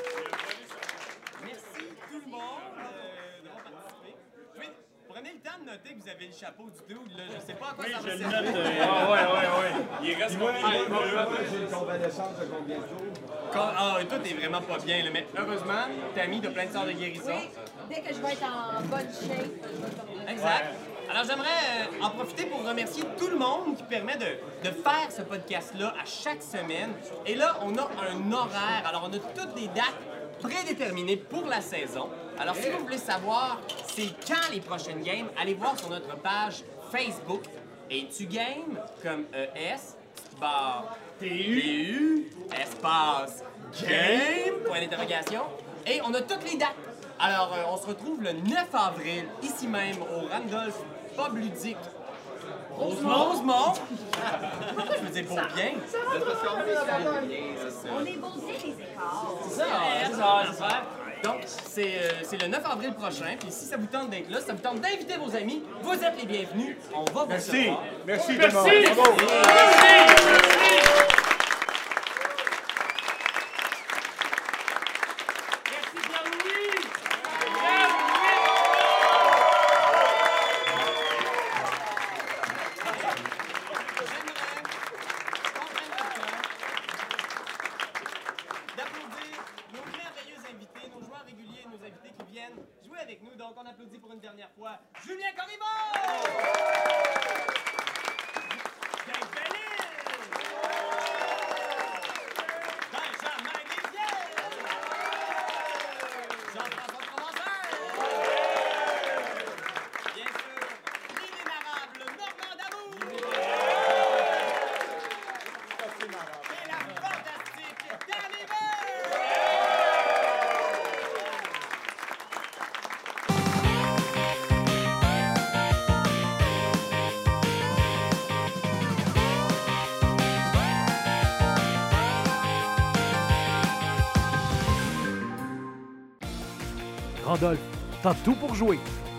Merci tout le monde euh, d'avoir participé. Oui, prenez le temps de noter que vous avez le chapeau du dude, là. Je sais pas à quoi ça Je va le servir. note. euh, Ah ouais, ouais, ouais. Il reste Moi, combien? moi, moi, moi, j'ai une convalescence de combien de jours? Quand- Ah, toi, t'es vraiment pas bien, là. Mais heureusement, Tammy de plein de sorts de guérison. Oui, dès que je vais être en bonne shape, je vais te Exact. Alors, j'aimerais euh, en profiter pour remercier tout le monde qui permet de, de faire ce podcast-là à chaque semaine. Et là, on a un horaire. Alors, on a toutes les dates prédéterminées pour la saison. Alors, si vous voulez savoir c'est quand les prochaines games, allez voir sur notre page Facebook. Et tu games comme E S, barre T U, espace game, point d'interrogation. Et on a toutes les dates. Alors, euh, on se retrouve le neuf avril, ici même, au Randolph Pub Ludique. Rosemont. Rosemont. Pourquoi je me dis pour bien? On est beau bien les écarts. C'est ça, c'est ça. ça, c'est ça. Donc, c'est euh, c'est le neuf avril prochain. Puis si ça vous tente d'être là, si ça vous tente d'inviter vos amis, vous êtes les bienvenus. On va vous Merci. recevoir. Merci. Merci! Bravo. Merci! Merci Pierre-Louis! D'applaudir nos merveilleux invités, nos joueurs réguliers, nos invités qui viennent jouer avec nous. Donc, on applaudit pour une dernière fois Julien Corriveau! Dave Bellil! Benjamin Desviers! Jean-François Provençal! Bien sûr, l'inénarrable Normand D'Amour! Et la fantastique Danny Burr! Randolph, t'as tout pour jouer.